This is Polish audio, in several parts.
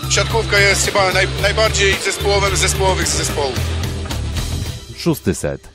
siatkówka jest chyba najbardziej zespołowym z zespołowych zespołów. Szósty set.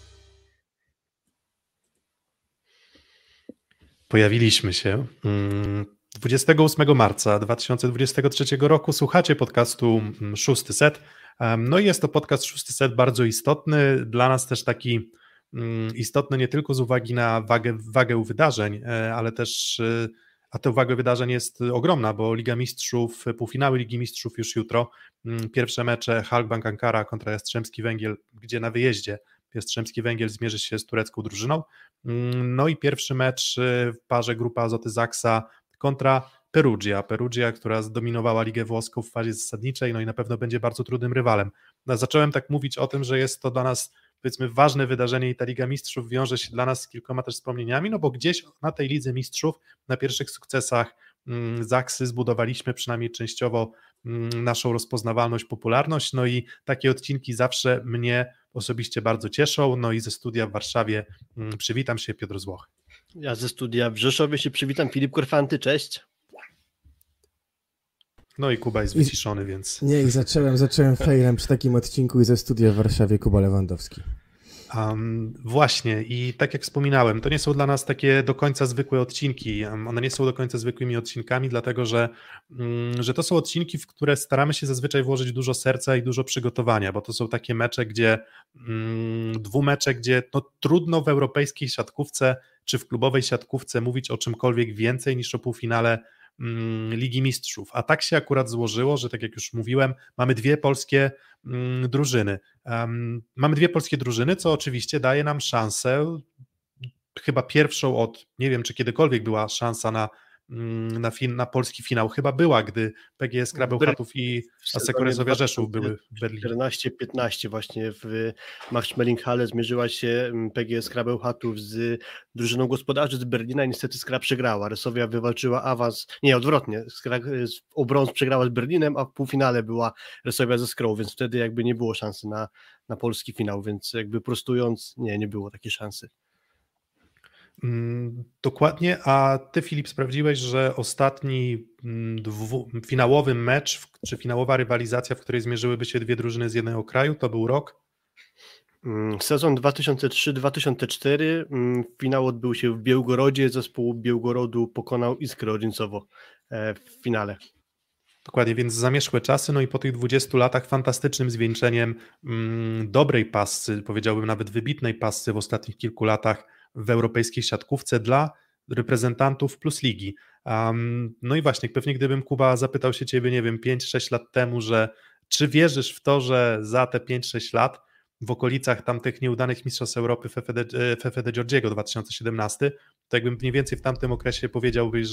Pojawiliśmy się 28 marca 2023 roku. Słuchacie podcastu Szósty Set. No i jest to podcast Szósty Set bardzo istotny, dla nas też taki istotny nie tylko z uwagi na wagę wydarzeń, ale też, a ta waga wydarzeń jest ogromna, bo Liga Mistrzów, półfinały Ligi Mistrzów już jutro, pierwsze mecze Halkbank Ankara kontra Jastrzębski Węgiel, gdzie na wyjeździe Jastrzębski Węgiel zmierzy się z turecką drużyną, no i pierwszy mecz w parze Grupa Azoty Zaksa kontra Perugia, która zdominowała Ligę Włoską w fazie zasadniczej, no i na pewno będzie bardzo trudnym rywalem. No, zacząłem tak mówić o tym, że jest to dla nas, powiedzmy, ważne wydarzenie i ta Liga Mistrzów wiąże się dla nas z kilkoma też wspomnieniami, no bo gdzieś na tej Lidze Mistrzów, na pierwszych sukcesach Zaksy zbudowaliśmy przynajmniej częściowo naszą rozpoznawalność, popularność, no i takie odcinki zawsze mnie osobiście bardzo cieszą, no i ze studia w Warszawie przywitam się, Piotr Złoch. Ja ze studia w Rzeszowie się przywitam, Filip Korfanty, cześć. No i Kuba jest wyciszony, więc... Nie, i zacząłem failem przy takim odcinku i ze studia w Warszawie Kuba Lewandowski. Właśnie i tak jak wspominałem, to nie są dla nas takie do końca zwykłe odcinki, one nie są do końca zwykłymi odcinkami, dlatego że to są odcinki, w które staramy się zazwyczaj włożyć dużo serca i dużo przygotowania, bo to są takie mecze, dwumecze, gdzie no, trudno w europejskiej siatkówce czy w klubowej siatkówce mówić o czymkolwiek więcej niż o półfinale Ligi Mistrzów, a tak się akurat złożyło, że tak jak już mówiłem, mamy dwie polskie drużyny. Mamy dwie polskie drużyny, co oczywiście daje nam szansę, chyba pierwszą od, nie wiem czy kiedykolwiek była szansa na polski finał, chyba była, gdy PGS Krabeł Chatów i Asseco Resovia Rzeszów były w Berlinie. 14-15 właśnie w Max-Schmeling-Halle zmierzyła się PGS Krabeł Chatów z drużyną gospodarzy z Berlina i niestety Skra przegrała. Resovia wywalczyła awans, nie, odwrotnie, o brąz przegrała z Berlinem, a w półfinale była Resovia ze Skrą, więc wtedy jakby nie było szansy na polski finał, więc jakby prostując, nie było takiej szansy. Dokładnie, a ty, Filip, sprawdziłeś, że ostatni finałowy mecz, czy finałowa rywalizacja, w której zmierzyłyby się dwie drużyny z jednego kraju, to był rok? Sezon 2003-2004, finał odbył się w Białgorodzie, zespół Białgorodu pokonał Iskrę Orzęcowo w finale. Dokładnie, więc zamierzchłe czasy, no i po tych 20 latach fantastycznym zwieńczeniem dobrej passy, powiedziałbym nawet wybitnej passy w ostatnich kilku latach w europejskiej siatkówce dla reprezentantów plus ligi. No i właśnie, pewnie gdybym, Kuba, zapytał się ciebie, nie wiem, 5-6 lat temu, że czy wierzysz w to, że za te 5-6 lat w okolicach tamtych nieudanych mistrzostw Europy FFD Georgiego 2017, to jakbym mniej więcej w tamtym okresie powiedziałbyś,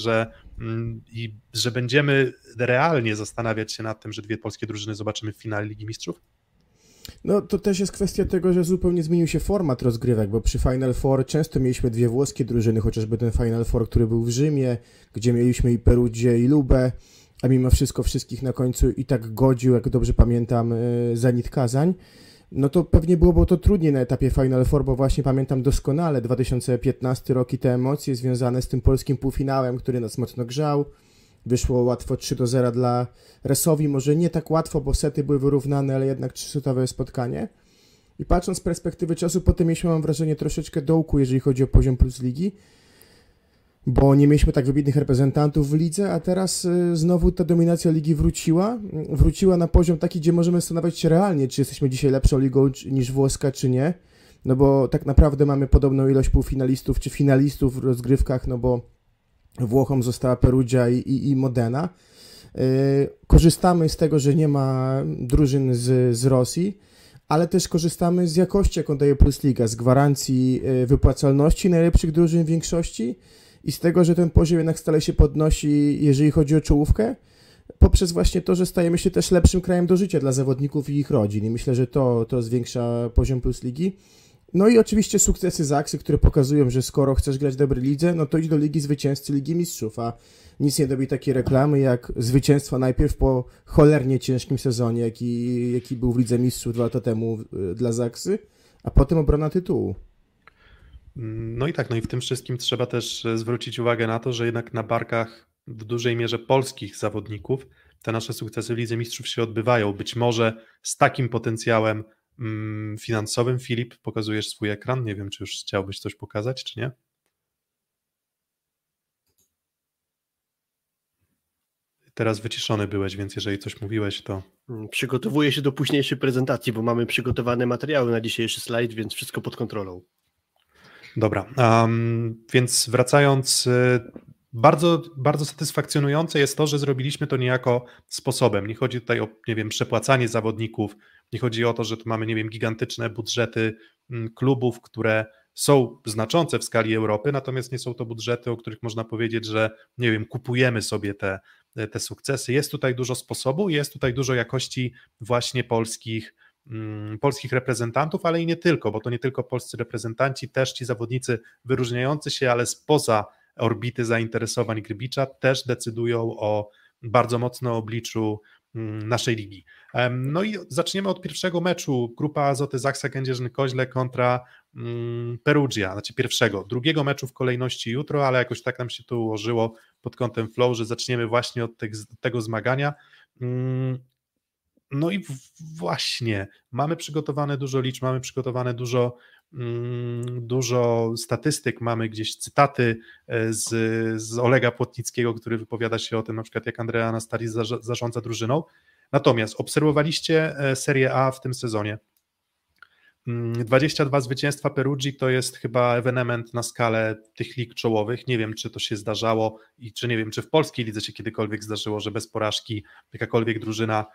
że będziemy realnie zastanawiać się nad tym, że dwie polskie drużyny zobaczymy w finale Ligi Mistrzów? No to też jest kwestia tego, że zupełnie zmienił się format rozgrywek, bo przy Final Four często mieliśmy dwie włoskie drużyny, chociażby ten Final Four, który był w Rzymie, gdzie mieliśmy i Perugię i Lubę, a mimo wszystko wszystkich na końcu i tak godził, jak dobrze pamiętam, Zenit Kazań. No to pewnie byłoby to trudniej na etapie Final Four, bo właśnie pamiętam doskonale 2015 rok i te emocje związane z tym polskim półfinałem, który nas mocno grzał. Wyszło łatwo 3-0 dla Resovii, może nie tak łatwo, bo sety były wyrównane, ale jednak 3-setowe spotkanie. I patrząc z perspektywy czasu, potem mieliśmy, mam wrażenie, troszeczkę dołku, jeżeli chodzi o poziom plus ligi, bo nie mieliśmy tak wybitnych reprezentantów w lidze, a teraz znowu ta dominacja ligi wróciła na poziom taki, gdzie możemy zastanawiać się realnie, czy jesteśmy dzisiaj lepszą ligą niż włoska, czy nie, no bo tak naprawdę mamy podobną ilość półfinalistów czy finalistów w rozgrywkach, no bo Włochom została Perugia i Modena. Korzystamy z tego, że nie ma drużyn z Rosji, ale też korzystamy z jakości, jaką daje Plus Liga, z gwarancji wypłacalności najlepszych drużyn w większości i z tego, że ten poziom jednak stale się podnosi, jeżeli chodzi o czołówkę, poprzez właśnie to, że stajemy się też lepszym krajem do życia dla zawodników i ich rodzin. I myślę, że to zwiększa poziom Plus Ligi. No i oczywiście sukcesy Zaksy, które pokazują, że skoro chcesz grać w dobrej lidze, no to idź do Ligi Zwycięzcy Ligi Mistrzów, a nic nie robi takiej reklamy jak zwycięstwo najpierw po cholernie ciężkim sezonie, jaki był w Lidze Mistrzów 2 lata temu dla Zaksy, a potem obrona tytułu. No i tak, no i w tym wszystkim trzeba też zwrócić uwagę na to, że jednak na barkach w dużej mierze polskich zawodników te nasze sukcesy w Lidze Mistrzów się odbywają. Być może z takim potencjałem finansowym. Filip, pokazujesz swój ekran. Nie wiem, czy już chciałbyś coś pokazać, czy nie? Teraz wyciszony byłeś, więc jeżeli coś mówiłeś, to... Przygotowuję się do późniejszej prezentacji, bo mamy przygotowane materiały na dzisiejszy slajd, więc wszystko pod kontrolą. Dobra, więc wracając, bardzo, bardzo satysfakcjonujące jest to, że zrobiliśmy to niejako sposobem. Nie chodzi tutaj o, nie wiem, przepłacanie zawodników, nie chodzi o to, że tu mamy, nie wiem, gigantyczne budżety klubów, które są znaczące w skali Europy, natomiast nie są to budżety, o których można powiedzieć, że, nie wiem, kupujemy sobie te sukcesy. Jest tutaj dużo sposobu, jest tutaj dużo jakości właśnie polskich reprezentantów, ale i nie tylko, bo to nie tylko polscy reprezentanci, też ci zawodnicy wyróżniający się, ale spoza orbity zainteresowań Grbicza też decydują o bardzo mocno obliczu naszej ligi. No i zaczniemy od pierwszego meczu, grupa Azoty Zaksa Kędzierzyn-Koźle kontra Perugia, znaczy drugiego meczu w kolejności jutro, ale jakoś tak nam się to ułożyło pod kątem flow, że zaczniemy właśnie od tego zmagania. No i właśnie, mamy przygotowane dużo liczb, mamy przygotowane dużo statystyk, mamy gdzieś cytaty z Olega Płotnickiego, który wypowiada się o tym, na przykład jak Andrea Anastaris zarządza drużyną. Natomiast obserwowaliście Serie A w tym sezonie. 22 zwycięstwa Perugii to jest chyba ewenement na skalę tych lig czołowych. Nie wiem, czy to się zdarzało i czy nie wiem, czy w polskiej lidze się kiedykolwiek zdarzyło, że bez porażki jakakolwiek drużyna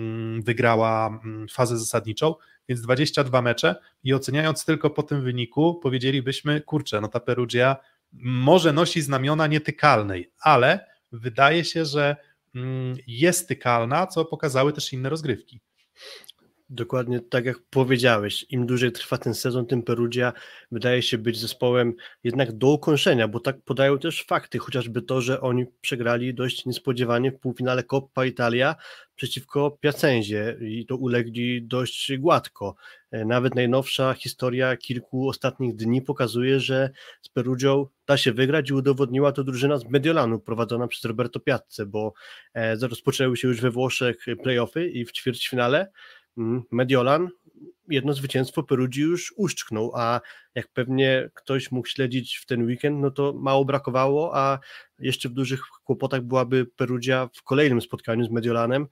wygrała fazę zasadniczą, więc 22 mecze i oceniając tylko po tym wyniku powiedzielibyśmy, kurczę, no ta Perugia może nosi znamiona nietykalnej, ale wydaje się, że jest tykalna, co pokazały też inne rozgrywki. Dokładnie tak jak powiedziałeś, im dłużej trwa ten sezon, tym Perugia wydaje się być zespołem jednak do ukończenia, bo tak podają też fakty, chociażby to, że oni przegrali dość niespodziewanie w półfinale Coppa Italia przeciwko Piacenzie i to ulegli dość gładko. Nawet najnowsza historia kilku ostatnich dni pokazuje, że z Perugią da się wygrać i udowodniła to drużyna z Mediolanu prowadzona przez Roberto Piazze, bo rozpoczęły się już we Włoszech play-offy i w ćwierćfinale Mediolan jedno zwycięstwo Perugii już uszczknął, a jak pewnie ktoś mógł śledzić w ten weekend, no to mało brakowało, a jeszcze w dużych kłopotach byłaby Perugia w kolejnym spotkaniu z Mediolanem.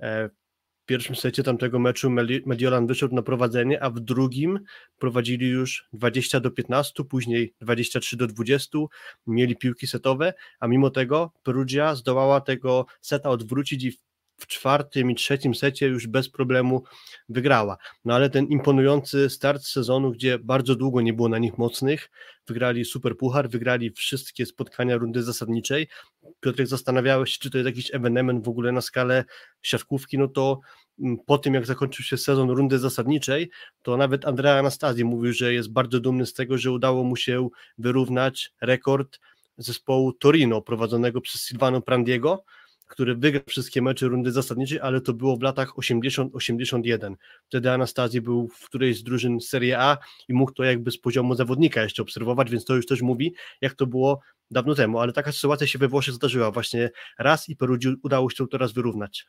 W pierwszym secie tamtego meczu Mediolan wyszedł na prowadzenie, a w drugim prowadzili już 20-15, później 23-20, mieli piłki setowe, a mimo tego Perugia zdołała tego seta odwrócić i w czwartym i trzecim secie już bez problemu wygrała. No ale ten imponujący start sezonu, gdzie bardzo długo nie było na nich mocnych, wygrali Superpuchar, wygrali wszystkie spotkania rundy zasadniczej. Piotrek, zastanawiałeś się, czy to jest jakiś ewenement w ogóle na skalę siatkówki, no to po tym, jak zakończył się sezon rundy zasadniczej, to nawet Andrea Anastasi mówił, że jest bardzo dumny z tego, że udało mu się wyrównać rekord zespołu Torino prowadzonego przez Silvano Prandiego, który wygrał wszystkie mecze rundy zasadniczej, ale to było w latach 80-81. Wtedy Anastasi był w którejś z drużyn Serie A i mógł to jakby z poziomu zawodnika jeszcze obserwować, więc to już też mówi, jak to było dawno temu, ale taka sytuacja się we Włoszech zdarzyła właśnie raz i Perugii udało się to raz wyrównać.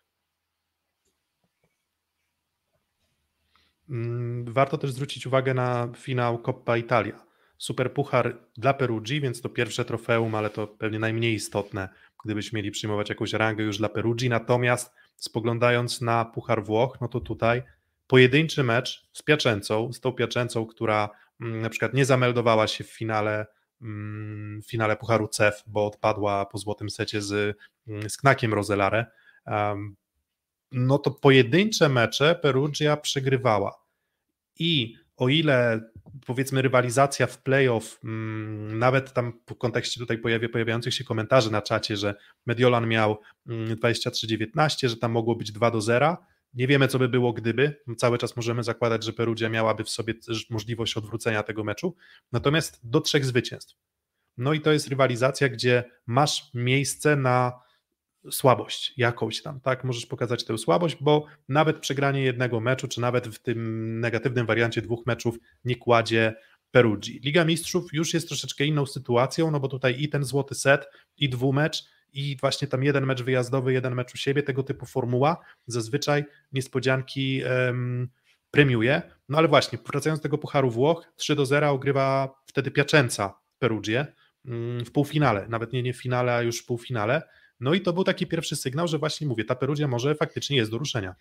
Warto też zwrócić uwagę na finał Coppa Italia. Superpuchar dla Perugii, więc to pierwsze trofeum, ale to pewnie najmniej istotne, gdybyśmy mieli przyjmować jakąś rangę już dla Perugii. Natomiast spoglądając na Puchar Włoch, no to tutaj pojedynczy mecz z tą Piacencą, która na przykład nie zameldowała się w finale Pucharu CEF, bo odpadła po złotym secie z Knakiem Roselare. No to pojedyncze mecze Perugia przegrywała. I o ile powiedzmy rywalizacja w playoff, nawet tam w kontekście tutaj pojawiających się komentarzy na czacie, że Mediolan miał 23-19, że tam mogło być 2-0, nie wiemy co by było gdyby, cały czas możemy zakładać, że Perugia miałaby w sobie możliwość odwrócenia tego meczu, natomiast do 3 zwycięstw. No i to jest rywalizacja, gdzie masz miejsce na słabość jakąś tam, tak, możesz pokazać tę słabość, bo nawet przegranie jednego meczu, czy nawet w tym negatywnym wariancie 2 meczów nie kładzie Perugii. Liga Mistrzów już jest troszeczkę inną sytuacją, no bo tutaj i ten złoty set, i dwumecz, i właśnie tam jeden mecz wyjazdowy, jeden mecz u siebie, tego typu formuła zazwyczaj niespodzianki premiuje. No ale właśnie, wracając do tego Pucharu Włoch, 3-0 ogrywa wtedy Piacenza Perugię w półfinale, nawet nie w finale, a już w półfinale. No i to był taki pierwszy sygnał, że właśnie mówię, ta Perugia może faktycznie jest do ruszenia.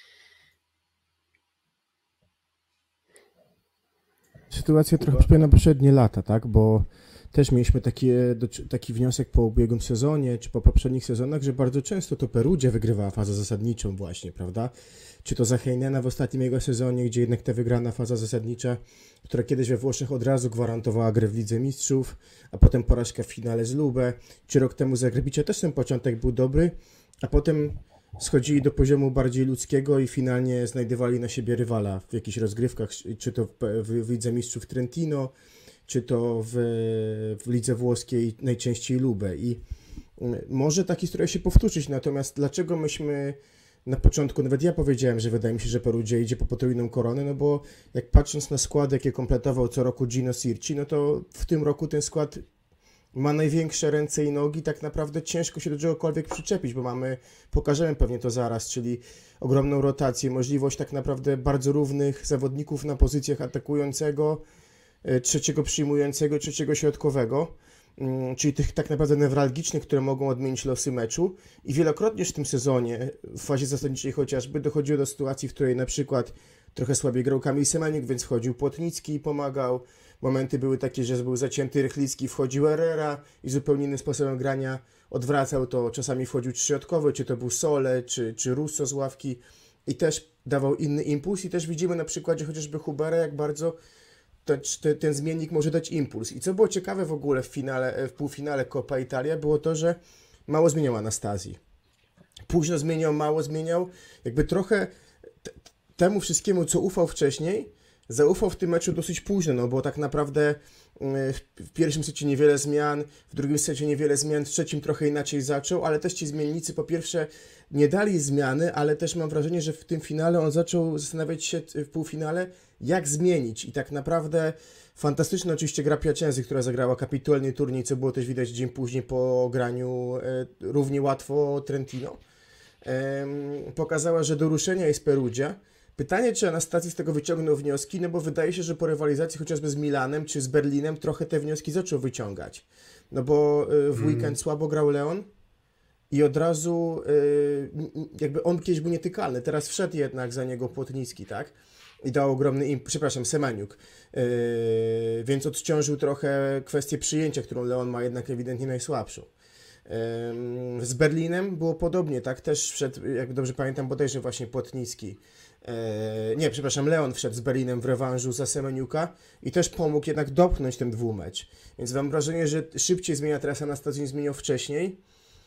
Sytuacja trochę przypomina poprzednie lata, tak? Bo też mieliśmy taki wniosek po ubiegłym sezonie, czy po poprzednich sezonach, że bardzo często to Perugia wygrywała fazę zasadniczą właśnie, prawda? Czy to za Heinena w ostatnim jego sezonie, gdzie jednak ta wygrana faza zasadnicza, która kiedyś we Włoszech od razu gwarantowała grę w Lidze Mistrzów, a potem porażka w finale z Lubę, czy rok temu z Agrebicia też ten początek był dobry, a potem schodzili do poziomu bardziej ludzkiego i finalnie znajdowali na siebie rywala w jakichś rozgrywkach, czy to w Lidze Mistrzów Trentino, czy to w lidze włoskiej najczęściej Lubę. I może ta historia się powtórzyć, natomiast dlaczego myśmy na początku, nawet ja powiedziałem, że wydaje mi się, że Perugia idzie po potrójną koronę, no bo jak patrząc na skład, jakie kompletował co roku Gino Sirci, no to w tym roku ten skład ma największe ręce i nogi, tak naprawdę ciężko się do czegokolwiek przyczepić, bo pokażemy pewnie to zaraz, czyli ogromną rotację, możliwość tak naprawdę bardzo równych zawodników na pozycjach atakującego, trzeciego przyjmującego, trzeciego środkowego, czyli tych tak naprawdę newralgicznych, które mogą odmienić losy meczu i wielokrotnie w tym sezonie, w fazie zasadniczej chociażby, dochodziło do sytuacji, w której na przykład trochę słabiej grał Kamil Semeniuk, więc wchodził Płotnicki i pomagał. Momenty były takie, że był zacięty Rychlicki, wchodził Herrera i zupełnie innym sposobem grania odwracał to. Czasami wchodził środkowy, czy to był Sole, czy Russo z ławki i też dawał inny impuls i też widzimy na przykładzie chociażby Hubera, jak bardzo ten zmiennik może dać impuls. I co było ciekawe w ogóle w półfinale Coppa Italia, było to, że mało zmieniał Anastazji. Późno zmieniał, mało zmieniał. Jakby trochę temu wszystkiemu, co ufał wcześniej, zaufał w tym meczu dosyć późno, no bo tak naprawdę w pierwszym secie niewiele zmian, w drugim secie niewiele zmian, w trzecim trochę inaczej zaczął, ale też ci zmiennicy po pierwsze nie dali zmiany, ale też mam wrażenie, że w tym finale on zaczął zastanawiać się w półfinale, jak zmienić i tak naprawdę fantastyczna oczywiście gra Piacenzy, która zagrała kapitularny turniej, co było też widać dzień później po graniu równie łatwo Trentino. Pokazała, że do ruszenia jest Perugia. Pytanie, czy Anastazji z tego wyciągnął wnioski, no bo wydaje się, że po rywalizacji chociażby z Milanem czy z Berlinem trochę te wnioski zaczął wyciągać. No bo w weekend słabo grał Leon i od razu jakby on kiedyś był nietykalny, teraz wszedł jednak za niego Płotnicki, tak? I dał ogromny Semeniuk, więc odciążył trochę kwestię przyjęcia, którą Leon ma jednak ewidentnie najsłabszą. Z Berlinem było podobnie, tak? Też wszedł, jak dobrze pamiętam, bodajże właśnie Płotnicki. Leon wszedł z Berlinem w rewanżu za Semeniuka i też pomógł jednak dopchnąć ten dwumecz. Więc mam wrażenie, że szybciej zmienia teraz Anastazji niż zmieniał wcześniej.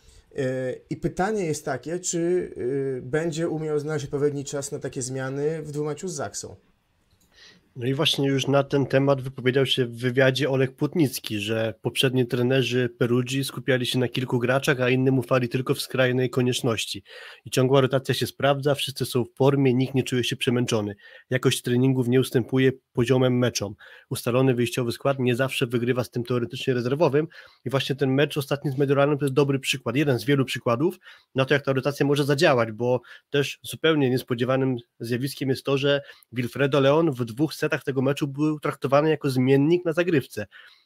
I pytanie jest takie, czy będzie umiał znaleźć odpowiedni czas na takie zmiany w dwumeczu z Zaksą. No i właśnie już na ten temat wypowiedział się w wywiadzie Oleg Płotnicki, że poprzedni trenerzy Perugii skupiali się na kilku graczach, a innym ufali tylko w skrajnej konieczności. I ciągła rotacja się sprawdza, wszyscy są w formie, nikt nie czuje się przemęczony. Jakość treningów nie ustępuje poziomem meczom. Ustalony wyjściowy skład nie zawsze wygrywa z tym teoretycznie rezerwowym i właśnie ten mecz ostatni z Mediolanem to jest dobry przykład, jeden z wielu przykładów na to, jak ta rotacja może zadziałać, bo też zupełnie niespodziewanym zjawiskiem jest to, że Wilfredo Leon w dwóch setach tego meczu był traktowany jako zmiennik na zagrywce.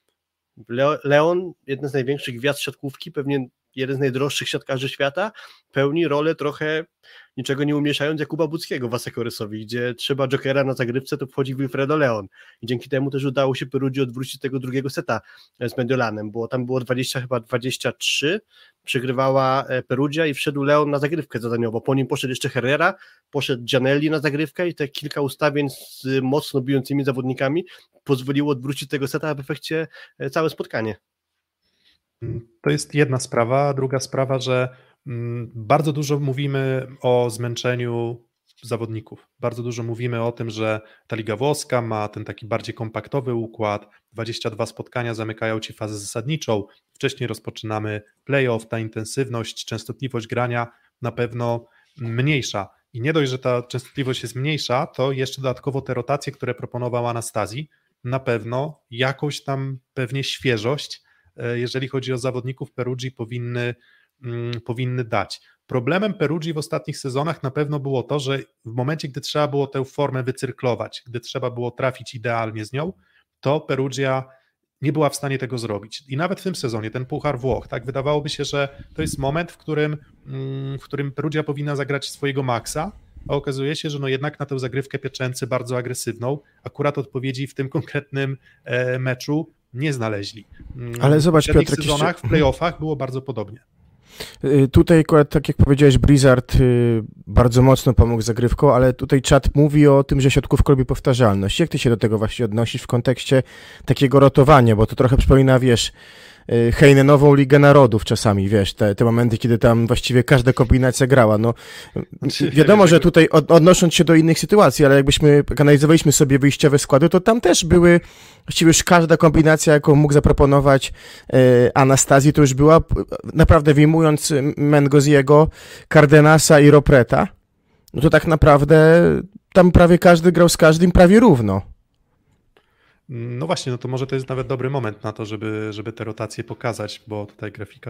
Leon, jeden z największych gwiazd siatkówki, pewnie jeden z najdroższych siatkarzy świata, pełni rolę trochę niczego nie umieszając Jakuba Buckiego w Asekoresowi, gdzie trzeba jokera na zagrywce, to wchodzi Wilfredo Leon i dzięki temu też udało się Perugii odwrócić tego drugiego seta z Mediolanem, bo tam było 23, przegrywała Perugia i wszedł Leon na zagrywkę zadaniowo, po nim poszedł jeszcze Herrera, poszedł Gianelli na zagrywkę i te kilka ustawień z mocno bijącymi zawodnikami pozwoliło odwrócić tego seta, a w efekcie całe spotkanie. To jest jedna sprawa, druga sprawa, że bardzo dużo mówimy o zmęczeniu zawodników. Bardzo dużo mówimy o tym, że ta Liga Włoska ma ten taki bardziej kompaktowy układ, 22 spotkania zamykają ci fazę zasadniczą, wcześniej rozpoczynamy playoff, ta intensywność, częstotliwość grania na pewno mniejsza. I nie dość, że ta częstotliwość jest mniejsza, to jeszcze dodatkowo te rotacje, które proponował Anastazji, na pewno jakąś tam pewnie świeżość, jeżeli chodzi o zawodników Perugii, powinny powinny dać. Problemem Perugii w ostatnich sezonach na pewno było to, że w momencie, gdy trzeba było tę formę wycyrklować, gdy trzeba było trafić idealnie z nią, to Perugia nie była w stanie tego zrobić. I nawet w tym sezonie, ten Puchar Włoch, tak wydawałoby się, że to jest moment, w którym Perugia powinna zagrać swojego maksa, a okazuje się, że no jednak na tę zagrywkę Piacenzy bardzo agresywną akurat odpowiedzi w tym konkretnym meczu nie znaleźli. Ale zobacz, w tych Piotrek, sezonach w playoffach było bardzo podobnie. Tutaj akurat, tak jak powiedziałeś, Blizzard bardzo mocno pomógł zagrywką, ale tutaj czat mówi o tym, że siatkówka robi powtarzalność. Jak ty się do tego właśnie odnosisz w kontekście takiego rotowania, bo to trochę przypomina, wiesz, Heinenową Ligę Narodów czasami, wiesz, te momenty, kiedy tam właściwie każda kombinacja grała, no wiadomo, że tutaj odnosząc się do innych sytuacji, ale jakbyśmy analizowaliśmy sobie wyjściowe składy, to tam też były właściwie już każda kombinacja, jaką mógł zaproponować Anastazji, to już była naprawdę wyjmując Mengoziego, Cardenasa i Ropreta, no to tak naprawdę tam prawie każdy grał z każdym prawie równo. No właśnie, no to może to jest nawet dobry moment na to, żeby te rotacje pokazać, bo tutaj grafika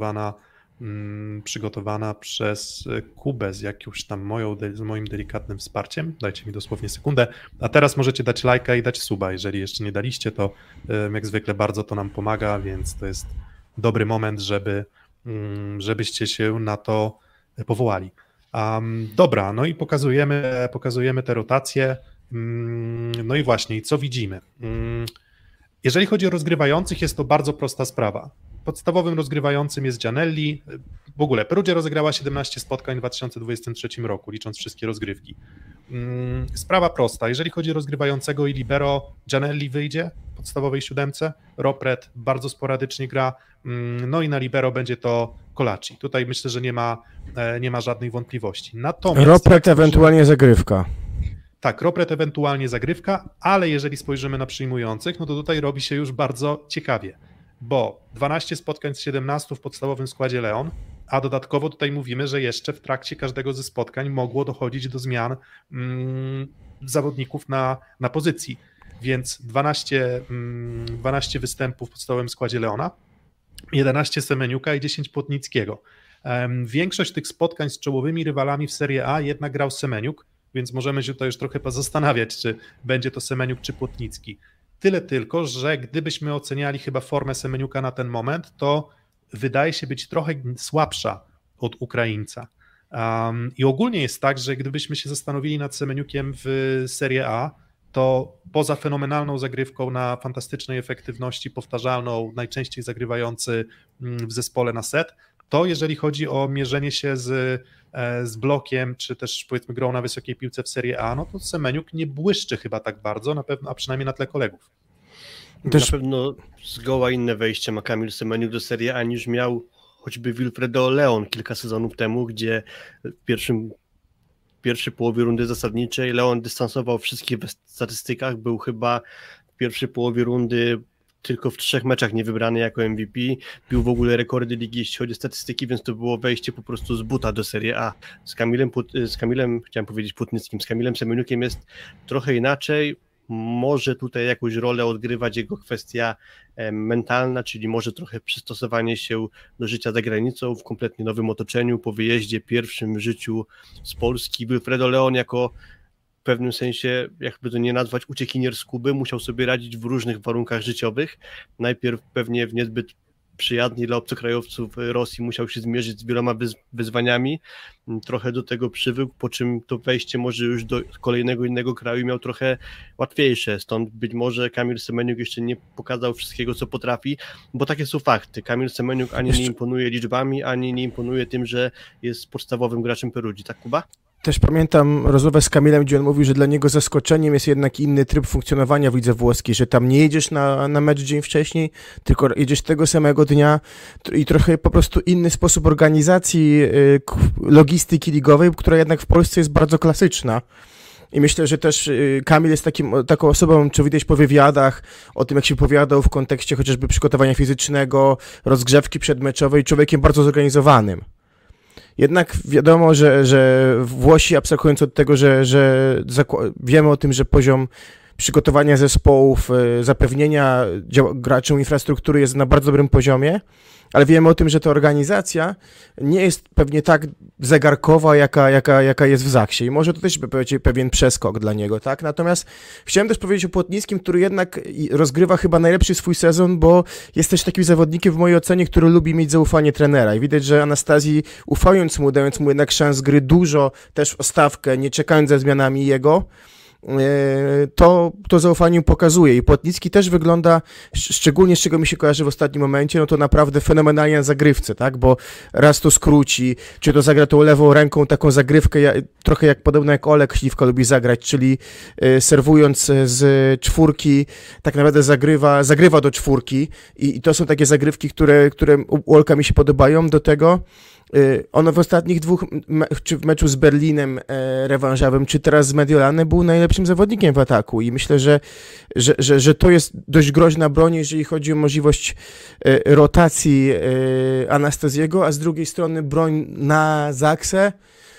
przygotowana przez Kubę z jakimś tam moim delikatnym wsparciem. Dajcie mi dosłownie sekundę. A teraz możecie dać lajka i dać suba. Jeżeli jeszcze nie daliście, to jak zwykle bardzo to nam pomaga, więc to jest dobry moment, żebyście się na to powołali. Dobra, no i pokazujemy te rotacje. No i właśnie, co widzimy? Jeżeli chodzi o rozgrywających, jest to bardzo prosta sprawa. Podstawowym rozgrywającym jest Gianelli. W ogóle Perugia rozegrała 17 spotkań w 2023 roku, licząc wszystkie rozgrywki. Sprawa prosta. Jeżeli chodzi o rozgrywającego i libero, Gianelli wyjdzie w podstawowej siódemce, Ropret bardzo sporadycznie gra, no i na libero będzie to Colaci. Tutaj myślę, że nie ma żadnej wątpliwości. Natomiast Ropret ewentualnie zagrywka. Tak, Ropret ewentualnie zagrywka, ale jeżeli spojrzymy na przyjmujących, no to tutaj robi się już bardzo ciekawie, bo 12 spotkań z 17 w podstawowym składzie Leon, a dodatkowo tutaj mówimy, że jeszcze w trakcie każdego ze spotkań mogło dochodzić do zmian zawodników na pozycji, więc 12 występów w podstawowym składzie Leona, 11 Semeniuka i 10 Płotnickiego. Większość tych spotkań z czołowymi rywalami w Serie A jednak grał Semeniuk, więc możemy się tutaj już trochę pozastanawiać, czy będzie to Semeniuk czy Płotnicki. Tyle tylko, że gdybyśmy oceniali chyba formę Semeniuka na ten moment, to wydaje się być trochę słabsza od Ukraińca. I ogólnie jest tak, że gdybyśmy się zastanowili nad Semeniukiem w Serie A, to poza fenomenalną zagrywką na fantastycznej efektywności, powtarzalną, najczęściej zagrywający w zespole na set, to jeżeli chodzi o mierzenie się z blokiem, czy też powiedzmy grą na wysokiej piłce w Serie A, no to Semeniuk nie błyszczy chyba tak bardzo, na pewno, a przynajmniej na tle kolegów. Na pewno zgoła inne wejście ma Kamil Semeniuk do Serie A niż miał choćby Wilfredo Leon kilka sezonów temu, gdzie w pierwszej połowie rundy zasadniczej Leon dystansował wszystkich w statystykach, był chyba w pierwszej połowie rundy tylko w 3 meczach nie wybrany jako MVP, bił w ogóle rekordy ligi, jeśli chodzi o statystyki, więc to było wejście po prostu z buta do Serie A. Z Kamilem, chciałem powiedzieć Płotnickim, z Kamilem Semeniukiem jest trochę inaczej, może tutaj jakąś rolę odgrywać jego kwestia mentalna, czyli może trochę przystosowanie się do życia za granicą w kompletnie nowym otoczeniu, po wyjeździe pierwszym w życiu z Polski. Wilfredo Leon jako w pewnym sensie, jakby to nie nazwać, uciekinier z Kuby, musiał sobie radzić w różnych warunkach życiowych. Najpierw pewnie w niezbyt przyjaznej dla obcokrajowców Rosji musiał się zmierzyć z wieloma wyzwaniami, trochę do tego przywykł, po czym to wejście może już do kolejnego innego kraju miał trochę łatwiejsze, stąd być może Kamil Semeniuk jeszcze nie pokazał wszystkiego, co potrafi, bo takie są fakty. Kamil Semeniuk ani nie imponuje liczbami, ani nie imponuje tym, że jest podstawowym graczem Perugii, tak Kuba? Też pamiętam rozmowę z Kamilem, gdzie on mówił, że dla niego zaskoczeniem jest jednak inny tryb funkcjonowania w lidze włoskiej, że tam nie jedziesz na mecz dzień wcześniej, tylko jedziesz tego samego dnia i trochę po prostu inny sposób organizacji logistyki ligowej, która jednak w Polsce jest bardzo klasyczna. I myślę, że też Kamil jest taką osobą, co widać po wywiadach, o tym jak się wypowiadał w kontekście chociażby przygotowania fizycznego, rozgrzewki przedmeczowej, człowiekiem bardzo zorganizowanym. Jednak wiadomo, że Włosi, abstrahując od tego, że wiemy o tym, że poziom przygotowania zespołów, zapewnienia graczom infrastruktury jest na bardzo dobrym poziomie, ale wiemy o tym, że ta organizacja nie jest pewnie tak zegarkowa, jaka jest w Zaksie i może to też będzie pewien przeskok dla niego, tak? Natomiast chciałem też powiedzieć o Płotnickim, który jednak rozgrywa chyba najlepszy swój sezon, bo jest też takim zawodnikiem w mojej ocenie, który lubi mieć zaufanie trenera i widać, że Anastazji, ufając mu, dając mu jednak szans gry dużo, też o stawkę, nie czekając ze zmianami jego, to zaufanie pokazuje i Płotnicki też wygląda, szczególnie z czego mi się kojarzy w ostatnim momencie, no to naprawdę fenomenalnie na zagrywce, tak, bo raz to skróci, czy to zagra tą lewą ręką taką zagrywkę, trochę jak podobno jak Olek Śliwka lubi zagrać, czyli serwując z czwórki, tak naprawdę zagrywa do czwórki i to są takie zagrywki, które u Olka mi się podobają, do tego on w ostatnich dwóch, czy w meczu z Berlinem rewanżowym, czy teraz z Mediolanem, był najlepszym zawodnikiem w ataku i myślę, że to jest dość groźna broń, jeżeli chodzi o możliwość rotacji Anastaziego, a z drugiej strony broń na Zaksę,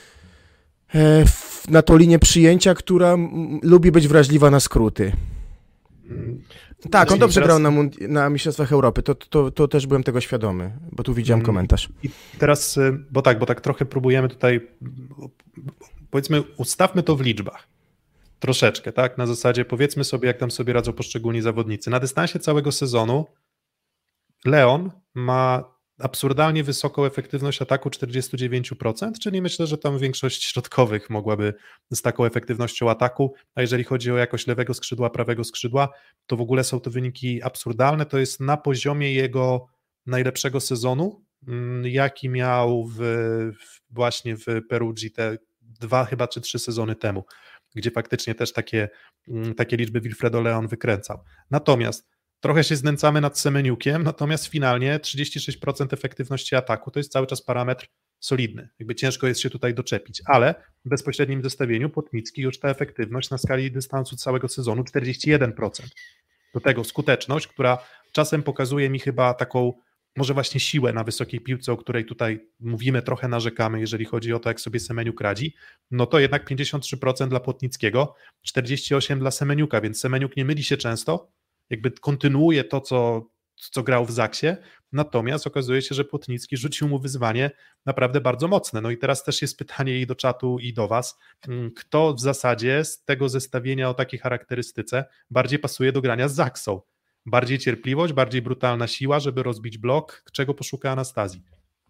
na tą linię przyjęcia, która lubi być wrażliwa na skróty. Tak, on dobrze grał na Mistrzostwach Europy, to też byłem tego świadomy, bo tu widziałem komentarz. I teraz, bo tak trochę próbujemy tutaj, powiedzmy, ustawmy to w liczbach, troszeczkę, tak, na zasadzie powiedzmy sobie, jak tam sobie radzą poszczególni zawodnicy. Na dystansie całego sezonu Leon ma absurdalnie wysoką efektywność ataku 49%, czyli myślę, że tam większość środkowych mogłaby z taką efektywnością ataku, a jeżeli chodzi o jakość lewego skrzydła, prawego skrzydła, to w ogóle są to wyniki absurdalne, to jest na poziomie jego najlepszego sezonu, jaki miał właśnie w Perugii te 2 chyba czy 3 sezony temu, gdzie faktycznie też takie liczby Wilfredo Leon wykręcał. Natomiast trochę się znęcamy nad Semeniukiem, natomiast finalnie 36% efektywności ataku to jest cały czas parametr solidny. Jakby ciężko jest się tutaj doczepić, ale w bezpośrednim zestawieniu Płotnicki już ta efektywność na skali dystansu całego sezonu 41%. Do tego skuteczność, która czasem pokazuje mi chyba taką może właśnie siłę na wysokiej piłce, o której tutaj mówimy, trochę narzekamy, jeżeli chodzi o to, jak sobie Semeniuk radzi, no to jednak 53% dla Płotnickiego, 48% dla Semeniuka, więc Semeniuk nie myli się często, jakby kontynuuje to, co grał w Zaksie, natomiast okazuje się, że Płotnicki rzucił mu wyzwanie naprawdę bardzo mocne. No i teraz też jest pytanie i do czatu, i do was, kto w zasadzie z tego zestawienia o takiej charakterystyce bardziej pasuje do grania z Zaksą? Bardziej cierpliwość, bardziej brutalna siła, żeby rozbić blok? Czego poszuka Anastazji?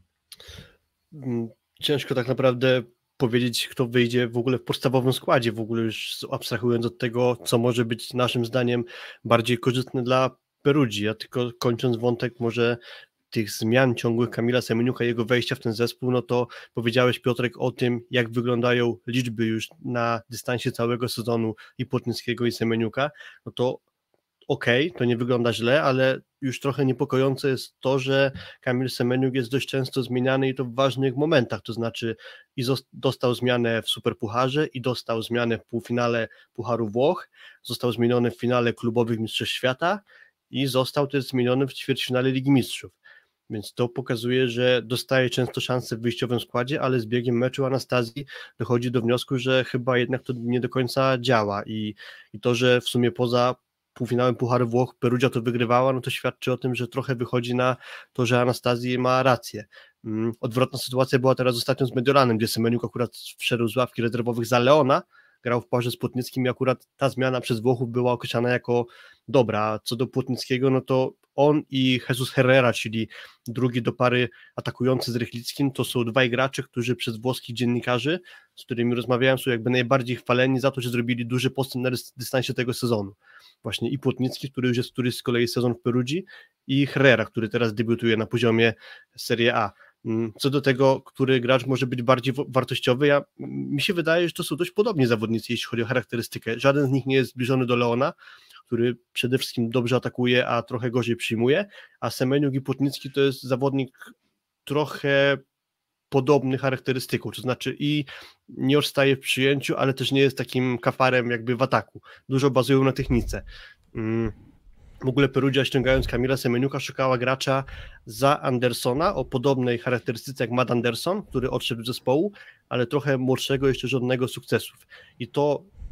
Ciężko tak naprawdę powiedzieć, kto wyjdzie w ogóle w podstawowym składzie, w ogóle już abstrahując od tego, co może być naszym zdaniem bardziej korzystne dla Perugii. Ja tylko kończąc wątek może tych zmian ciągłych Kamila Semeniuka i jego wejścia w ten zespół, no to powiedziałeś, Piotrek, o tym, jak wyglądają liczby już na dystansie całego sezonu i Płotnickiego i Semeniuka, no to to nie wygląda źle, ale już trochę niepokojące jest to, że Kamil Semeniuk jest dość często zmieniany i to w ważnych momentach, to znaczy i dostał zmianę w Superpucharze i dostał zmianę w półfinale Pucharu Włoch, został zmieniony w finale klubowych Mistrzostw Świata i został też zmieniony w ćwierćfinale Ligi Mistrzów. Więc to pokazuje, że dostaje często szansę w wyjściowym składzie, ale z biegiem meczu Anastazji dochodzi do wniosku, że chyba jednak to nie do końca działa i to, że w sumie poza półfinałem Pucharu Włoch Perugia to wygrywała, no to świadczy o tym, że trochę wychodzi na to, że Anastazji ma rację. Odwrotna sytuacja była teraz ostatnio z Mediolanem, gdzie Semeniuk akurat wszedł z ławki rezerwowych za Leona, grał w parze z Płotnickim i akurat ta zmiana przez Włochów była określana jako dobra. A co do Płotnickiego, no to on i Jesus Herrera, czyli drugi do pary atakujący z Rychlickim, to są dwaj gracze, którzy przez włoskich dziennikarzy, z którymi rozmawiałem, są jakby najbardziej chwaleni za to, że zrobili duży postęp na dystansie tego sezonu. Właśnie i Płotnicki, który już jest któryś z kolei sezon w Perugii, i Herrera, który teraz debiutuje na poziomie Serie A. Co do tego, który gracz może być bardziej wartościowy, mi się wydaje, że to są dość podobni zawodnicy, jeśli chodzi o charakterystykę. Żaden z nich nie jest zbliżony do Leona, który przede wszystkim dobrze atakuje, a trochę gorzej przyjmuje, a Semeniuk i Płotnicki to jest zawodnik trochę podobny charakterystyką, to znaczy i nie odstaje w przyjęciu, ale też nie jest takim kafarem jakby w ataku. Dużo bazują na technice. W ogóle Perugia, ściągając Kamila Semeniuka, szukała gracza za Andersona o podobnej charakterystyce jak Matt Anderson, który odszedł z zespołu, ale trochę młodszego, jeszcze żadnego sukcesów. I to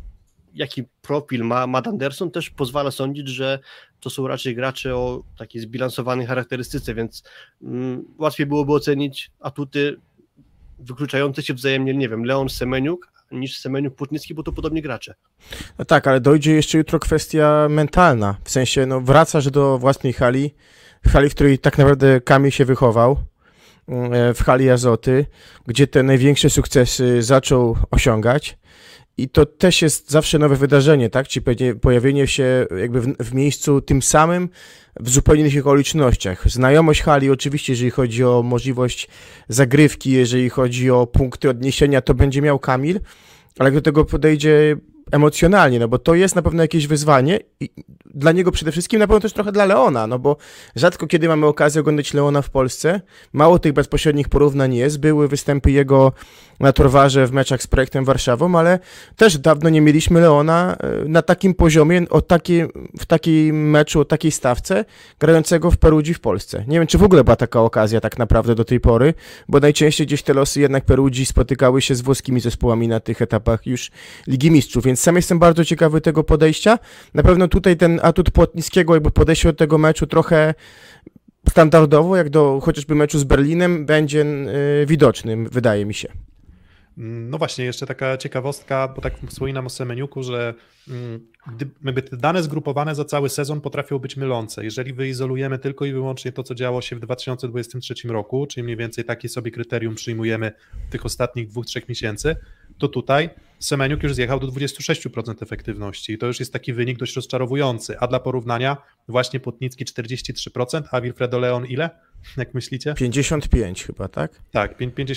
jaki profil ma Matt Anderson, też pozwala sądzić, że to są raczej gracze o takiej zbilansowanej charakterystyce, więc łatwiej byłoby ocenić atuty wykluczające się wzajemnie, nie wiem, Leon Semeniuk niż Semeniuk Płotnicki, bo to podobnie gracze. No tak, ale dojdzie jeszcze jutro kwestia mentalna, w sensie wracasz do własnej hali, w której tak naprawdę Kamil się wychował, w hali Azoty, gdzie te największe sukcesy zaczął osiągać. I to też jest zawsze nowe wydarzenie, tak? Czyli pojawienie się jakby w miejscu tym samym, w zupełnie innych okolicznościach. Znajomość hali oczywiście, jeżeli chodzi o możliwość zagrywki, jeżeli chodzi o punkty odniesienia, to będzie miał Kamil, ale jak do tego podejdzie emocjonalnie, no bo to jest na pewno jakieś wyzwanie i dla niego przede wszystkim, na pewno też trochę dla Leona, no bo rzadko kiedy mamy okazję oglądać Leona w Polsce, mało tych bezpośrednich porównań jest, były występy jego na Torwarze w meczach z Projektem Warszawą, ale też dawno nie mieliśmy Leona na takim poziomie, w takim meczu, o takiej stawce, grającego w Perudzi w Polsce. Nie wiem, czy w ogóle była taka okazja tak naprawdę do tej pory, bo najczęściej gdzieś te losy jednak Perudzi spotykały się z włoskimi zespołami na tych etapach już Ligi Mistrzów, więc sam jestem bardzo ciekawy tego podejścia. Na pewno tutaj ten atut Płotnickiego, jakby podejście do tego meczu trochę standardowo, jak do chociażby meczu z Berlinem, będzie widocznym, wydaje mi się. No właśnie, jeszcze taka ciekawostka, bo tak wspominam o Semeniuku, że jakby te dane zgrupowane za cały sezon potrafią być mylące. Jeżeli wyizolujemy tylko i wyłącznie to, co działo się w 2023 roku, czyli mniej więcej takie sobie kryterium przyjmujemy tych ostatnich 2-3 miesięcy, to tutaj Semeniuk już zjechał do 26% efektywności i to już jest taki wynik dość rozczarowujący, a dla porównania właśnie Płotnicki 43%, a Wilfredo Leon ile? Jak myślicie? 55 chyba, tak? Tak,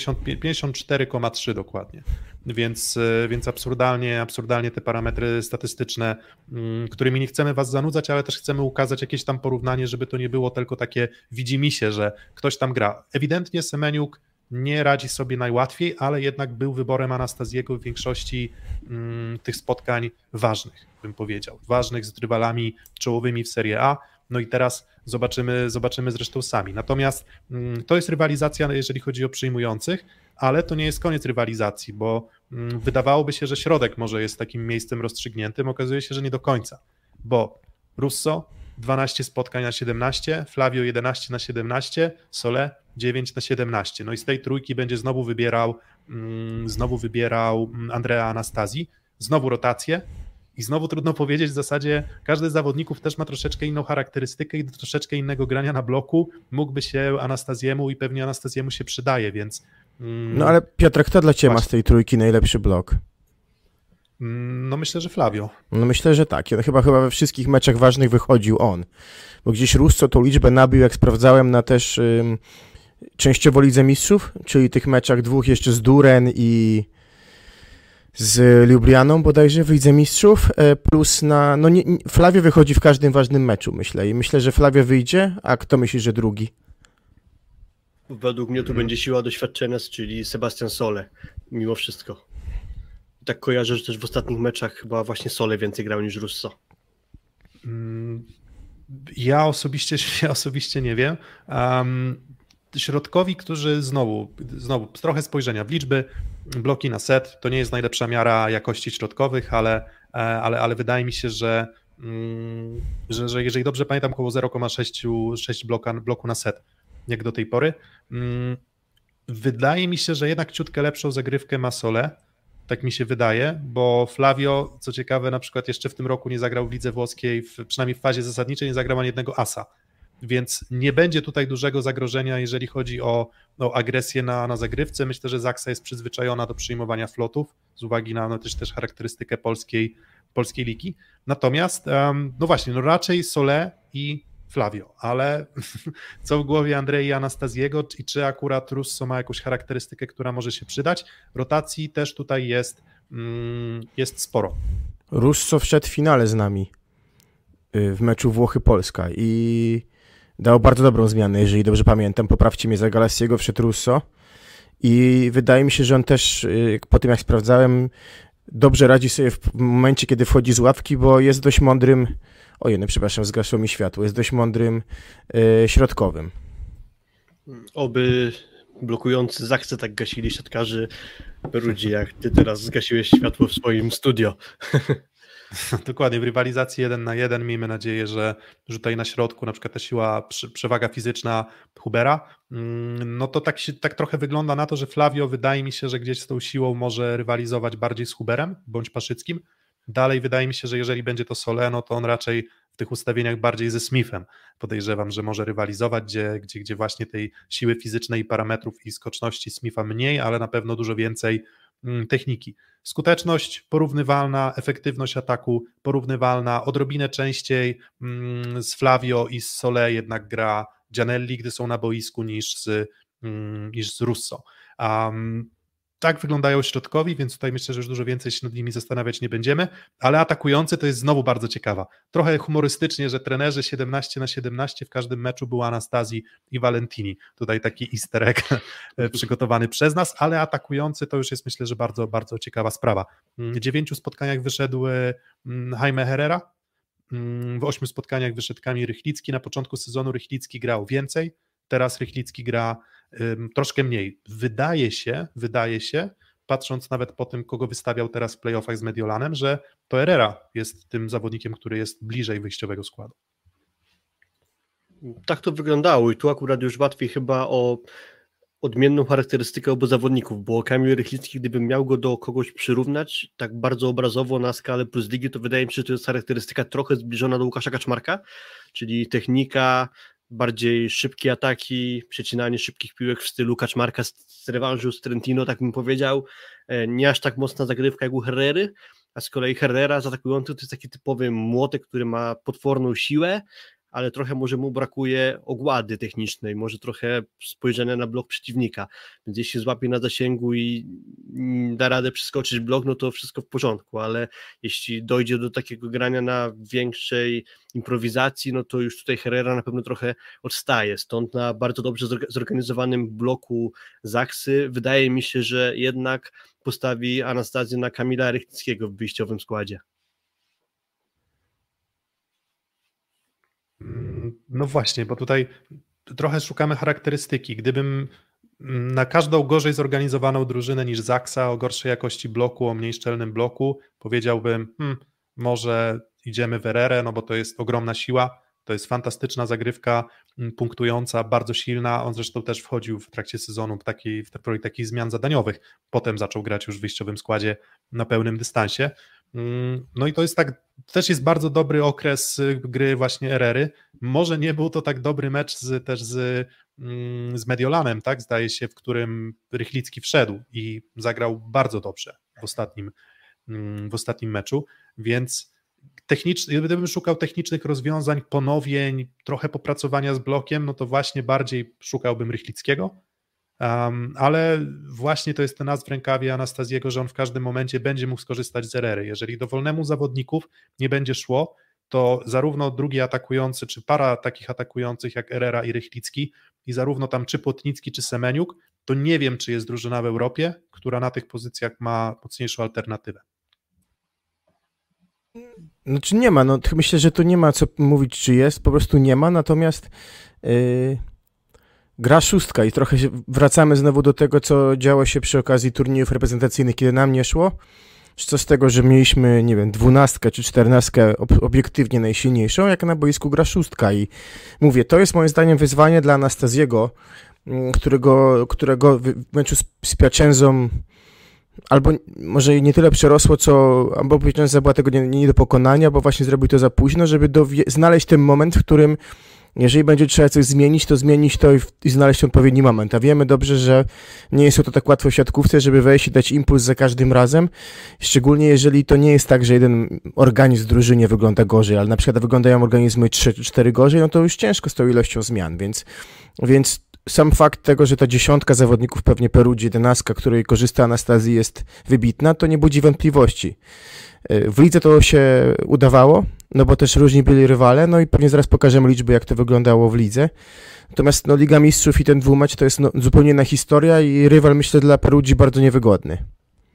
54,3 dokładnie, więc absurdalnie te parametry statystyczne, którymi nie chcemy was zanudzać, ale też chcemy ukazać jakieś tam porównanie, żeby to nie było tylko takie widzimisię, że ktoś tam gra. Ewidentnie Semeniuk nie radzi sobie najłatwiej, ale jednak był wyborem Anastaziego w większości tych spotkań ważnych, bym powiedział, ważnych z rywalami czołowymi w Serie A, no i teraz zobaczymy zresztą sami. Natomiast to jest rywalizacja, jeżeli chodzi o przyjmujących, ale to nie jest koniec rywalizacji, bo wydawałoby się, że środek może jest takim miejscem rozstrzygniętym, okazuje się, że nie do końca, bo Russo 12 spotkań na 17, Flavio 11 na 17, Solé 9 na 17. No i z tej trójki będzie znowu wybierał Andrea Anastazji, znowu rotację i znowu trudno powiedzieć, w zasadzie każdy z zawodników też ma troszeczkę inną charakterystykę i do troszeczkę innego grania na bloku mógłby się Anastaziemu i pewnie Anastaziemu się przydaje, więc... No ale Piotrek, kto dla Ciebie ma z tej trójki najlepszy blok? No myślę, że Flavio. No myślę, że tak. Chyba we wszystkich meczach ważnych wychodził on. Bo gdzieś Russo tą liczbę nabił, jak sprawdzałem, na też częściowo Lidze Mistrzów, czyli tych meczach dwóch jeszcze z Duren i z Ljubljaną bodajże w Lidze Mistrzów, plus Flavio wychodzi w każdym ważnym meczu, myślę. I myślę, że Flavio wyjdzie, a kto myśli, że drugi? Według mnie tu będzie siła doświadczenia, czyli Sebastian Solé, mimo wszystko. Tak kojarzę, że też w ostatnich meczach chyba właśnie Solé więcej grał niż Russo. Ja osobiście nie wiem. Środkowi, którzy znowu trochę spojrzenia w liczby, bloki na set, to nie jest najlepsza miara jakości środkowych, ale wydaje mi się, że jeżeli dobrze pamiętam, około 0,6 bloku na set, jak do tej pory. Wydaje mi się, że jednak ciutkę lepszą zagrywkę ma Solé, tak mi się wydaje, bo Flavio, co ciekawe, na przykład jeszcze w tym roku nie zagrał w lidze włoskiej, przynajmniej w fazie zasadniczej nie zagrał ani jednego asa, więc nie będzie tutaj dużego zagrożenia, jeżeli chodzi o agresję na zagrywce. Myślę, że Zaksa jest przyzwyczajona do przyjmowania flotów z uwagi na też charakterystykę polskiej ligi. Natomiast, no właśnie, raczej Solé i Flavio, ale co w głowie Andrei Anastaziego i czy akurat Russo ma jakąś charakterystykę, która może się przydać? Rotacji też tutaj jest sporo. Russo wszedł w finale z nami w meczu Włochy-Polska i dał bardzo dobrą zmianę, jeżeli dobrze pamiętam. Poprawcie mnie, za Galassiego wszedł Russo i wydaje mi się, że on też, po tym jak sprawdzałem, dobrze radzi sobie w momencie, kiedy wchodzi z ławki, bo jest dość mądrym, przepraszam, zgasło mi światło, jest dość mądrym środkowym. Oby blokujący Zakse tak gasili siatkarzy Perudzi, jak ty teraz zgasiłeś światło w swoim studio. Dokładnie, w rywalizacji 1 na 1 miejmy nadzieję, że tutaj na środku na przykład ta siła, przewaga fizyczna Hubera, no to tak trochę wygląda na to, że Flavio wydaje mi się, że gdzieś z tą siłą może rywalizować bardziej z Huberem bądź Paszyckim. Dalej wydaje mi się, że jeżeli będzie to Soleno, to on raczej w tych ustawieniach bardziej ze Smithem. Podejrzewam, że może rywalizować, gdzie właśnie tej siły fizycznej i parametrów i skoczności Smitha mniej, ale na pewno dużo więcej techniki. Skuteczność porównywalna, efektywność ataku porównywalna, odrobinę częściej z Flavio i z Solé jednak gra Gianelli, gdy są na boisku, niż z Russo. Tak wyglądają środkowi, więc tutaj myślę, że już dużo więcej się nad nimi zastanawiać nie będziemy, ale atakujący to jest znowu bardzo ciekawa. Trochę humorystycznie, że trenerzy 17/17 w każdym meczu był Anastazji i Valentini. Tutaj taki easter egg przygotowany przez nas, ale atakujący to już jest, myślę, że bardzo, bardzo ciekawa sprawa. W 9 spotkaniach wyszedł Jaime Herrera, w 8 spotkaniach wyszedł Kamil Rychlicki. Na początku sezonu Rychlicki grał więcej, teraz Rychlicki gra troszkę mniej. Wydaje się, patrząc nawet po tym, kogo wystawiał teraz w playoffach z Mediolanem, że to Herrera jest tym zawodnikiem, który jest bliżej wyjściowego składu. Tak to wyglądało i tu akurat już łatwiej chyba o odmienną charakterystykę obu zawodników, bo Kamil Rychlicki, gdybym miał go do kogoś przyrównać, tak bardzo obrazowo na skalę plus ligi, to wydaje mi się, że to jest charakterystyka trochę zbliżona do Łukasza Kaczmarka, czyli technika, bardziej szybkie ataki, przecinanie szybkich piłek w stylu Kaczmarka z rewanżu z Trentino, tak bym powiedział, nie aż tak mocna zagrywka jak u Herrery, a z kolei Herrera z atakujący to jest taki typowy młotek, który ma potworną siłę, ale trochę może mu brakuje ogłady technicznej, może trochę spojrzenia na blok przeciwnika, więc jeśli złapie na zasięgu i da radę przeskoczyć blok, no to wszystko w porządku, ale jeśli dojdzie do takiego grania na większej improwizacji, no to już tutaj Herrera na pewno trochę odstaje, stąd na bardzo dobrze zorganizowanym bloku Zaksy wydaje mi się, że jednak postawi Anastazję na Kamila Rychlickiego w wyjściowym składzie. No właśnie, bo tutaj trochę szukamy charakterystyki. Gdybym na każdą gorzej zorganizowaną drużynę niż Zaksa, o gorszej jakości bloku, o mniej szczelnym bloku, powiedziałbym, może idziemy w Herrerę, no bo to jest ogromna siła, to jest fantastyczna zagrywka, punktująca, bardzo silna. On zresztą też wchodził w trakcie sezonu w projekt takich zmian zadaniowych. Potem zaczął grać już w wyjściowym składzie na pełnym dystansie. No i to jest tak, też jest bardzo dobry okres gry właśnie Herrery. Może nie był to tak dobry mecz też z Mediolanem, tak? Zdaje się, w którym Rychlicki wszedł i zagrał bardzo dobrze w ostatnim meczu, więc gdybym szukał technicznych rozwiązań, ponowień, trochę popracowania z blokiem, no to właśnie bardziej szukałbym Rychlickiego, ale właśnie to jest ten as w rękawie Anastaziego, że on w każdym momencie będzie mógł skorzystać z Herrery. Jeżeli dowolnemu zawodników nie będzie szło, to zarówno drugi atakujący, czy para takich atakujących jak Herrera i Rychlicki i zarówno tam czy Płotnicki, czy Semeniuk, to nie wiem, czy jest drużyna w Europie, która na tych pozycjach ma mocniejszą alternatywę. Znaczy nie ma, no myślę, że tu nie ma co mówić, czy jest, po prostu nie ma, natomiast gra szóstka i trochę wracamy znowu do tego, co działo się przy okazji turniejów reprezentacyjnych, kiedy nam nie szło. Co z tego, że mieliśmy, nie wiem, 12 czy 14 obiektywnie najsilniejszą, jak na boisku gra szóstka i mówię, to jest moim zdaniem wyzwanie dla Anastaziego, którego w meczu z Piacenzą albo może nie tyle przerosło, albo Piacenza była tego nie do pokonania, bo właśnie zrobił to za późno, żeby znaleźć ten moment, w którym jeżeli będzie trzeba coś zmienić to i znaleźć odpowiedni moment. A wiemy dobrze, że nie jest to tak łatwo w siatkówce, żeby wejść i dać impuls za każdym razem, szczególnie jeżeli to nie jest tak, że jeden organizm w drużynie wygląda gorzej, ale na przykład wyglądają organizmy 3 czy 4 gorzej, no to już ciężko z tą ilością zmian, więc sam fakt tego, że ta 10 zawodników, pewnie Perudzi, 11, której korzysta Anastazji, jest wybitna, to nie budzi wątpliwości. W lidze to się udawało, no bo też różni byli rywale, no i pewnie zaraz pokażemy liczby, jak to wyglądało w lidze. Natomiast no, Liga Mistrzów i ten dwumecz to jest zupełnie inna historia i rywal, myślę, dla Perudzi bardzo niewygodny.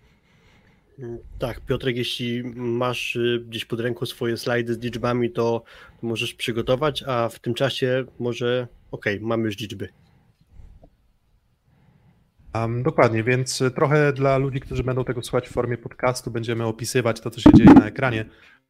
Tak, Piotrek, jeśli masz gdzieś pod ręką swoje slajdy z liczbami, to możesz przygotować, a w tym czasie może, mamy już liczby. Dokładnie, więc trochę dla ludzi, którzy będą tego słuchać w formie podcastu, będziemy opisywać to, co się dzieje na ekranie.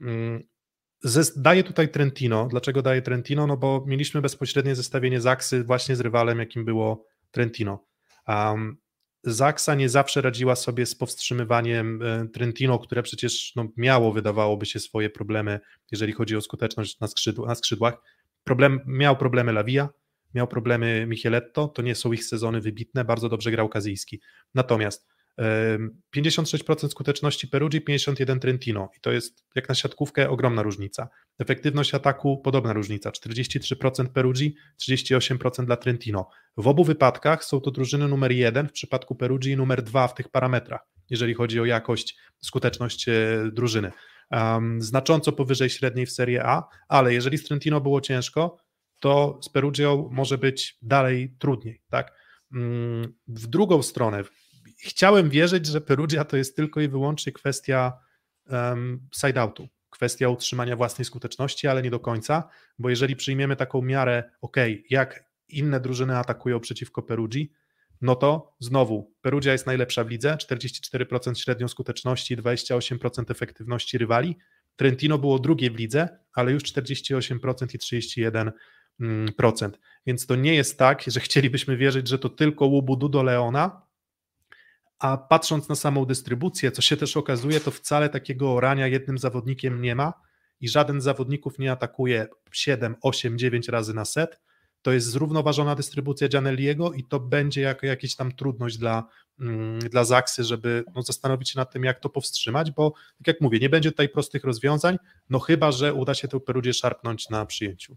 Daję tutaj Trentino. Dlaczego daję Trentino? No bo mieliśmy bezpośrednie zestawienie Zaksy właśnie z rywalem, jakim było Trentino. Zaksa nie zawsze radziła sobie z powstrzymywaniem Trentino, które przecież miało, wydawałoby się, swoje problemy, jeżeli chodzi o skuteczność na skrzydłach. Miał problemy Lavia, miał problemy Micheletto, to nie są ich sezony wybitne, bardzo dobrze grał Kazijski. Natomiast 56% skuteczności Peruggi, 51% Trentino i to jest jak na siatkówkę ogromna różnica. Efektywność ataku podobna różnica, 43% Peruggi, 38% dla Trentino. W obu wypadkach są to drużyny numer 1 w przypadku Peruggi i numer 2 w tych parametrach, jeżeli chodzi o jakość, skuteczność drużyny. Znacząco powyżej średniej w Serie A, ale jeżeli z Trentino było ciężko, to z Peruggią może być dalej trudniej. Tak? W drugą stronę, chciałem wierzyć, że Perugia to jest tylko i wyłącznie kwestia side-outu, kwestia utrzymania własnej skuteczności, ale nie do końca, bo jeżeli przyjmiemy taką miarę, jak inne drużyny atakują przeciwko Perugii, no to znowu Perugia jest najlepsza w lidze, 44% średnią skuteczności, 28% efektywności rywali. Trentino było drugie w lidze, ale już 48% i 31%. Więc to nie jest tak, że chcielibyśmy wierzyć, że to tylko łubu do Leona, a patrząc na samą dystrybucję, co się też okazuje, to wcale takiego orania jednym zawodnikiem nie ma i żaden z zawodników nie atakuje 7, 8, 9 razy na set. To jest zrównoważona dystrybucja Gianelliego i to będzie jakaś tam trudność dla Zaksy, żeby zastanowić się nad tym, jak to powstrzymać, bo tak jak mówię, nie będzie tutaj prostych rozwiązań, chyba że uda się tę Perugię szarpnąć na przyjęciu.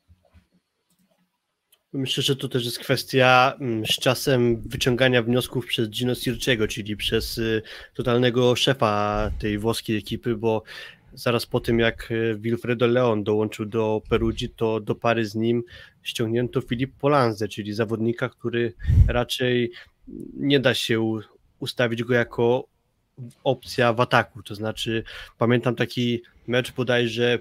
Myślę, że to też jest kwestia z czasem wyciągania wniosków przez Gino Sirciego, czyli przez totalnego szefa tej włoskiej ekipy, bo zaraz po tym, jak Wilfredo Leon dołączył do Perugii, to do pary z nim ściągnięto Filippo Polanzę, czyli zawodnika, który raczej nie da się ustawić go jako opcja w ataku. To znaczy, pamiętam taki mecz bodajże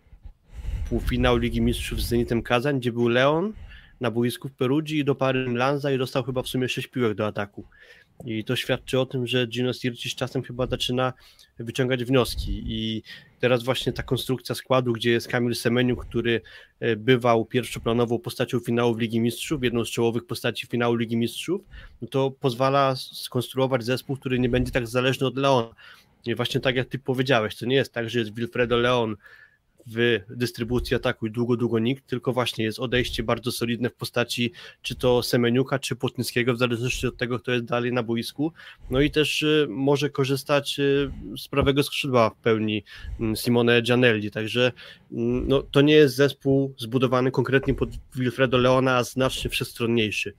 półfinał Ligi Mistrzów z Zenitem Kazań, gdzie był Leon na boisku w Perugii i do pary Lanza i dostał chyba w sumie 6 piłek do ataku. I to świadczy o tym, że Gino Sirci z czasem chyba zaczyna wyciągać wnioski i teraz właśnie ta konstrukcja składu, gdzie jest Kamil Semeniuk, który bywał pierwszoplanową postacią finału w Ligi Mistrzów, jedną z czołowych postaci finału Ligi Mistrzów, no to pozwala skonstruować zespół, który nie będzie tak zależny od Leona. I właśnie tak jak ty powiedziałeś, to nie jest tak, że jest Wilfredo Leon w dystrybucji ataku i długo nikt, tylko właśnie jest odejście bardzo solidne w postaci czy to Semeniuka, czy Płotnickiego, w zależności od tego, kto jest dalej na boisku. No i też może korzystać z prawego skrzydła w pełni Simone Gianelli, także to nie jest zespół zbudowany konkretnie pod Wilfredo Leona, a znacznie wszechstronniejszy.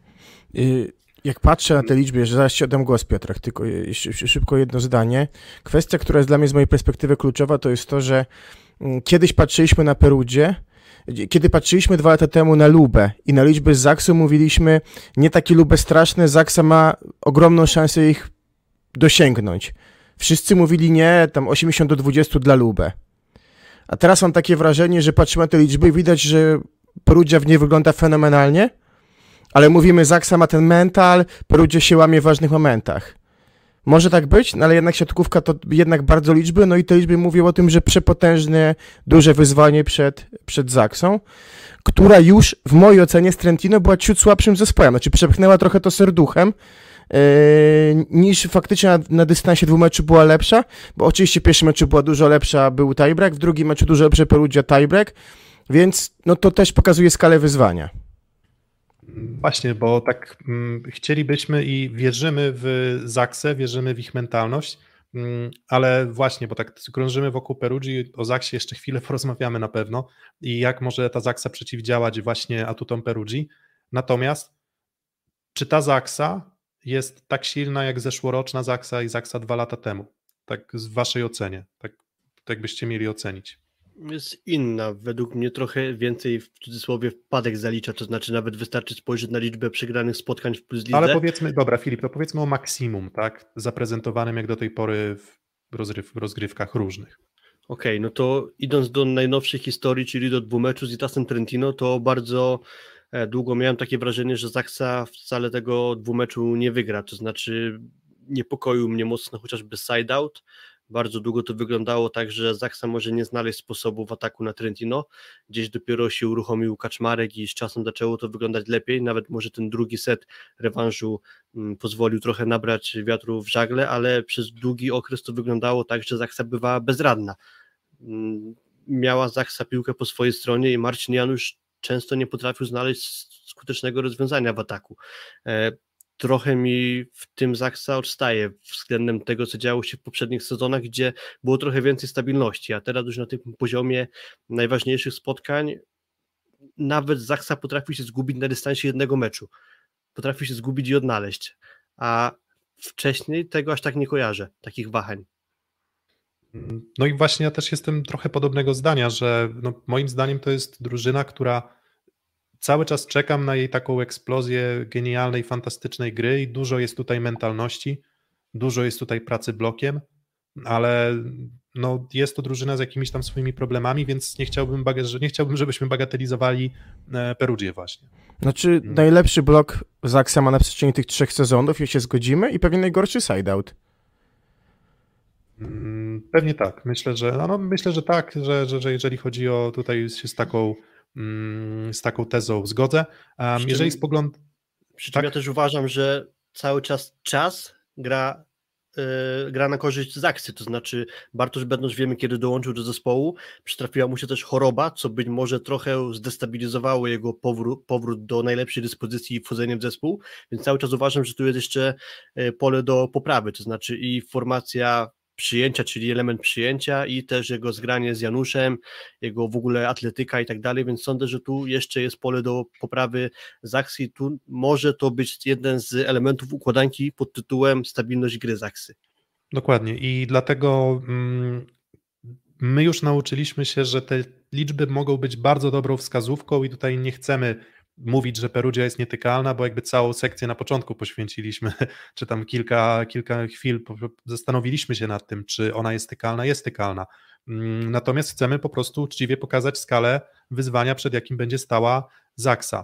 Jak patrzę na te liczby, że zaraz ci oddam głos, Piotrek, tylko szybko jedno zdanie. Kwestia, która jest dla mnie z mojej perspektywy kluczowa, to jest to, że kiedyś patrzyliśmy na Perugię, kiedy patrzyliśmy 2 lata temu na Lubę i na liczby z Zaksą, mówiliśmy, nie takie Lubę straszne, Zaksa ma ogromną szansę ich dosięgnąć. Wszyscy mówili nie, tam 80-20 dla Lubę. A teraz mam takie wrażenie, że patrzymy na te liczby i widać, że Perugia w niej wygląda fenomenalnie, ale mówimy, Zaksa ma ten mental, Perugia się łamie w ważnych momentach. Może tak być, ale jednak siatkówka to jednak bardzo liczby, no i te liczby mówią o tym, że przepotężne, duże wyzwanie przed Zaksą, która już w mojej ocenie z Trentino była ciut słabszym zespołem, znaczy przepchnęła trochę to serduchem, niż faktycznie na dystansie 2 meczów była lepsza, bo oczywiście w pierwszym meczu była dużo lepsza, był tiebreak, w drugim meczu dużo lepsze Perugia tiebreak, więc to też pokazuje skalę wyzwania. Właśnie, bo tak chcielibyśmy i wierzymy w Zaksę, wierzymy w ich mentalność, ale właśnie, bo tak krążymy wokół Perugii, o Zaksie jeszcze chwilę porozmawiamy na pewno i jak może ta Zaksa przeciwdziałać właśnie atutom Perugii. Natomiast czy ta Zaksa jest tak silna jak zeszłoroczna Zaksa i Zaksa 2 lata temu? Tak w waszej ocenie, tak byście mieli ocenić. Jest inna, według mnie trochę więcej w cudzysłowie wpadek zalicza, to znaczy nawet wystarczy spojrzeć na liczbę przegranych spotkań w Plus Lidze. Ale powiedzmy, dobra Filip, to powiedzmy o maksimum, tak, zaprezentowanym jak do tej pory w rozgrywkach różnych. Okej, no to idąc do najnowszej historii, czyli do 2 meczów z Itasem Trentino, to bardzo długo miałem takie wrażenie, że Zaksa wcale tego dwumeczu nie wygra, to znaczy niepokoił mnie mocno chociażby side-out. Bardzo długo to wyglądało tak, że Zaksa może nie znaleźć sposobu w ataku na Trentino, gdzieś dopiero się uruchomił Kaczmarek i z czasem zaczęło to wyglądać lepiej, nawet może ten drugi set rewanżu pozwolił trochę nabrać wiatru w żagle, ale przez długi okres to wyglądało tak, że Zaksa bywała bezradna. Miała Zaksa piłkę po swojej stronie i Marcin Janusz często nie potrafił znaleźć skutecznego rozwiązania w ataku. Trochę mi w tym Zaksa odstaje względem tego, co działo się w poprzednich sezonach, gdzie było trochę więcej stabilności, a teraz już na tym poziomie najważniejszych spotkań nawet Zaksa potrafił się zgubić na dystansie jednego meczu. Potrafił się zgubić i odnaleźć, a wcześniej tego aż tak nie kojarzę, takich wahań. No i właśnie ja też jestem trochę podobnego zdania, że moim zdaniem to jest drużyna, która cały czas czekam na jej taką eksplozję genialnej, fantastycznej gry i dużo jest tutaj mentalności, dużo jest tutaj pracy blokiem, ale jest to drużyna z jakimiś tam swoimi problemami, więc nie chciałbym, żebyśmy bagatelizowali Perugię właśnie. Znaczy najlepszy blok Zaksa ma na przestrzeni tych 3 sezonów, jeśli się zgodzimy, i pewnie najgorszy side-out. Pewnie tak. Myślę, że tak, że jeżeli chodzi o tutaj się z taką tezą zgodzę. Jeżeli Przy czym ja też uważam, że cały czas gra na korzyść Zaksy, to znaczy Bartosz Bednosz wiemy, kiedy dołączył do zespołu, przytrafiła mu się też choroba, co być może trochę zdestabilizowało jego powrót do najlepszej dyspozycji i wchodzenie w zespół, więc cały czas uważam, że tu jest jeszcze pole do poprawy, to znaczy i formacja przyjęcia, czyli element przyjęcia i też jego zgranie z Januszem, jego w ogóle atletyka i tak dalej, więc sądzę, że tu jeszcze jest pole do poprawy Zaksy i tu może to być jeden z elementów układanki pod tytułem stabilność gry Zaksy. Dokładnie i dlatego my już nauczyliśmy się, że te liczby mogą być bardzo dobrą wskazówką i tutaj nie chcemy mówić, że Perugia jest nietykalna, bo jakby całą sekcję na początku poświęciliśmy, czy tam kilka chwil zastanowiliśmy się nad tym, czy ona jest tykalna. Natomiast chcemy po prostu uczciwie pokazać skalę wyzwania, przed jakim będzie stała Zaksa.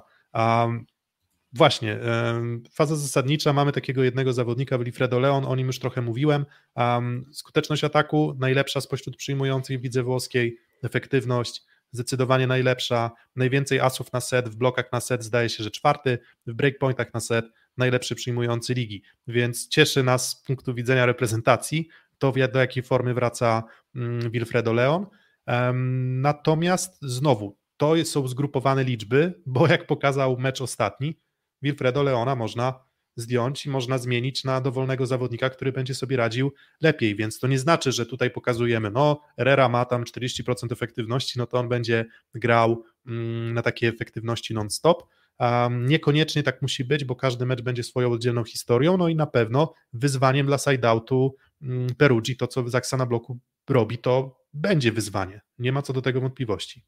Właśnie, faza zasadnicza, mamy takiego jednego zawodnika, Wilfredo Leon, o nim już trochę mówiłem. Skuteczność ataku najlepsza spośród przyjmujących w lidze włoskiej, efektywność zdecydowanie najlepsza, najwięcej asów na set, w blokach na set zdaje się, że 4, w breakpointach na set najlepszy przyjmujący ligi, więc cieszy nas z punktu widzenia reprezentacji to, do jakiej formy wraca Wilfredo Leon. Natomiast znowu, to są zgrupowane liczby, bo jak pokazał mecz ostatni, Wilfredo Leona można zdjąć i można zmienić na dowolnego zawodnika, który będzie sobie radził lepiej, więc to nie znaczy, że tutaj pokazujemy, Herrera ma tam 40% efektywności, to on będzie grał na takiej efektywności non-stop. Niekoniecznie tak musi być, bo każdy mecz będzie swoją oddzielną historią, i na pewno wyzwaniem dla side-outu Perugii, to co Zaksa na bloku robi, to będzie wyzwanie, nie ma co do tego wątpliwości.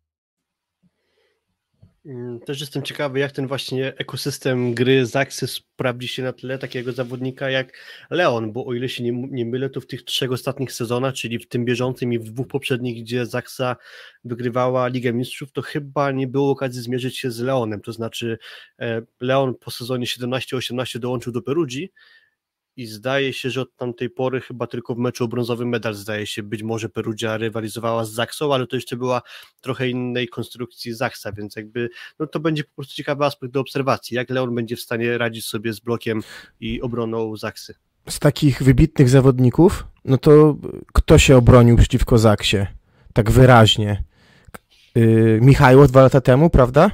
Też jestem ciekawy, jak ten właśnie ekosystem gry Zaksy sprawdzi się na tle takiego zawodnika jak Leon, bo o ile się nie mylę, to w tych 3 ostatnich sezonach, czyli w tym bieżącym i w 2 poprzednich, gdzie Zaksa wygrywała Ligę Mistrzów, to chyba nie było okazji zmierzyć się z Leonem, to znaczy Leon po sezonie 17-18 dołączył do Perugii i zdaje się, że od tamtej pory chyba tylko w meczu o brązowy medal, zdaje się, być może Perugia rywalizowała z Zaksą, ale to jeszcze była trochę innej konstrukcji Zaksa, więc jakby to będzie po prostu ciekawy aspekt do obserwacji, jak Leon będzie w stanie radzić sobie z blokiem i obroną Zaksy. Z takich wybitnych zawodników, to kto się obronił przeciwko Zaksie? Tak wyraźnie. Michajło 2 lata temu, prawda?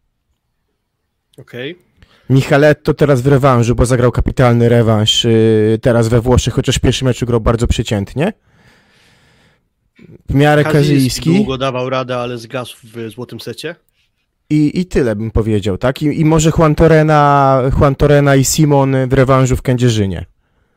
Okej. Michaletto teraz w rewanżu, bo zagrał kapitalny rewanż teraz we Włoszech, chociaż w pierwszym meczu grał bardzo przeciętnie. W miarę Kazyjski. Długo dawał radę, ale zgasł w złotym secie. I tyle bym powiedział, tak? I może Juan Torrena i Simon w rewanżu w Kędzierzynie.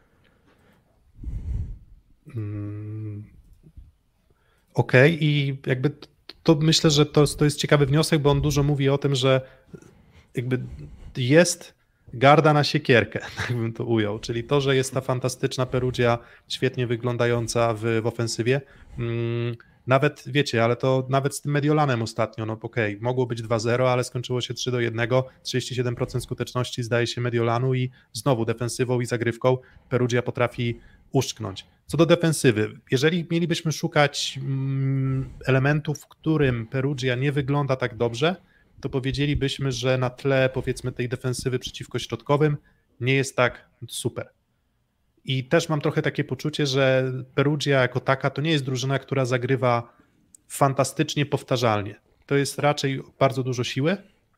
Okej, i jakby to myślę, że to jest ciekawy wniosek, bo on dużo mówi o tym, że jakby jest garda na siekierkę, tak bym to ujął, czyli to, że jest ta fantastyczna Perugia, świetnie wyglądająca w ofensywie, Nawet, wiecie, ale to nawet z tym Mediolanem ostatnio, no okej, mogło być 2-0, ale skończyło się 3-1, 37% skuteczności zdaje się Mediolanu i znowu defensywą i zagrywką Perugia potrafi uszczknąć. Co do defensywy, jeżeli mielibyśmy szukać elementów, w którym Perugia nie wygląda tak dobrze, to powiedzielibyśmy, że na tle, powiedzmy, tej defensywy przeciwko środkowym nie jest tak super. I też mam trochę takie poczucie, że Perugia jako taka to nie jest drużyna, która zagrywa fantastycznie powtarzalnie. To jest raczej bardzo dużo siły.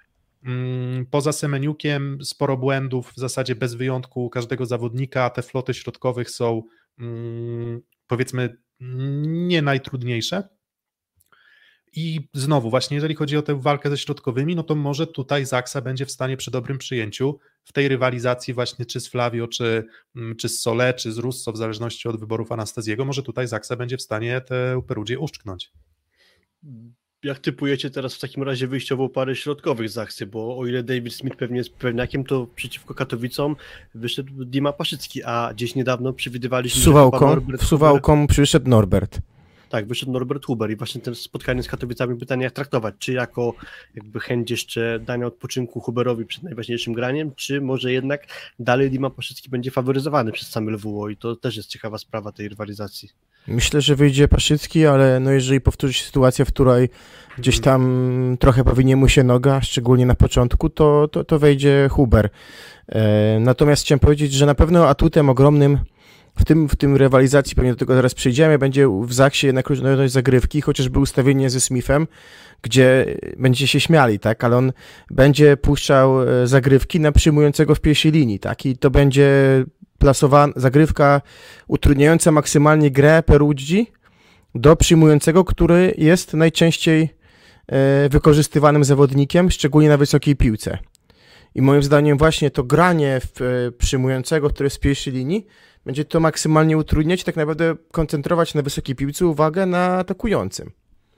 Poza Semeniukiem sporo błędów, w zasadzie bez wyjątku każdego zawodnika, a te floty środkowych są powiedzmy nie najtrudniejsze. I znowu właśnie jeżeli chodzi o tę walkę ze środkowymi, no to może tutaj Zaksa będzie w stanie przy dobrym przyjęciu w tej rywalizacji właśnie czy z Flavio, czy z Solé, czy z Russo, w zależności od wyborów Anastazjego, może tutaj Zaksa będzie w stanie tę Perugię uszczknąć. Jak typujecie teraz w takim razie wyjściową parę środkowych z akcji, bo o ile David Smith pewnie jest pewniakiem, to przeciwko Katowicom wyszedł Dima Paszycki, a gdzieś niedawno przewidywaliśmy, W Suwałką przyszedł Norbert. Tak, wyszedł Norbert Huber i właśnie to spotkanie z Katowicami pytanie jak traktować, czy jako jakby chęć jeszcze dania odpoczynku Huberowi przed najważniejszym graniem, czy może jednak dalej Dima Paszycki będzie faworyzowany przez same LWO i to też jest ciekawa sprawa tej rywalizacji. Myślę, że wyjdzie Paszycki, ale no jeżeli powtórzy się sytuacja, w której gdzieś tam trochę powinie mu się noga, szczególnie na początku, to wejdzie Huber. Natomiast chciałem powiedzieć, że na pewno atutem ogromnym w tym rywalizacji, pewnie do tego zaraz przejdziemy, będzie w Zaksie jednak różnorodność zagrywki, chociażby ustawienie ze Smithem, gdzie będziecie się śmiali, tak, ale on będzie puszczał zagrywki na przyjmującego w pierwszej linii, tak, i to będzie zagrywka utrudniająca maksymalnie grę Perugii do przyjmującego, który jest najczęściej wykorzystywanym zawodnikiem, szczególnie na wysokiej piłce. I moim zdaniem właśnie to granie w przyjmującego, który jest w pierwszej linii, będzie to maksymalnie utrudniać i tak naprawdę koncentrować na wysokiej piłce uwagę na atakującym.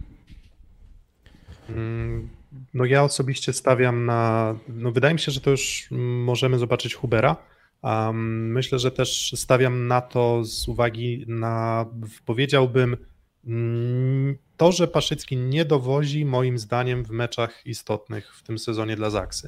No ja osobiście stawiam no wydaje mi się, że to już możemy zobaczyć Hubera. Myślę, że też stawiam na to z uwagi na, powiedziałbym, to, że Paszycki nie dowozi moim zdaniem w meczach istotnych w tym sezonie dla Zaksy.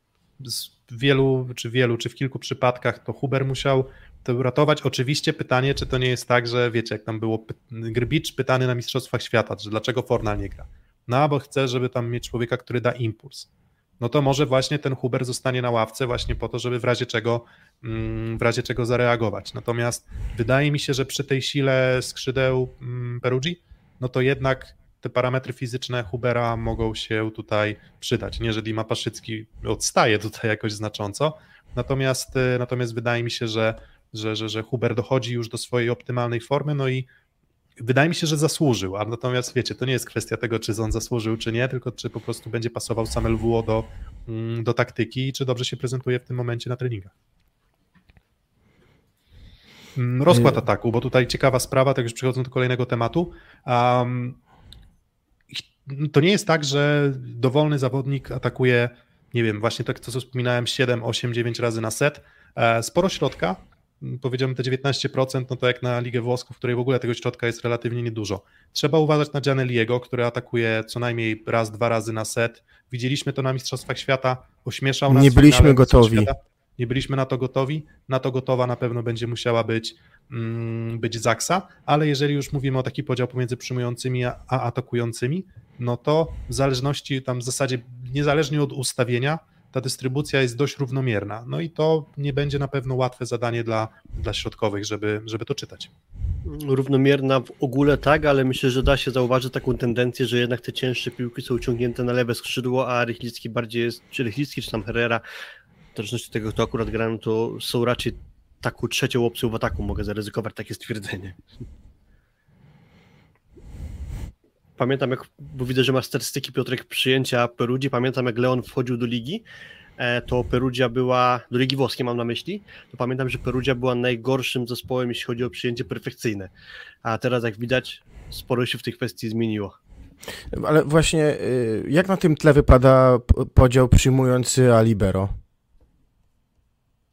Czy w kilku przypadkach to Huber musiał to uratować. Oczywiście pytanie, czy to nie jest tak, że wiecie, jak tam było Grbicz pytany na Mistrzostwach Świata, że dlaczego Fornal nie gra. No bo chce, żeby tam mieć człowieka, który da impuls. No to może właśnie ten Huber zostanie na ławce właśnie po to, żeby w razie czego zareagować. Natomiast wydaje mi się, że przy tej sile skrzydeł Perugii, no to jednak te parametry fizyczne Hubera mogą się tutaj przydać. Nie, że Dima Paszycki odstaje tutaj jakoś znacząco, natomiast wydaje mi się, że Huber dochodzi już do swojej optymalnej formy, no i wydaje mi się, że zasłużył, a natomiast wiecie, to nie jest kwestia tego, czy on zasłużył, czy nie, tylko czy po prostu będzie pasował sam LWO do taktyki i czy dobrze się prezentuje w tym momencie na treningach. Rozkład ataku, bo tutaj ciekawa sprawa, tak już przechodząc do kolejnego tematu. To nie jest tak, że dowolny zawodnik atakuje, nie wiem, właśnie tak co wspominałem, 7, 8, 9 razy na set. Sporo środka, powiedziałbym te 19%, no to jak na Ligę Włoską, w której w ogóle tego środka jest relatywnie niedużo. Trzeba uważać na Gianelliego, który atakuje co najmniej raz, 2 razy na set. Widzieliśmy to na Mistrzostwach Świata, ośmieszał nas. Nie byliśmy gotowi. Nie byliśmy na to gotowi. Na to gotowa na pewno będzie musiała być Zaksa, ale jeżeli już mówimy o taki podział pomiędzy przyjmującymi a atakującymi, no to w zależności, tam w zasadzie niezależnie od ustawienia, ta dystrybucja jest dość równomierna. No i to nie będzie na pewno łatwe zadanie dla środkowych, żeby to czytać. Równomierna w ogóle tak, ale myślę, że da się zauważyć taką tendencję, że jednak te cięższe piłki są uciągnięte na lewe skrzydło, a Rychlicki bardziej jest, czy Rychlicki, czy tam Herrera, w zależności od tego, kto akurat gra, no to są raczej taką trzecią opcją w ataku, mogę zaryzykować takie stwierdzenie. Pamiętam, bo widzę, że masz statystyki, Piotrek, przyjęcia Perugii, pamiętam jak Leon wchodził do ligi, to Perugia była, do Ligi Włoskiej mam na myśli, to pamiętam, że Perugia była najgorszym zespołem, jeśli chodzi o przyjęcie perfekcyjne, a teraz jak widać, sporo się w tej kwestii zmieniło. Ale właśnie, jak na tym tle wypada podział przyjmujący a libero?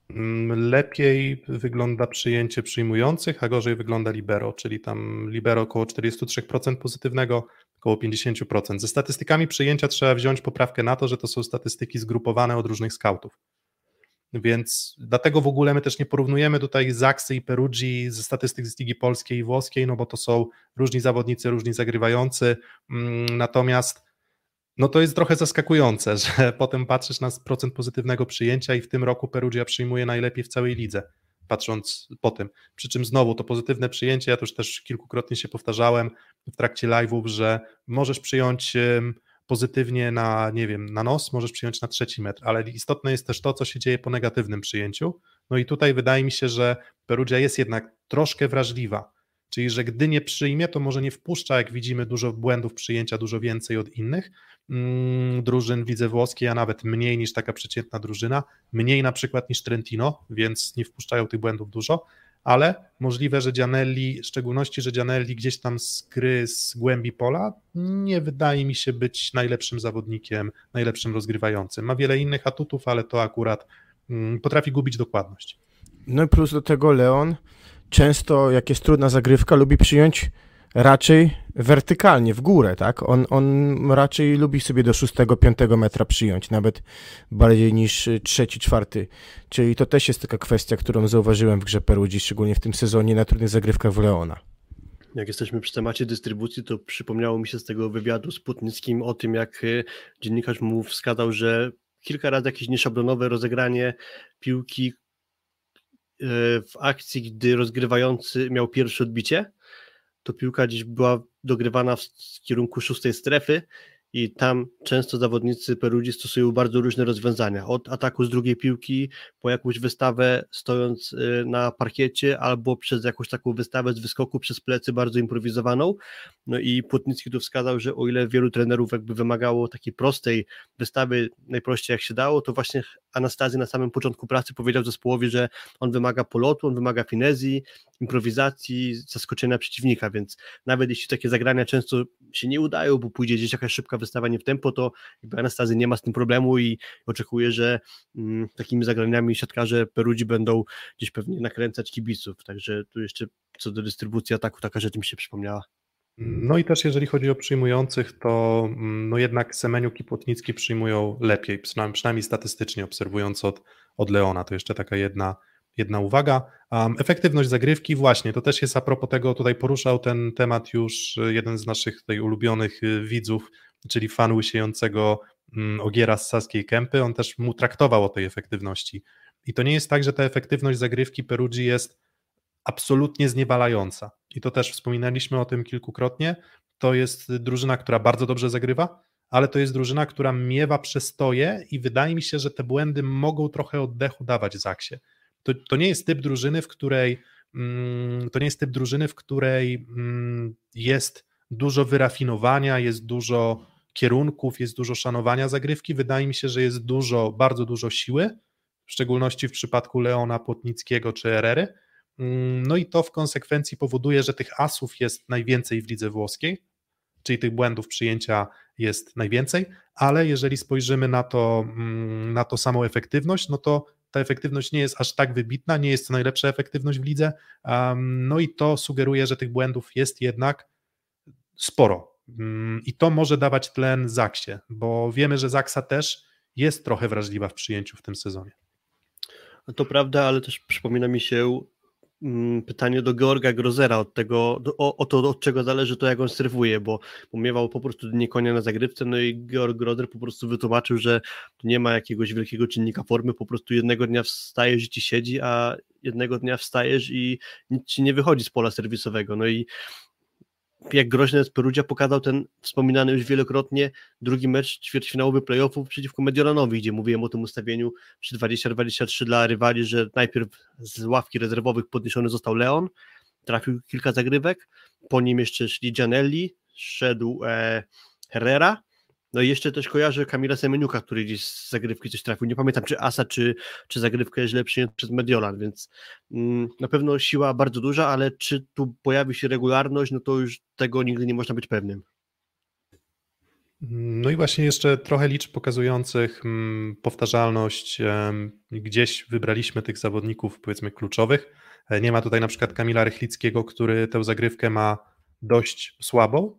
Lepiej wygląda przyjęcie przyjmujących, a gorzej wygląda libero, czyli tam libero około 43% pozytywnego, około 50%. Ze statystykami przyjęcia trzeba wziąć poprawkę na to, że to są statystyki zgrupowane od różnych skautów. Więc dlatego w ogóle my też nie porównujemy tutaj Zaksy i Perugii ze statystyk z Ligi Polskiej i Włoskiej, no bo to są różni zawodnicy, różni zagrywający, natomiast no to jest trochę zaskakujące, że potem patrzysz na procent pozytywnego przyjęcia i w tym roku Perugia przyjmuje najlepiej w całej lidze, patrząc po tym. Przy czym znowu to pozytywne przyjęcie, ja to już też kilkukrotnie się powtarzałem w trakcie live'ów, że możesz przyjąć pozytywnie na, nie wiem, na nos, możesz przyjąć na 3 metr, ale istotne jest też to, co się dzieje po negatywnym przyjęciu. No i tutaj wydaje mi się, że Perugia jest jednak troszkę wrażliwa, czyli że gdy nie przyjmie, to może nie wpuszcza, jak widzimy, dużo błędów przyjęcia, dużo więcej od innych drużyn, widzę włoskiej, a nawet mniej niż taka przeciętna drużyna, mniej na przykład niż Trentino, więc nie wpuszczają tych błędów dużo, ale możliwe, że Gianelli, w szczególności, że Gianelli gdzieś tam z gry, z głębi pola, nie wydaje mi się być najlepszym zawodnikiem, najlepszym rozgrywającym. Ma wiele innych atutów, ale to akurat potrafi gubić dokładność. No i plus do tego Leon często, jak jest trudna zagrywka, lubi przyjąć raczej wertykalnie, w górę, tak? On raczej lubi sobie do 6-5 metra przyjąć, nawet bardziej niż 3-4. Czyli to też jest taka kwestia, którą zauważyłem w grze Perugii, szczególnie w tym sezonie na trudnych zagrywkach w Leona. Jak jesteśmy przy temacie dystrybucji, to przypomniało mi się z tego wywiadu z Płotnickim o tym, jak dziennikarz mu wskazał, że kilka razy jakieś nieszablonowe rozegranie piłki w akcji, gdy rozgrywający miał pierwsze odbicie, to piłka gdzieś była dogrywana w kierunku 6 strefy i tam często zawodnicy Perugii stosują bardzo różne rozwiązania, od ataku z drugiej piłki po jakąś wystawę stojąc na parkiecie albo przez jakąś taką wystawę z wyskoku przez plecy bardzo improwizowaną. No i Płotnicki tu wskazał, że o ile wielu trenerów jakby wymagało takiej prostej wystawy, najprościej jak się dało, to właśnie Anastazji na samym początku pracy powiedział zespołowi, że on wymaga polotu, on wymaga finezji, improwizacji, zaskoczenia przeciwnika, więc nawet jeśli takie zagrania często się nie udają, bo pójdzie gdzieś jakaś szybka wystawa nie w tempo, to jakby Anastazji nie ma z tym problemu i oczekuje, że takimi zagraniami siatkarze Perugii będą gdzieś pewnie nakręcać kibiców, także tu jeszcze co do dystrybucji ataku taka rzecz mi się przypomniała. No i też jeżeli chodzi o przyjmujących, to no jednak Semeniuk i Płotnicki przyjmują lepiej, przynajmniej statystycznie obserwując od Leona, to jeszcze taka jedna uwaga. Efektywność zagrywki, właśnie, to też jest a propos tego, tutaj poruszał ten temat już jeden z naszych tutaj ulubionych widzów, czyli fan łysiejącego Ogiera z Saskiej Kępy, on też mu traktował o tej efektywności. I to nie jest tak, że ta efektywność zagrywki Perugii jest absolutnie zniewalająca. I to też wspominaliśmy o tym kilkukrotnie. To jest drużyna, która bardzo dobrze zagrywa, ale to jest drużyna, która miewa przestoje i wydaje mi się, że te błędy mogą trochę oddechu dawać Zaksie. To nie jest typ drużyny, w której jest dużo wyrafinowania, jest dużo kierunków, jest dużo szanowania zagrywki. Wydaje mi się, że jest bardzo dużo siły, w szczególności w przypadku Leona, Płotnickiego czy Herrery. No i to w konsekwencji powoduje, że tych asów jest najwięcej w lidze włoskiej, czyli tych błędów przyjęcia jest najwięcej, ale jeżeli spojrzymy na to samą efektywność, no to ta efektywność nie jest aż tak wybitna, nie jest to najlepsza efektywność w lidze, no i to sugeruje, że tych błędów jest jednak sporo i to może dawać tlen Zaksie, bo wiemy, że Zaksa też jest trochę wrażliwa w przyjęciu w tym sezonie. No to prawda, ale też przypomina mi się pytanie do Georga Grozera od czego zależy to, jak on serwuje, bo miewał po prostu dnie konia na zagrywce, no i Georg Grozer po prostu wytłumaczył, że tu nie ma jakiegoś wielkiego czynnika formy, po prostu jednego dnia wstajesz i ci siedzi, a jednego dnia wstajesz i nic ci nie wychodzi z pola serwisowego, no i jak groźny jest Perugia, pokazał ten wspominany już wielokrotnie drugi mecz ćwierćfinałowy playoffów przeciwko Mediolanowi, gdzie mówiłem o tym ustawieniu przy 20-23 dla rywali, że najpierw z ławki rezerwowych podniesiony został Leon, trafił kilka zagrywek, po nim jeszcze szli Gianelli, szedł Herrera, no i jeszcze też kojarzę Kamila Semeniuka, który gdzieś z zagrywki coś trafił, nie pamiętam czy asa, czy zagrywkę jest źle przyjęta przez Mediolan, więc na pewno siła bardzo duża, ale czy tu pojawi się regularność, no to już tego nigdy nie można być pewnym. No i właśnie jeszcze trochę liczb pokazujących powtarzalność. Gdzieś wybraliśmy tych zawodników, powiedzmy, kluczowych. Nie ma tutaj na przykład Kamila Rychlickiego, który tę zagrywkę ma dość słabą.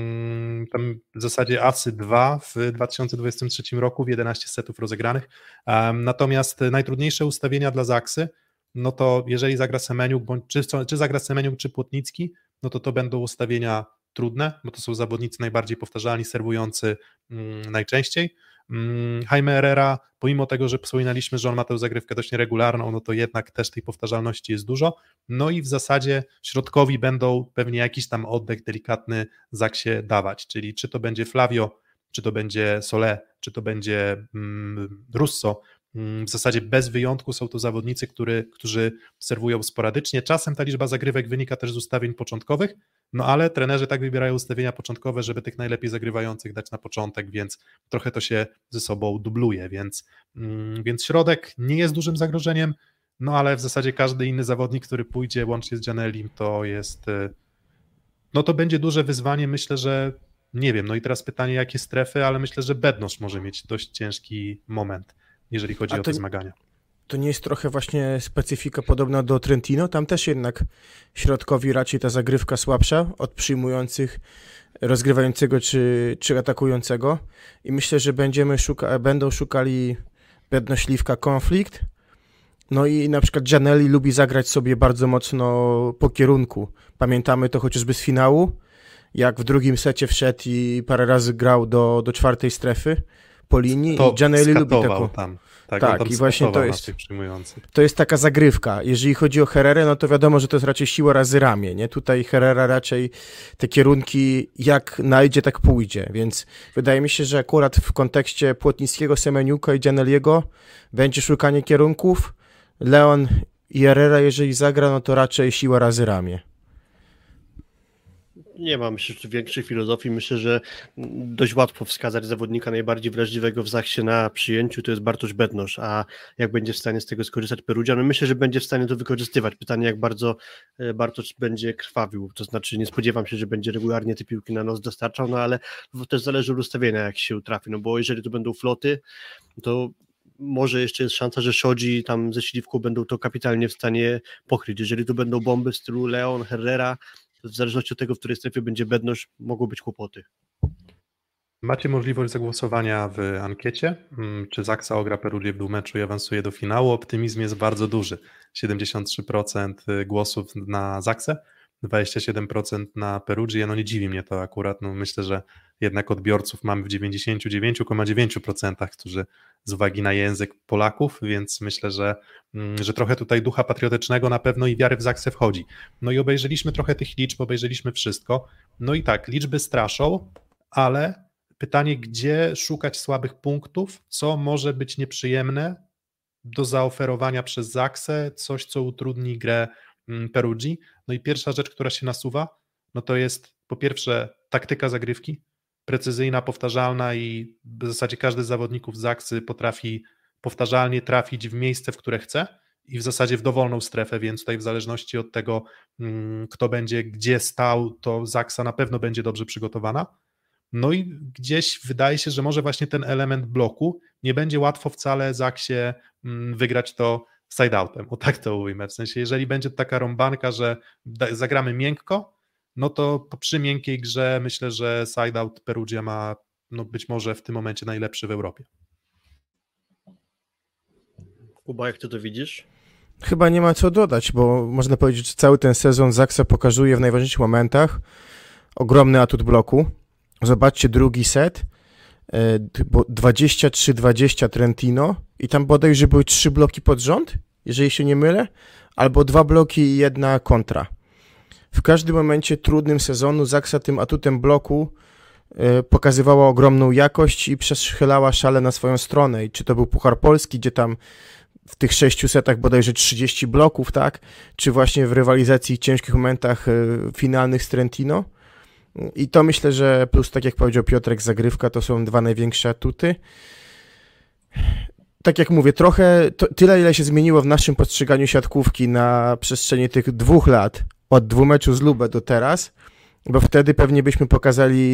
Tam w zasadzie asy 2 w 2023 roku w 11 setów rozegranych. Natomiast najtrudniejsze ustawienia dla Zaksy, no to jeżeli zagra Semeniuk, czy zagra Semeniuk, czy Płotnicki, no to będą ustawienia trudne, bo to są zawodnicy najbardziej powtarzalni, serwujący najczęściej. Jaime Herrera, pomimo tego, że wspominaliśmy, że on ma tę zagrywkę dość nieregularną, no to jednak też tej powtarzalności jest dużo. No i w zasadzie środkowi będą pewnie jakiś tam oddech delikatny Zaksie dawać, czyli czy to będzie Flavio, czy to będzie Solé, czy to będzie Russo. W zasadzie bez wyjątku są to zawodnicy, którzy serwują sporadycznie. Czasem ta liczba zagrywek wynika też z ustawień początkowych, no ale trenerzy tak wybierają ustawienia początkowe, żeby tych najlepiej zagrywających dać na początek, więc trochę to się ze sobą dubluje, więc środek nie jest dużym zagrożeniem, no ale w zasadzie każdy inny zawodnik, który pójdzie łącznie z Gianellim, to jest, no to będzie duże wyzwanie, myślę, że nie wiem, no i teraz pytanie, jakie strefy, ale myślę, że Bednosz może mieć dość ciężki moment, jeżeli chodzi o te zmagania. To nie jest trochę właśnie specyfika podobna do Trentino? Tam też jednak środkowi raczej ta zagrywka słabsza od przyjmujących, rozgrywającego czy atakującego i myślę, że będą szukali Bednośliwka konflikt. No i na przykład Gianelli lubi zagrać sobie bardzo mocno po kierunku. Pamiętamy to chociażby z finału, jak w drugim secie wszedł i parę razy grał do czwartej strefy po linii to i Gianelli lubi taką. Tam. Tak, i właśnie to jest taka zagrywka. Jeżeli chodzi o Herrerę, no to wiadomo, że to jest raczej siła razy ramię, nie? Tutaj Herrera raczej te kierunki jak najdzie, tak pójdzie, więc wydaje mi się, że akurat w kontekście Płotnickiego, Semeniuka i Gianelliego będzie szukanie kierunków. Leon i Herrera, jeżeli zagra, no to raczej siła razy ramię. Nie mam jeszcze większej filozofii. Myślę, że dość łatwo wskazać zawodnika najbardziej wrażliwego w Zaksie na przyjęciu, to jest Bartosz Bednosz, a jak będzie w stanie z tego skorzystać Perugia? No myślę, że będzie w stanie to wykorzystywać. Pytanie, jak bardzo Bartosz będzie krwawił, to znaczy nie spodziewam się, że będzie regularnie te piłki na nos dostarczał, no ale to też zależy od ustawienia, jak się trafi, no bo jeżeli to będą floty, to może jeszcze jest szansa, że Szodzi tam ze Śliwką będą to kapitalnie w stanie pokryć. Jeżeli to będą bomby w stylu Leon, Herrera, w zależności od tego, w której strefie będzie Bednosz, mogą być kłopoty. Macie możliwość zagłosowania w ankiecie, czy Zaksa ogra Perugię w dwumeczu i awansuje do finału. Optymizm jest bardzo duży. 73% głosów na Zaksę, 27% na Perugię. No nie dziwi mnie to akurat. No myślę, że jednak odbiorców mamy w 99,9%, którzy z uwagi na język Polaków, więc myślę, że trochę tutaj ducha patriotycznego na pewno i wiary w Zaksę wchodzi. No i obejrzeliśmy trochę tych liczb, obejrzeliśmy wszystko. No i tak, liczby straszą, ale pytanie, gdzie szukać słabych punktów, co może być nieprzyjemne do zaoferowania przez Zaksę, coś, co utrudni grę Perugii. No i pierwsza rzecz, która się nasuwa, no to jest po pierwsze taktyka zagrywki, precyzyjna, powtarzalna i w zasadzie każdy z zawodników Zaksy potrafi powtarzalnie trafić w miejsce, w które chce i w zasadzie w dowolną strefę, więc tutaj w zależności od tego, kto będzie gdzie stał, to Zaksa na pewno będzie dobrze przygotowana. No i gdzieś wydaje się, że może właśnie ten element bloku nie będzie łatwo wcale Zaksie wygrać to side-outem, o tak to ujmę, w sensie jeżeli będzie taka rąbanka, że zagramy miękko, no to przy miękkiej grze myślę, że side-out Perugia ma być może w tym momencie najlepszy w Europie. Kuba, jak ty to widzisz? Chyba nie ma co dodać, bo można powiedzieć, że cały ten sezon Zaksa pokazuje w najważniejszych momentach ogromny atut bloku. Zobaczcie drugi set, 23-20 Trentino i tam bodajże były 3 bloki pod rząd, jeżeli się nie mylę, albo 2 bloki i 1 kontra. W każdym momencie trudnym sezonu Zaksa tym atutem bloku pokazywała ogromną jakość i przeszylała szale na swoją stronę. I czy to był Puchar Polski, gdzie tam w tych 6 setach bodajże 30 bloków, tak? Czy właśnie w rywalizacji w ciężkich momentach finalnych z Trentino. I to myślę, że plus, tak jak powiedział Piotrek, zagrywka to są 2 największe atuty. Tak jak mówię, trochę tyle, ile się zmieniło w naszym postrzeganiu siatkówki na przestrzeni tych 2 lat, od dwumeczu z Lubę do teraz, bo wtedy pewnie byśmy pokazali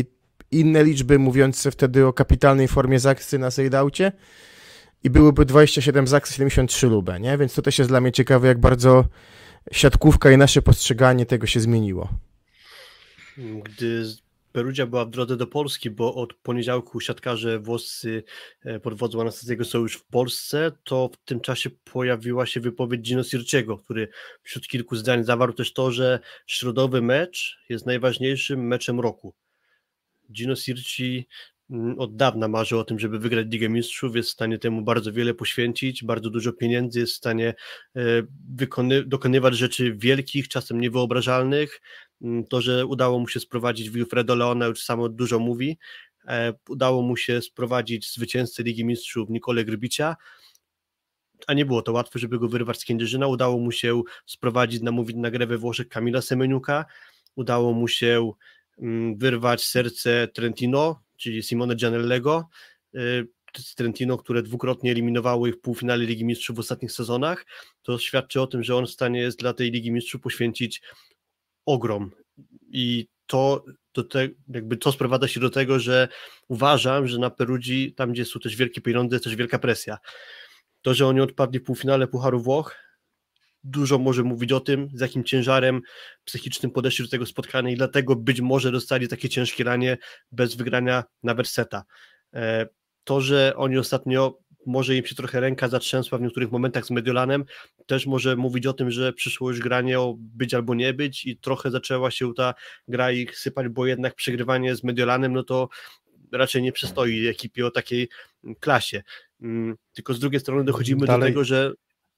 inne liczby mówiące wtedy o kapitalnej formie Zaksy na sadeoutie i byłyby 27 Zaksy, 73 Lubę, nie? Więc to też jest dla mnie ciekawe, jak bardzo siatkówka i nasze postrzeganie tego się zmieniło. Gdy Perugia była w drodze do Polski, bo od poniedziałku siatkarze włoscy pod wodzą Anastazjego są już w Polsce, to w tym czasie pojawiła się wypowiedź Gino Sirciego, który wśród kilku zdań zawarł też to, że środowy mecz jest najważniejszym meczem roku. Gino Sirci od dawna marzy o tym, żeby wygrać Ligę Mistrzów, jest w stanie temu bardzo wiele poświęcić, bardzo dużo pieniędzy, jest w stanie dokonywać rzeczy wielkich, czasem niewyobrażalnych. To, że udało mu się sprowadzić Wilfredo Leona, już samo dużo mówi. Udało mu się sprowadzić zwycięzcę Ligi Mistrzów Nicolę Grbicia, a nie było to łatwe, żeby go wyrwać z Kędzierzyna. Udało mu się sprowadzić, namówić na grę we Włoszech Kamila Semeniuka. Udało mu się wyrwać serce Trentino, czyli Simone Gianellego, z Trentino, które dwukrotnie eliminowało ich w półfinale Ligi Mistrzów w ostatnich sezonach. To świadczy o tym, że on w stanie jest dla tej Ligi Mistrzów poświęcić ogrom. I to sprowadza się do tego, że uważam, że na Perugii, tam gdzie są też wielkie pieniądze, jest też wielka presja. To, że oni odpadli w półfinale Pucharu Włoch, dużo może mówić o tym, z jakim ciężarem psychicznym podeszli do tego spotkania i dlatego być może dostali takie ciężkie ranie bez wygrania nawet seta. To, że oni ostatnio, może im się trochę ręka zatrzęsła w niektórych momentach z Mediolanem, też może mówić o tym, że przyszło już granie o być albo nie być i trochę zaczęła się ta gra ich sypać, bo jednak przegrywanie z Mediolanem, no to raczej nie przystoi ekipie o takiej klasie. Tylko z drugiej strony dochodzimy do tego, że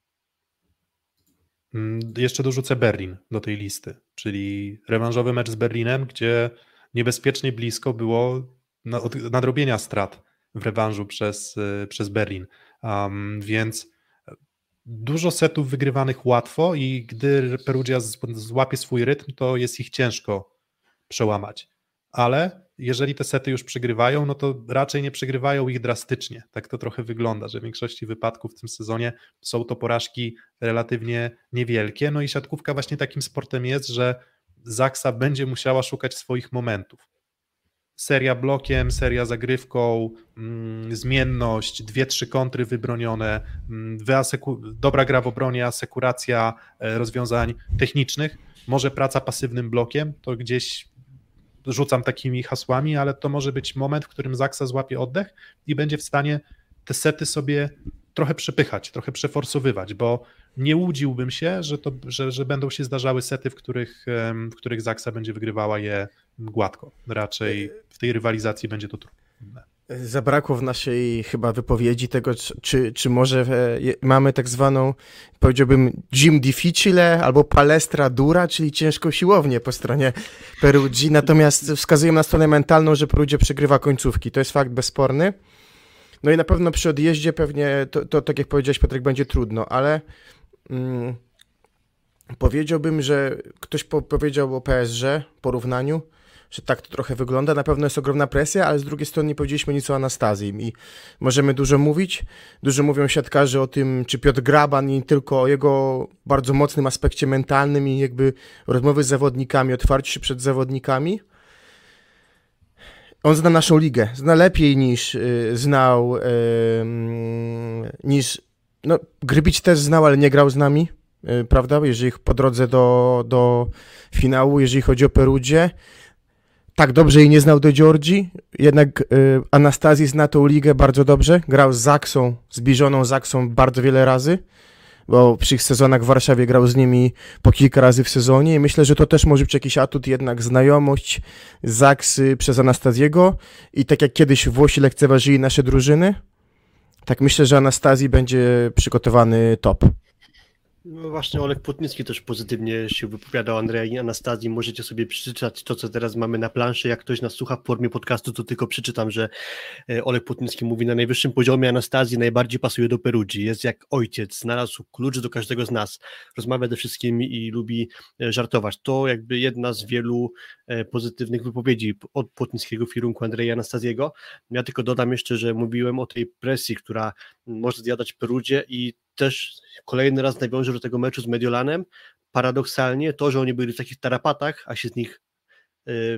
jeszcze dorzucę Berlin do tej listy, czyli rewanżowy mecz z Berlinem, gdzie niebezpiecznie blisko było nadrobienia strat w rewanżu przez Berlin. Więc dużo setów wygrywanych łatwo i gdy Perugia złapie swój rytm, to jest ich ciężko przełamać. Ale jeżeli te sety już przegrywają, no to raczej nie przegrywają ich drastycznie. Tak to trochę wygląda, że w większości wypadków w tym sezonie są to porażki relatywnie niewielkie. No i siatkówka właśnie takim sportem jest, że Zaksa będzie musiała szukać swoich momentów. Seria blokiem, seria zagrywką, zmienność, 2-3 kontry wybronione, dobra gra w obronie, asekuracja rozwiązań technicznych, może praca pasywnym blokiem, to gdzieś rzucam takimi hasłami, ale to może być moment, w którym Zaksa złapie oddech i będzie w stanie te sety sobie trochę przepychać, trochę przeforsowywać, bo nie łudziłbym się, że będą się zdarzały sety, w których Zaksa będzie wygrywała je gładko. Raczej w tej rywalizacji będzie to trudne. Zabrakło w naszej chyba wypowiedzi tego, czy może mamy tak zwaną, powiedziałbym, gym difficile albo palestra dura, czyli ciężką siłownię po stronie Perugii, natomiast wskazujemy na stronę mentalną, że Perugia przegrywa końcówki. To jest fakt bezsporny. No i na pewno przy odjeździe pewnie, to tak jak powiedziałeś, Piotrek, będzie trudno, ale powiedziałbym, że ktoś powiedział o PSG porównaniu, że tak to trochę wygląda. Na pewno jest ogromna presja, ale z drugiej strony nie powiedzieliśmy nic o Anastazji i możemy dużo mówić. Dużo mówią siatkarze o tym, czy Piotr Graban, i tylko o jego bardzo mocnym aspekcie mentalnym i jakby rozmowy z zawodnikami, otwarcie się przed zawodnikami. On zna naszą ligę, zna lepiej niż znał, Grbić też znał, ale nie grał z nami, prawda? Jeżeli po drodze do finału, jeżeli chodzi o Perugię. Tak dobrze jej nie znał do Georgii, jednak Anastazji zna tą ligę bardzo dobrze. Grał z Zaksą, zbliżoną Zaksą bardzo wiele razy, bo przy ich sezonach w Warszawie grał z nimi po kilka razy w sezonie i myślę, że to też może być jakiś atut, jednak znajomość Zaksy przez Anastazjego i tak jak kiedyś Włosi lekceważyli nasze drużyny, tak myślę, że Anastazji będzie przygotowany top. No właśnie Olek Płotnicki też pozytywnie się wypowiadał o Andrei Anastazji. Możecie sobie przeczytać to, co teraz mamy na planszy. Jak ktoś nas słucha w formie podcastu, to tylko przeczytam, że Olek Płotnicki mówi: na najwyższym poziomie Anastazji najbardziej pasuje do Perugii. Jest jak ojciec, znalazł klucz do każdego z nas. Rozmawia ze wszystkimi i lubi żartować. To jakby jedna z wielu pozytywnych wypowiedzi od Płotnickiego w kierunku Andrei Anastazjego. Ja tylko dodam jeszcze, że mówiłem o tej presji, która może zjadać Perugię i też kolejny raz nawiążę do tego meczu z Mediolanem. Paradoksalnie to, że oni byli w takich tarapatach, a się z nich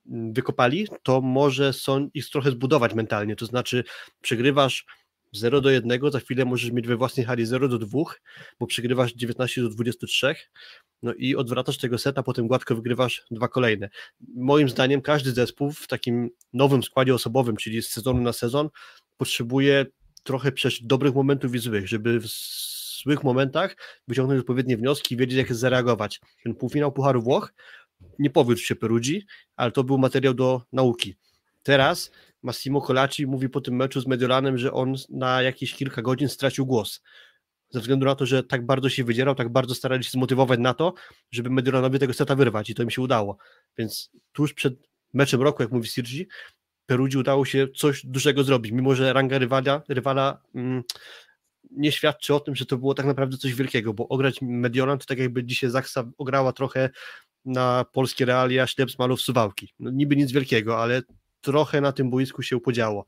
wykopali, to może ich trochę zbudować mentalnie, to znaczy przegrywasz 0-1, za chwilę możesz mieć we własnej hali 0-2, bo przegrywasz 19-23, no i odwracasz tego seta, potem gładko wygrywasz 2 kolejne. Moim zdaniem każdy zespół w takim nowym składzie osobowym, czyli z sezonu na sezon, potrzebuje trochę przejść dobrych momentów i złych, żeby w złych momentach wyciągnąć odpowiednie wnioski i wiedzieć, jak zareagować. Ten półfinał Pucharu Włoch nie powiódł się Perugii, ale to był materiał do nauki. Teraz Massimo Colaci mówi po tym meczu z Mediolanem, że on na jakieś kilka godzin stracił głos. Ze względu na to, że tak bardzo się wydzierał, tak bardzo starali się zmotywować na to, żeby Mediolanowi tego seta wyrwać i to im się udało. Więc tuż przed meczem roku, jak mówi Sirgi, Perugii udało się coś dużego zrobić, mimo że ranga rywala nie świadczy o tym, że to było tak naprawdę coś wielkiego, bo ograć Mediolan to tak jakby dzisiaj Zaksa ograła trochę na polskie realia Ślep z Malów Suwałki. No, niby nic wielkiego, ale trochę na tym boisku się podziało.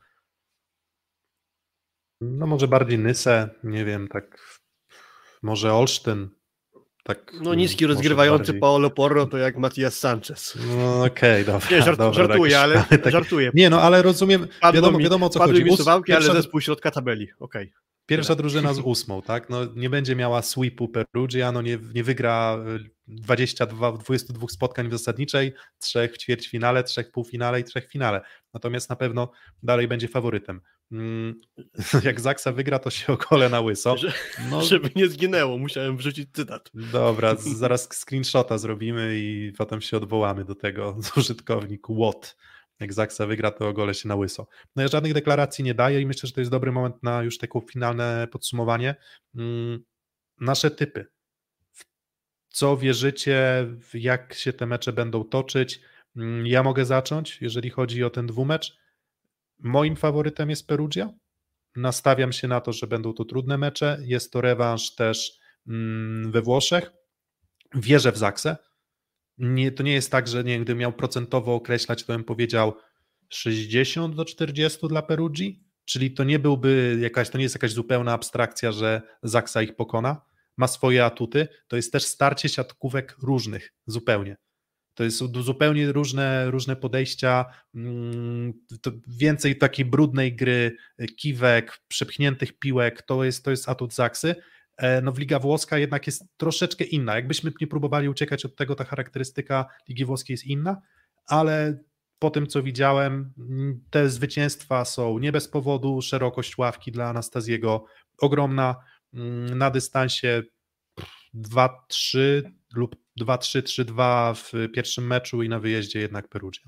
No może bardziej Nysse, nie wiem, tak może Olsztyn. Tak, no niski rozgrywający bardziej. Paolo Porro to jak Matias Sanchez. No okej, dobra. Nie, żartuję, tak, ale tak, żartuję. Nie, no ale rozumiem, wiadomo o co chodzi. Mi Suwałki, ale zespół środka tabeli, okej. Pierwsza drużyna z 8, tak? No nie będzie miała sweepu Perugia, no nie wygra 22 spotkań w zasadniczej, 3 w ćwierćfinale, 3 w półfinale i 3 w finale. Natomiast na pewno dalej będzie faworytem. Jak Zaksa wygra, to się okole na łyso. No, żeby nie zginęło, musiałem wrzucić cytat. Dobra, zaraz screenshota zrobimy i potem się odwołamy do tego z użytkownik Watt. Jak Zaksa wygra, to ogolę się na łyso. No ja żadnych deklaracji nie daję i myślę, że to jest dobry moment na już takie finalne podsumowanie. Nasze typy. W co wierzycie, jak się te mecze będą toczyć? Ja mogę zacząć, jeżeli chodzi o ten dwumecz. Moim faworytem jest Perugia. Nastawiam się na to, że będą to trudne mecze. Jest to rewanż też we Włoszech. Wierzę w Zaksę. To nie jest tak, że nie, gdybym miał procentowo określać, to bym powiedział 60-40 dla Perugii, czyli to nie jest jakaś zupełna abstrakcja, że Zaksa ich pokona, ma swoje atuty, to jest też starcie siatkówek różnych, zupełnie. To jest zupełnie różne podejścia, to więcej takiej brudnej gry, kiwek, przepchniętych piłek, to jest atut Zaksy. No w Liga Włoska jednak jest troszeczkę inna. Jakbyśmy nie próbowali uciekać od tego, ta charakterystyka Ligi Włoskiej jest inna, ale po tym, co widziałem, te zwycięstwa są nie bez powodu, szerokość ławki dla Anastaziego ogromna, na dystansie 2-3 lub 2-3, 3-2 w pierwszym meczu i na wyjeździe jednak Perugia.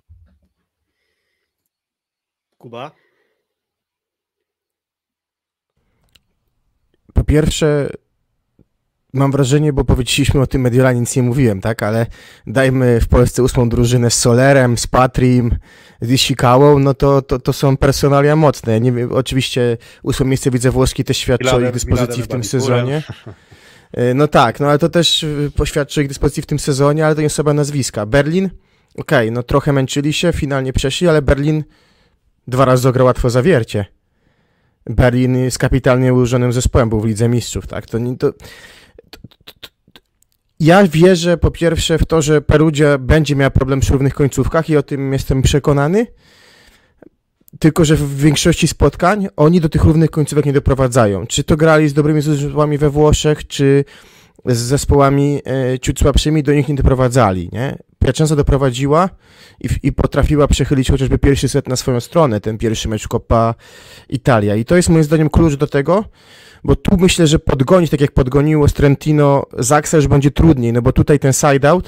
Kuba? Po pierwsze, mam wrażenie, bo powiedzieliśmy o tym Mediolanie, nic nie mówiłem, tak, ale dajmy w Polsce 8 drużynę z Solerem, z Patrim, z Ishikawą, no to są personalia mocne. Nie wiem, oczywiście 8 miejsce widzę włoskie też świadczy o ich dyspozycji w tym sezonie. No tak, no ale to też poświadczy o ich dyspozycji w tym sezonie, ale to nie są chyba nazwiska. Berlin, okej, no trochę męczyli się, finalnie przeszli, ale Berlin 2 razy ograł łatwo zawiercie. Berlin jest kapitalnie ułożonym zespołem, był w Lidze Mistrzów, tak? Ja wierzę po pierwsze w to, że Perugia będzie miała problem przy równych końcówkach i o tym jestem przekonany, tylko że w większości spotkań oni do tych równych końcówek nie doprowadzają. Czy to grali z dobrymi zespołami we Włoszech, czy z zespołami ciut słabszymi, do nich nie doprowadzali, nie? Piacenza doprowadziła i potrafiła przechylić chociażby pierwszy set na swoją stronę, ten pierwszy mecz Coppa Italia. I to jest moim zdaniem klucz do tego, bo tu myślę, że podgonić, tak jak podgoniło z Trentino Zaksa, już będzie trudniej, no bo tutaj ten side-out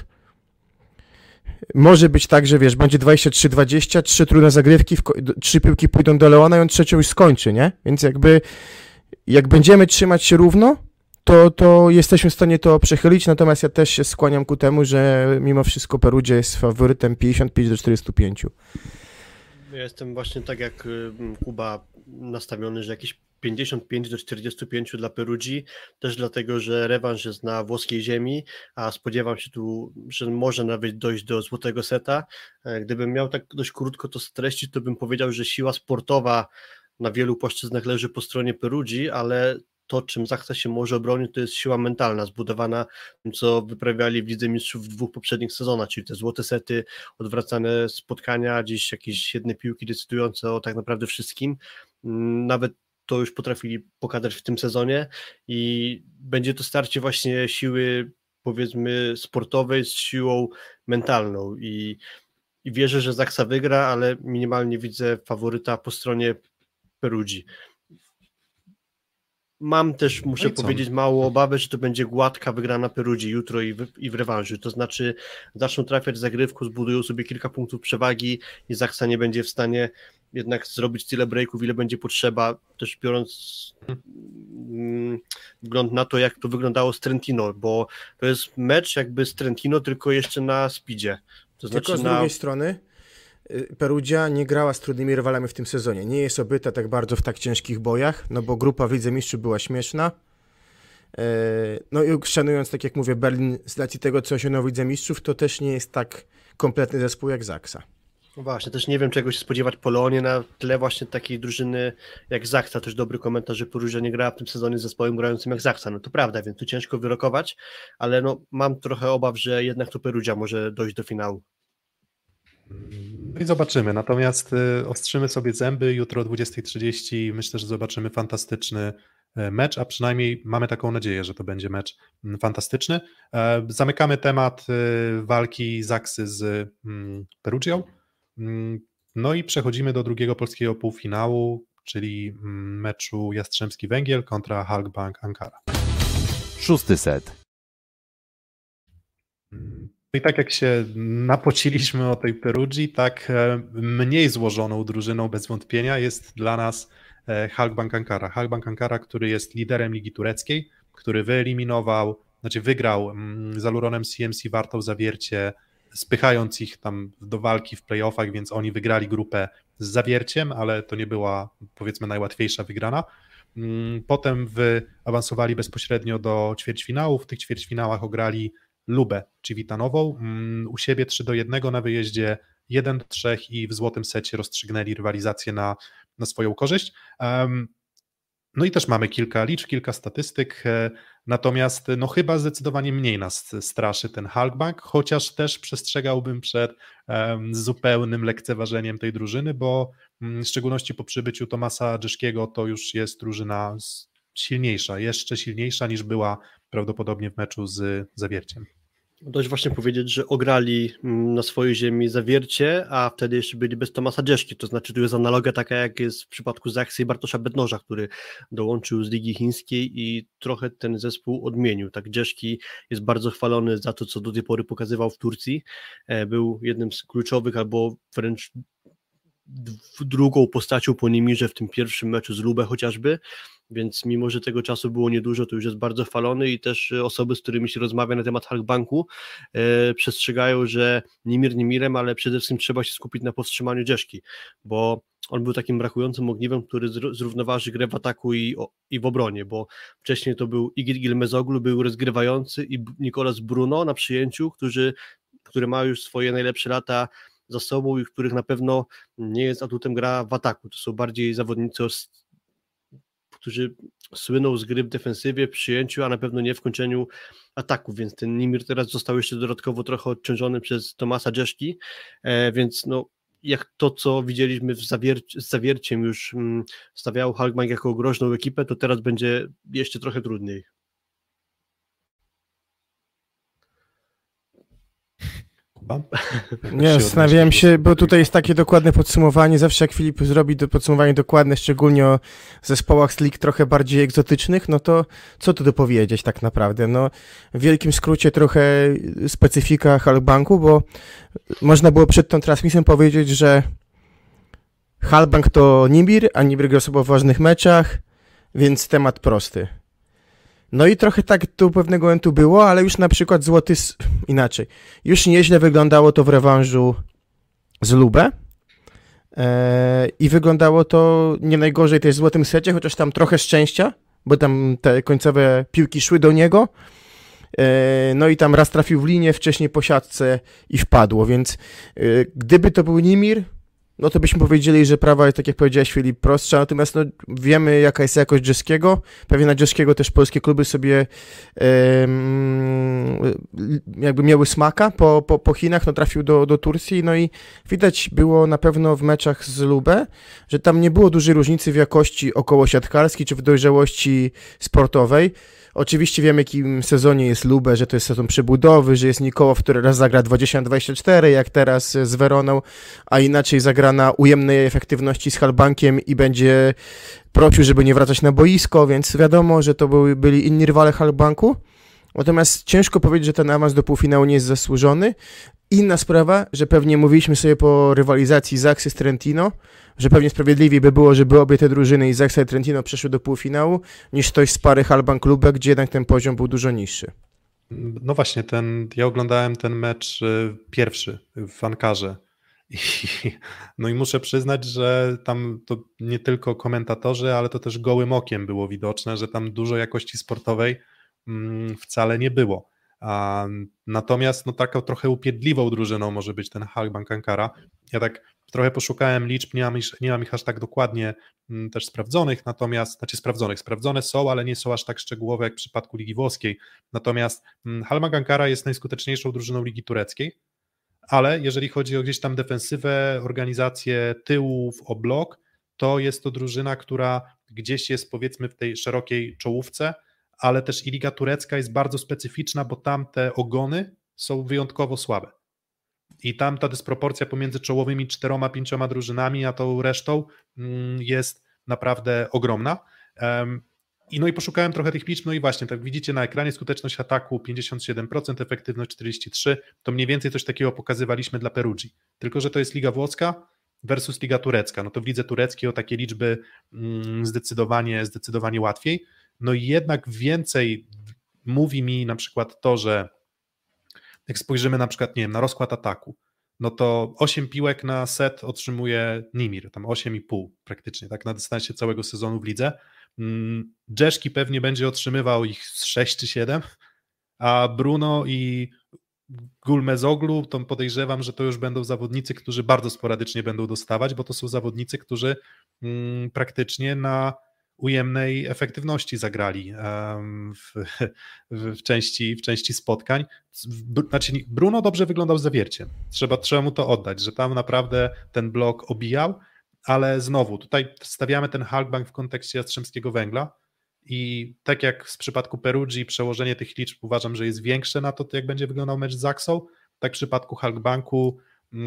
może być tak, że wiesz, będzie 23-20, 3 trudne zagrywki, 3 piłki pójdą do Leona i on trzecią już skończy, nie? Więc jak będziemy trzymać się równo, to jesteśmy w stanie to przechylić, natomiast ja też się skłaniam ku temu, że mimo wszystko Perugia jest faworytem 55-45. Ja jestem właśnie tak jak Kuba nastawiony, że jakieś 55-45 dla Perugii, też dlatego, że rewanż jest na włoskiej ziemi, a spodziewam się tu, że może nawet dojść do złotego seta. Gdybym miał tak dość krótko to streścić, to bym powiedział, że siła sportowa na wielu płaszczyznach leży po stronie Perugii, ale to, czym Zaksa się może obronić, to jest siła mentalna, zbudowana tym, co wyprawiali w Lidze Mistrzów w 2 poprzednich sezonach, czyli te złote sety, odwracane spotkania, gdzieś jakieś jedne piłki decydujące o tak naprawdę wszystkim. Nawet to już potrafili pokazać w tym sezonie i będzie to starcie właśnie siły, powiedzmy, sportowej z siłą mentalną i wierzę, że Zaksa wygra, ale minimalnie widzę faworyta po stronie Perugii. Mam też, muszę powiedzieć, mało obawy, że to będzie gładka wygrana Perugii jutro i w rewanżu. To znaczy zaczną trafiać zagrywką, zbudują sobie kilka punktów przewagi i Zaksa nie będzie w stanie jednak zrobić tyle breaków, ile będzie potrzeba, też biorąc wzgląd na to, jak to wyglądało z Trentino, bo to jest mecz jakby z Trentino, tylko jeszcze na speedzie. To tylko znaczy z drugiej strony Perugia nie grała z trudnymi rywalami w tym sezonie. Nie jest obyta tak bardzo w tak ciężkich bojach, no bo grupa w Lidze Mistrzów była śmieszna. No i szanując, tak jak mówię, Berlin z racji tego, co osiągnął w Lidze Mistrzów, to też nie jest tak kompletny zespół jak Zaksa. No właśnie, też nie wiem, czego się spodziewać Polonie na tle właśnie takiej drużyny jak Zaksa. Też dobry komentarz, że Perugia nie grała w tym sezonie z zespołem grającym jak Zaksa. No to prawda, więc tu ciężko wyrokować, ale no mam trochę obaw, że jednak to Perugia może dojść do finału. No i zobaczymy, natomiast ostrzymy sobie zęby, jutro o 20:30 myślę, że zobaczymy fantastyczny mecz, a przynajmniej mamy taką nadzieję, że to będzie mecz fantastyczny. Zamykamy temat walki Zaksy z Perugią, no i przechodzimy do drugiego polskiego półfinału, czyli meczu Jastrzębski Węgiel kontra Halkbank Ankara. 6. set. I tak jak się napociliśmy o tej Perugii, tak mniej złożoną drużyną bez wątpienia jest dla nas Halkbank Ankara. Halkbank Ankara, który jest liderem Ligi Tureckiej, który wygrał z Aluronem CMC Wartą Zawiercie, spychając ich tam do walki w playoffach, więc oni wygrali grupę z Zawierciem, ale to nie była, powiedzmy, najłatwiejsza wygrana. Potem awansowali bezpośrednio do ćwierćfinału. W tych ćwierćfinałach ograli Lubę Civitanową, u siebie 3-1 na wyjeździe, 1-3 i w złotym secie rozstrzygnęli rywalizację na swoją korzyść. No i też mamy kilka liczb, kilka statystyk, natomiast no chyba zdecydowanie mniej nas straszy ten Halkbank, chociaż też przestrzegałbym przed zupełnym lekceważeniem tej drużyny, bo w szczególności po przybyciu Tomasa Dżeszkiego to już jest drużyna silniejsza, jeszcze silniejsza niż była prawdopodobnie w meczu z Zawierciem. Dość właśnie powiedzieć, że ograli na swojej ziemi Zawiercie, a wtedy jeszcze byli bez Tomasa Dżeszki, to znaczy tu jest analogia taka jak jest w przypadku Zaksy i Bartosza Bednoża, który dołączył z Ligi Chińskiej i trochę ten zespół odmienił. Tak, Dżeszki jest bardzo chwalony za to, co do tej pory pokazywał w Turcji, był jednym z kluczowych albo wręcz drugą postacią po Nimirze w tym pierwszym meczu z Lubę chociażby, więc mimo, że tego czasu było niedużo, to już jest bardzo chwalony i też osoby, z którymi się rozmawia na temat Halkbanku przestrzegają, że Nimir Nimirem, ale przede wszystkim trzeba się skupić na powstrzymaniu Dżeszki, bo on był takim brakującym ogniwem, który zrównoważy grę w ataku i w obronie, bo wcześniej to był Igir Gilmezoglu, był rozgrywający i Nicolas Bruno na przyjęciu, który ma już swoje najlepsze lata za sobą i których na pewno nie jest atutem gra w ataku. To są bardziej zawodnicy, którzy słyną z gry w defensywie, w przyjęciu, a na pewno nie w kończeniu ataków, więc ten Nimir teraz został jeszcze dodatkowo trochę odciążony przez Tomasa Dżeszki, więc no jak to, co widzieliśmy z Zawierciem już stawiał Halkbank jako groźną ekipę, to teraz będzie jeszcze trochę trudniej. Nie, zastanawiałem się, bo tutaj jest takie dokładne podsumowanie, zawsze jak Filip zrobi podsumowanie dokładne, szczególnie o zespołach z lig trochę bardziej egzotycznych, no to co tu dopowiedzieć tak naprawdę, no w wielkim skrócie trochę specyfika Halkbanku, bo można było przed tą transmisją powiedzieć, że Halkbank to Nimir, a Nimir gra sobie w ważnych meczach, więc temat prosty. No i trochę tak tu pewnego momentu było, ale już na przykład inaczej. Już nieźle wyglądało to w rewanżu z Lubę i wyglądało to nie najgorzej też w złotym secie, chociaż tam trochę szczęścia, bo tam te końcowe piłki szły do niego. No i tam raz trafił w linię, wcześniej po siatce i wpadło, więc gdyby to był Nimir, no to byśmy powiedzieli, że prawa jest, tak jak powiedziałeś, Filip, prostsza, natomiast no, wiemy, jaka jest jakość Jeskiego. Pewnie na Jeskiego też polskie kluby sobie jakby miały smaka po Chinach, no trafił do Turcji, no i widać było na pewno w meczach z Lubę, że tam nie było dużej różnicy w jakości okołosiatkarskiej czy w dojrzałości sportowej. Oczywiście wiemy, w jakim sezonie jest Lubę, że to jest sezon przebudowy, że jest Nikołow, który raz zagra 20-24, jak teraz z Weroną, a inaczej zagra na ujemnej efektywności z Halbankiem i będzie prosił, żeby nie wracać na boisko, więc wiadomo, że to byli inni rywale Halbanku. Natomiast ciężko powiedzieć, że ten awans do półfinału nie jest zasłużony. Inna sprawa, że pewnie mówiliśmy sobie po rywalizacji Zaksy z Trentino, że pewnie sprawiedliwiej by było, żeby obie te drużyny i Zaksa i Trentino przeszły do półfinału, niż ktoś z pary Halbank Lubek, gdzie jednak ten poziom był dużo niższy. No właśnie, ja oglądałem ten mecz pierwszy w Ankarze no i muszę przyznać, że tam to nie tylko komentatorzy, ale to też gołym okiem było widoczne, że tam dużo jakości sportowej wcale nie było. Natomiast no taką trochę upierdliwą drużyną może być ten Halkbank Ankara. Ja tak trochę poszukałem liczb, nie mam ich aż tak dokładnie też sprawdzonych, natomiast, sprawdzone są, ale nie są aż tak szczegółowe jak w przypadku Ligi Włoskiej. Natomiast Halkbank Ankara jest najskuteczniejszą drużyną Ligi Tureckiej, ale jeżeli chodzi o gdzieś tam defensywę, organizację tyłów, o blok, to jest to drużyna, która gdzieś jest powiedzmy w tej szerokiej czołówce, ale też i Liga Turecka jest bardzo specyficzna, bo tam te ogony są wyjątkowo słabe. I tam ta dysproporcja pomiędzy czołowymi 4-5 drużynami, a tą resztą jest naprawdę ogromna. No i poszukałem trochę tych liczb, no i właśnie, tak widzicie na ekranie, skuteczność ataku 57%, efektywność 43%, to mniej więcej coś takiego pokazywaliśmy dla Perugii. Tylko że to jest Liga Włoska versus Liga Turecka. No to w lidze tureckiej o takie liczby zdecydowanie łatwiej. No i jednak więcej mówi mi na przykład to, że jak spojrzymy na przykład, nie wiem, na rozkład ataku, no to 8 piłek na set otrzymuje Nimir, tam 8,5 praktycznie, tak na dystansie całego sezonu w lidze. Jeżki pewnie będzie otrzymywał ich z 6 czy 7, a Bruno i Gulmezoglu, to podejrzewam, że to już będą zawodnicy, którzy bardzo sporadycznie będą dostawać, bo to są zawodnicy, którzy praktycznie na ujemnej efektywności zagrali w części spotkań. Znaczy Bruno dobrze wyglądał z zawierciem. Trzeba mu to oddać, że tam naprawdę ten blok obijał, ale znowu tutaj stawiamy ten Halkbank w kontekście Jastrzębskiego Węgla i tak jak w przypadku Perugii przełożenie tych liczb uważam, że jest większe na to, jak będzie wyglądał mecz z Zaksą, tak w przypadku Halkbanku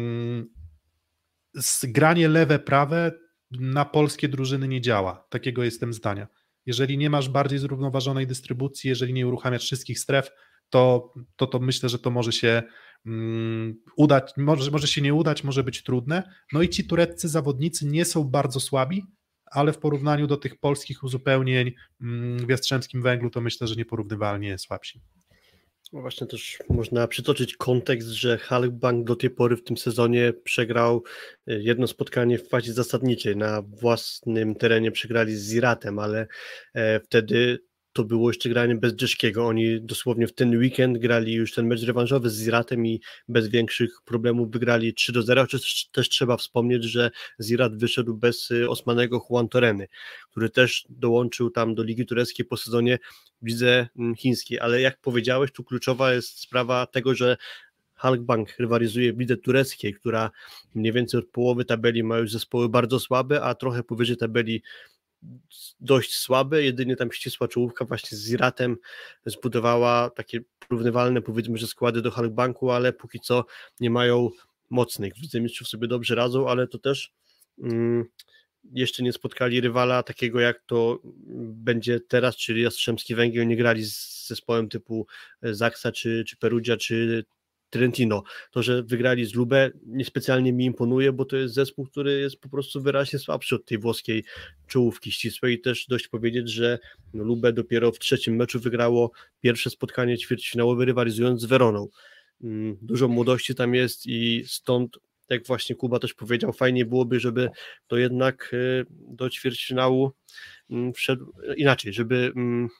granie lewe-prawe na polskie drużyny nie działa. Takiego jestem zdania. Jeżeli nie masz bardziej zrównoważonej dystrybucji, jeżeli nie uruchamiasz wszystkich stref, to myślę, że to może się udać, może się nie udać, może być trudne. No i ci tureccy zawodnicy nie są bardzo słabi, ale w porównaniu do tych polskich uzupełnień w Jastrzębskim Węglu to myślę, że nieporównywalnie słabsi. No właśnie też można przytoczyć kontekst, że Halkbank do tej pory w tym sezonie przegrał jedno spotkanie w fazie zasadniczej. Na własnym terenie przegrali z Ziratem, ale wtedy to było jeszcze granie bez Jeżkiego. Oni dosłownie w ten weekend grali już ten mecz rewanżowy z Ziratem i bez większych problemów wygrali 3-0. Też trzeba wspomnieć, że Zirat wyszedł bez Osmanego Juan Torreny, który też dołączył tam do Ligi Tureckiej po sezonie w lidze chińskiej. Ale jak powiedziałeś, tu kluczowa jest sprawa tego, że Halkbank rywalizuje w lidze tureckiej, która mniej więcej od połowy tabeli ma już zespoły bardzo słabe, a trochę powyżej tabeli dość słabe, jedynie tam ścisła czołówka właśnie z Ziratem zbudowała takie porównywalne, powiedzmy, że składy do Halkbanku, ale póki co nie mają mocnych. W Lidze Mistrzów sobie dobrze radzą, ale to też jeszcze nie spotkali rywala takiego jak to będzie teraz, czyli Jastrzębski Węgiel, nie grali z zespołem typu Zaksa, czy Perugia, czy Trentino. To, że wygrali z Lubę, niespecjalnie mi imponuje, bo to jest zespół, który jest po prostu wyraźnie słabszy od tej włoskiej czołówki ścisłej i też dość powiedzieć, że Lubę dopiero w trzecim meczu wygrało pierwsze spotkanie ćwierćfinałowe, rywalizując z Weroną. Dużo młodości tam jest i stąd, jak właśnie Kuba też powiedział, fajnie byłoby, żeby to jednak do ćwierćfinału wszedł inaczej, żeby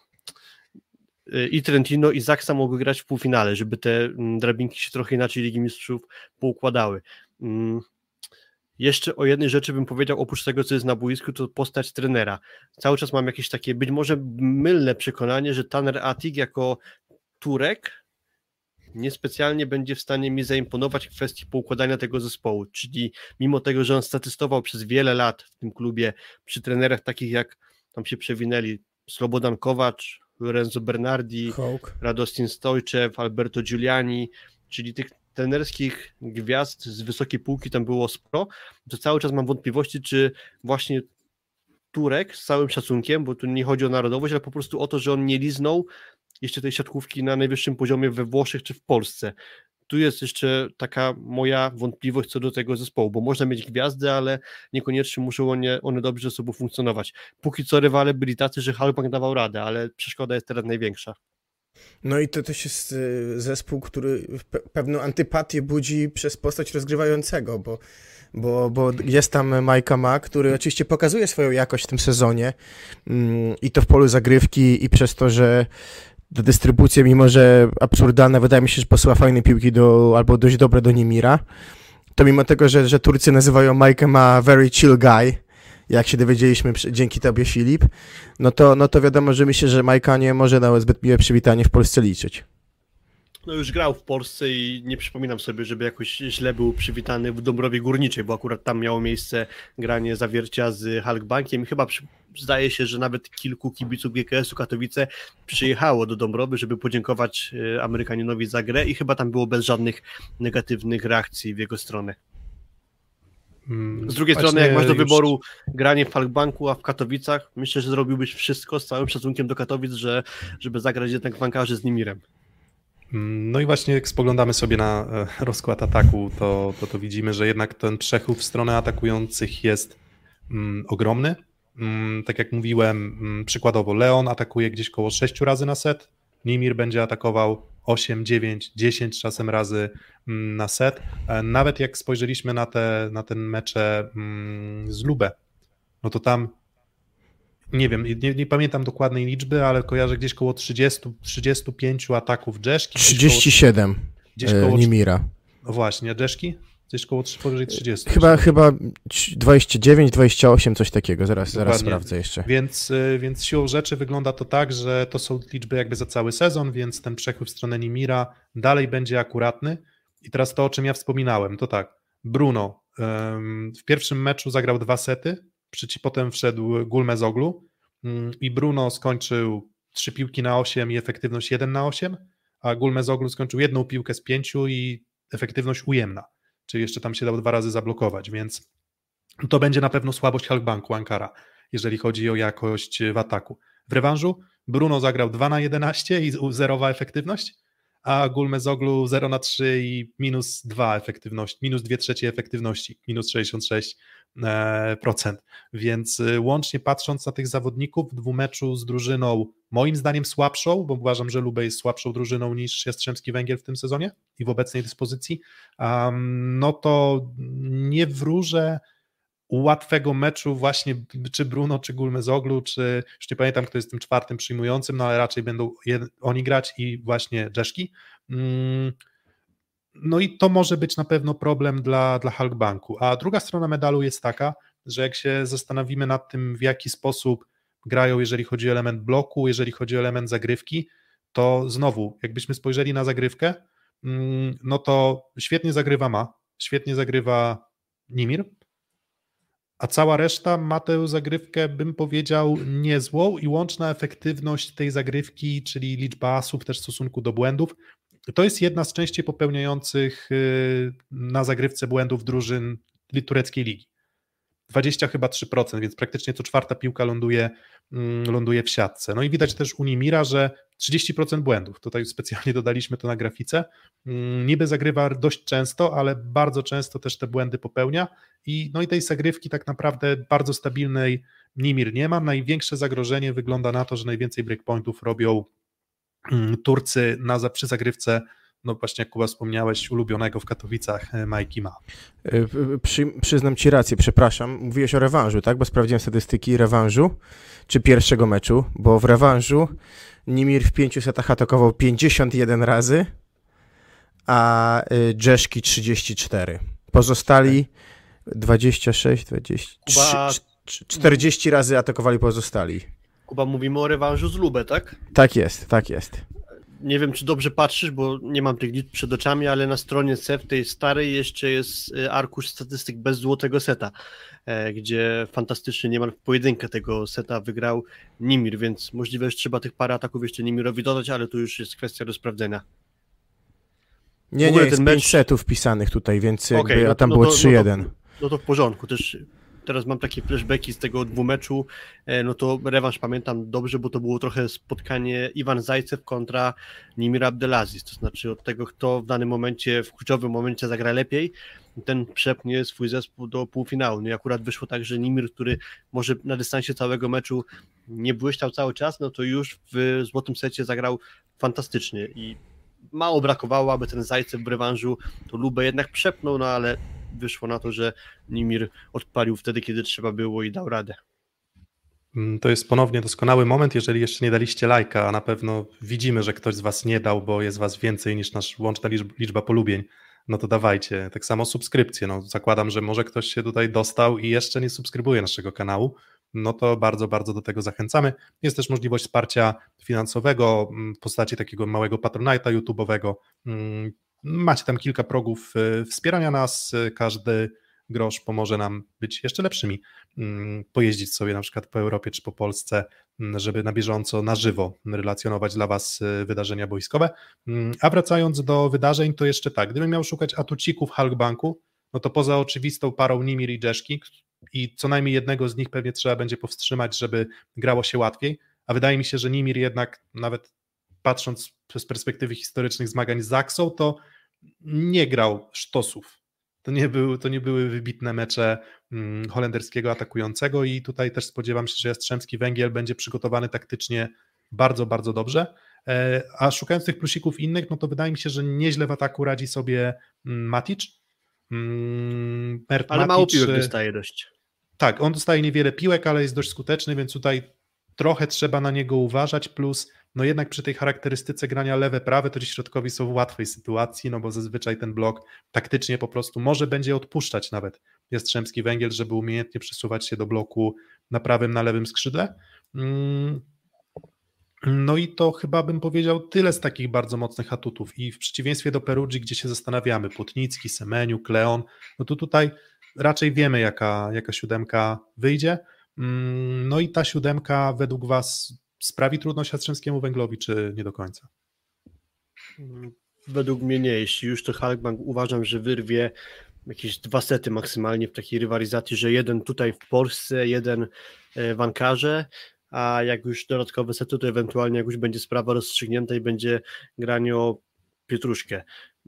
i Trentino i Zaksa mogły grać w półfinale, żeby te drabinki się trochę inaczej Ligi Mistrzów poukładały. Jeszcze o jednej rzeczy bym powiedział, oprócz tego, co jest na boisku, to postać trenera. Cały czas mam jakieś takie, być może mylne przekonanie, że Taner Atik jako Turek niespecjalnie będzie w stanie mi zaimponować w kwestii poukładania tego zespołu, czyli mimo tego, że on statystował przez wiele lat w tym klubie przy trenerach takich jak tam się przewinęli Slobodan Kowacz, Lorenzo Bernardi, Hawk. Radostin Stojczew, Alberto Giuliani, czyli tych trenerskich gwiazd z wysokiej półki tam było sporo, to cały czas mam wątpliwości, czy właśnie Turek, z całym szacunkiem, bo tu nie chodzi o narodowość, ale po prostu o to, że on nie liznął jeszcze tej siatkówki na najwyższym poziomie we Włoszech czy w Polsce. Tu jest jeszcze taka moja wątpliwość co do tego zespołu, bo można mieć gwiazdy, ale niekoniecznie muszą one dobrze ze sobą funkcjonować. Póki co rywale byli tacy, że Halkbank dawał radę, ale przeszkoda jest teraz największa. No i to też jest zespół, który pewną antypatię budzi przez postać rozgrywającego, bo jest tam Majka Ma, który oczywiście pokazuje swoją jakość w tym sezonie i to w polu zagrywki i przez to, że ta dystrybucja, mimo że absurdalna, wydaje mi się, że posyła fajne piłki albo dość dobre do Nimira, to mimo tego, że Turcy nazywają Majkę Ma very chill guy, jak się dowiedzieliśmy dzięki tobie, Filip, no to wiadomo, że myślę, że Majka nie może na zbyt miłe przywitanie w Polsce liczyć. No już grał w Polsce i nie przypominam sobie, żeby jakoś źle był przywitany w Dąbrowie Górniczej, bo akurat tam miało miejsce granie zawiercia z Halkbankiem i chyba zdaje się, że nawet kilku kibiców GKS-u Katowice przyjechało do Dąbrowy, żeby podziękować Amerykaninowi za grę i chyba tam było bez żadnych negatywnych reakcji w jego stronę. Z drugiej strony, jak masz do wyboru granie w Halkbanku, a w Katowicach, myślę, że zrobiłbyś wszystko z całym szacunkiem do Katowic, żeby zagrać jednak w Ankarze z Nimirem. No i właśnie jak spoglądamy sobie na rozkład ataku, to widzimy, że jednak ten przechód w stronę atakujących jest ogromny. Tak jak mówiłem, przykładowo Leon atakuje gdzieś koło 6 razy na set, Nimir będzie atakował 8, 9, 10 czasem razy na set. Nawet jak spojrzeliśmy na ten mecze z Lubę, no to tam nie wiem, nie pamiętam dokładnej liczby, ale kojarzę gdzieś koło 35 ataków Dżeszki. 37 koło Nimira. No właśnie, a Dżeszki? Gdzieś koło powyżej 30. Chyba 29, 28, coś takiego, zaraz sprawdzę jeszcze. Więc siłą rzeczy wygląda to tak, że to są liczby jakby za cały sezon, więc ten przechód w stronę Nimira dalej będzie akuratny. I teraz to, o czym ja wspominałem, to tak, Bruno w pierwszym meczu zagrał 2 sety, potem wszedł Gulmezoglu i Bruno skończył 3 piłki na 8 i efektywność 1/8, a Gulmezoglu skończył 1 piłkę z 5 i efektywność ujemna, czyli jeszcze tam się dał 2 razy zablokować, więc to będzie na pewno słabość Halkbanku Ankara, jeżeli chodzi o jakość w ataku. W rewanżu Bruno zagrał 2/11 i zerowa efektywność, a Gulmezoglu 0/3 i -2 efektywność, -2/3 efektywności, -66%. Więc łącznie patrząc na tych zawodników w dwumeczu z drużyną moim zdaniem słabszą, bo uważam, że Lubę jest słabszą drużyną niż Jastrzębski Węgiel w tym sezonie i w obecnej dyspozycji, no to nie wróżę łatwego meczu właśnie czy Bruno, czy Gulmezoglu, czy już nie pamiętam, kto jest tym 4. przyjmującym, no ale raczej będą oni grać i właśnie Dżeszki. No i to może być na pewno problem dla Halkbanku. A druga strona medalu jest taka, że jak się zastanowimy nad tym, w jaki sposób grają, jeżeli chodzi o element bloku, jeżeli chodzi o element zagrywki, to znowu, jakbyśmy spojrzeli na zagrywkę, no to świetnie zagrywa świetnie zagrywa Nimir, a cała reszta ma tę zagrywkę, bym powiedział, niezłą i łączna efektywność tej zagrywki, czyli liczba asów też w stosunku do błędów, to jest jedna z częściej popełniających na zagrywce błędów drużyn tureckiej ligi. 23%, więc praktycznie co 4. piłka ląduje w siatce. No i widać też u Nimira, że 30% błędów. Tutaj specjalnie dodaliśmy to na grafice. Niby zagrywa dość często, ale bardzo często też te błędy popełnia. No i tej zagrywki tak naprawdę bardzo stabilnej Nimir nie ma. Największe zagrożenie wygląda na to, że najwięcej breakpointów robią Turcy przy zagrywce, no właśnie jak Kuba wspomniałeś, ulubionego w Katowicach Majki Ma. Przyznam ci rację, przepraszam. Mówiłeś o rewanżu, tak? Bo sprawdziłem statystyki rewanżu, czy pierwszego meczu, bo w rewanżu Nimir w 5 setach atakował 51 razy, a Dżeszki 34. Pozostali 26, 23, Kuba- 40 razy atakowali pozostali. Kuba, mówimy o rewanżu z Lubę, tak? Tak jest, tak jest. Nie wiem, czy dobrze patrzysz, bo nie mam tych liczb przed oczami, ale na stronie CEF, tej starej, jeszcze jest arkusz statystyk bez złotego seta, gdzie fantastycznie niemal w pojedynkę tego seta wygrał Nimir, więc możliwe, że trzeba tych parę ataków jeszcze Nimirowi dodać, ale to już jest kwestia do sprawdzenia. Nie, W ogóle jest ten 5 mecz- setów wpisanych tutaj, więc jakby, Okej, a tam było 3-1. No to w porządku, też teraz mam takie flashbacki z tego dwumeczu, no to rewanż pamiętam dobrze, bo to było trochę spotkanie Iwan Zajcew kontra Nimir Abdelaziz, to znaczy od tego, kto w danym momencie, w kluczowym momencie zagra lepiej, ten przepnie swój zespół do półfinału. No i akurat wyszło tak, że Nimir, który może na dystansie całego meczu nie błyszczał cały czas, no to już w złotym secie zagrał fantastycznie i mało brakowało, aby ten Zajcew w rewanżu to Lubę jednak przepnął, no ale wyszło na to, że Nimir odpalił wtedy, kiedy trzeba było i dał radę. To jest ponownie doskonały moment, jeżeli jeszcze nie daliście lajka, a na pewno widzimy, że ktoś z was nie dał, bo jest was więcej niż nasz łączna liczba polubień, no to dawajcie. Tak samo subskrypcje, no zakładam, że może ktoś się tutaj dostał i jeszcze nie subskrybuje naszego kanału, no to bardzo, bardzo do tego zachęcamy. Jest też możliwość wsparcia finansowego w postaci takiego małego Patronite'a YouTube'owego. Macie tam kilka progów wspierania nas, każdy grosz pomoże nam być jeszcze lepszymi, pojeździć sobie na przykład po Europie czy po Polsce, żeby na bieżąco, na żywo relacjonować dla was wydarzenia boiskowe. A wracając do wydarzeń, to jeszcze tak, gdybym miał szukać atucików Halkbanku, no to poza oczywistą parą Nimir i Jeszki i co najmniej jednego z nich pewnie trzeba będzie powstrzymać, żeby grało się łatwiej, a wydaje mi się, że Nimir jednak, nawet patrząc z perspektywy historycznych zmagań z Zaksą, to nie grał sztosów. To nie były wybitne mecze holenderskiego atakującego i tutaj też spodziewam się, że Jastrzębski Węgiel będzie przygotowany taktycznie bardzo, bardzo dobrze, a szukając tych plusików innych, no to wydaje mi się, że nieźle w ataku radzi sobie Matic. Ale mało piłek dostaje dość. Tak, on dostaje niewiele piłek, ale jest dość skuteczny, więc tutaj trochę trzeba na niego uważać, plus no jednak przy tej charakterystyce grania lewe-prawe to ci środkowi są w łatwej sytuacji, no bo zazwyczaj ten blok taktycznie po prostu może będzie odpuszczać nawet Jastrzębski Węgiel, żeby umiejętnie przesuwać się do bloku na prawym, na lewym skrzydle. No i to chyba bym powiedział tyle z takich bardzo mocnych atutów i w przeciwieństwie do Perugii, gdzie się zastanawiamy, Płotnicki, Semeniuk, Leon, no to tutaj raczej wiemy jaka siódemka wyjdzie. No i ta siódemka według was sprawi trudność Jastrzębskiemu Węglowi, czy nie do końca? Według mnie nie. Jeśli już to Halkbank uważam, że wyrwie jakieś 2 sety maksymalnie w takiej rywalizacji, że jeden tutaj w Polsce, jeden w Ankarze, a jak już dodatkowe sety, to ewentualnie jak już będzie sprawa rozstrzygnięta i będzie granie o pietruszkę.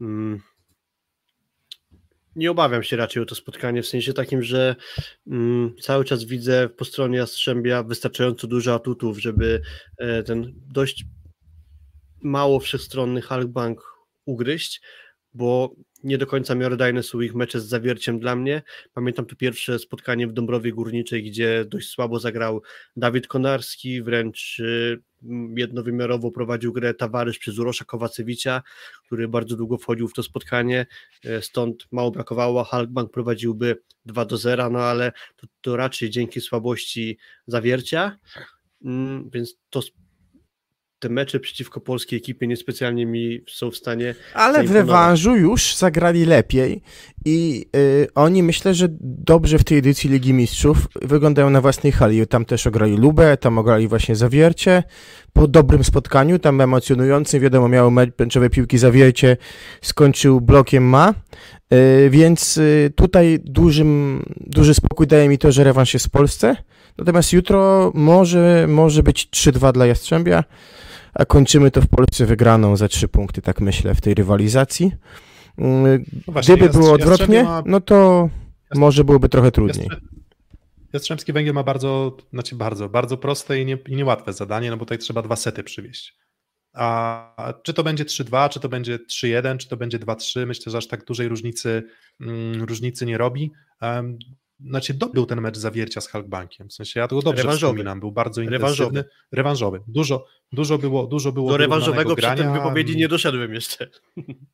Nie obawiam się raczej o to spotkanie, w sensie takim, że cały czas widzę po stronie Jastrzębia wystarczająco dużo atutów, żeby ten dość mało wszechstronny Halkbank ugryźć, bo nie do końca miarodajne są ich mecze z Zawierciem dla mnie. Pamiętam to pierwsze spotkanie w Dąbrowie Górniczej, gdzie dość słabo zagrał Dawid Konarski, wręcz jednowymiarowo prowadził grę Tawarysz przez Urosza Kowacewicza, który bardzo długo wchodził w to spotkanie, stąd mało brakowało, Halkbank prowadziłby 2-0, no ale to raczej dzięki słabości Zawiercia, więc te mecze przeciwko polskiej ekipie niespecjalnie mi są w stanie ale w rewanżu już zagrali lepiej i oni myślę, że dobrze w tej edycji Ligi Mistrzów wyglądają na własnej hali. Tam też ograli Lubę, tam ograli właśnie Zawiercie. Po dobrym spotkaniu, tam emocjonującym, wiadomo, miało meczowe piłki Zawiercie, skończył blokiem ma, więc tutaj duży spokój daje mi to, że rewanż jest w Polsce. Natomiast jutro może być 3-2 dla Jastrzębia, a kończymy to w Polsce wygraną za 3 punkty, tak myślę, w tej rywalizacji. Właśnie, gdyby było odwrotnie, no to może byłoby trochę trudniej. Jastrzębski Węgiel ma bardzo proste i niełatwe zadanie, no bo tutaj trzeba 2 sety przywieźć. A czy to będzie 3-2, czy to będzie 3-1, czy to będzie 2-3, myślę, że aż tak dużej różnicy nie robi. Dobył ten mecz Zawiercia z Halkbankiem, w sensie ja tego dobrze wspominam, był bardzo intensywny, rewanżowy. Dużo było do rewanżowego grania. przed tym wypowiedzi nie doszedłem jeszcze.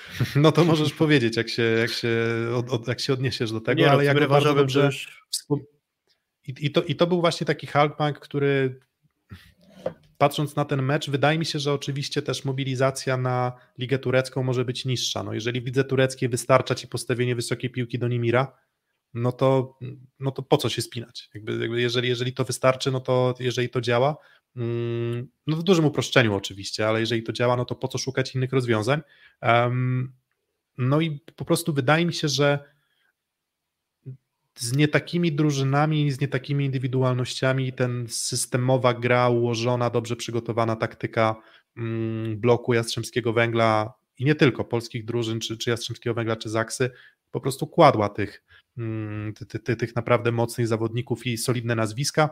No to możesz powiedzieć, jak się odniesiesz do tego, Nie, ale ja go bardzo dobrze już... I to był właśnie taki Halkbank, który patrząc na ten mecz, wydaje mi się, że oczywiście też mobilizacja na ligę turecką może być niższa. No jeżeli w lidze tureckiej wystarcza ci postawienie wysokiej piłki do Nimira, no to po co się spinać? Jeżeli to wystarczy, no to jeżeli to działa, no w dużym uproszczeniu oczywiście, ale jeżeli to działa, no to po co szukać innych rozwiązań? No i po prostu wydaje mi się, że z nie takimi drużynami, z nie takimi indywidualnościami ten systemowa gra, ułożona, dobrze przygotowana taktyka bloku Jastrzębskiego Węgla i nie tylko polskich drużyn, czy Jastrzębskiego Węgla, czy Zaksy, po prostu kładła tych naprawdę mocnych zawodników i solidne nazwiska.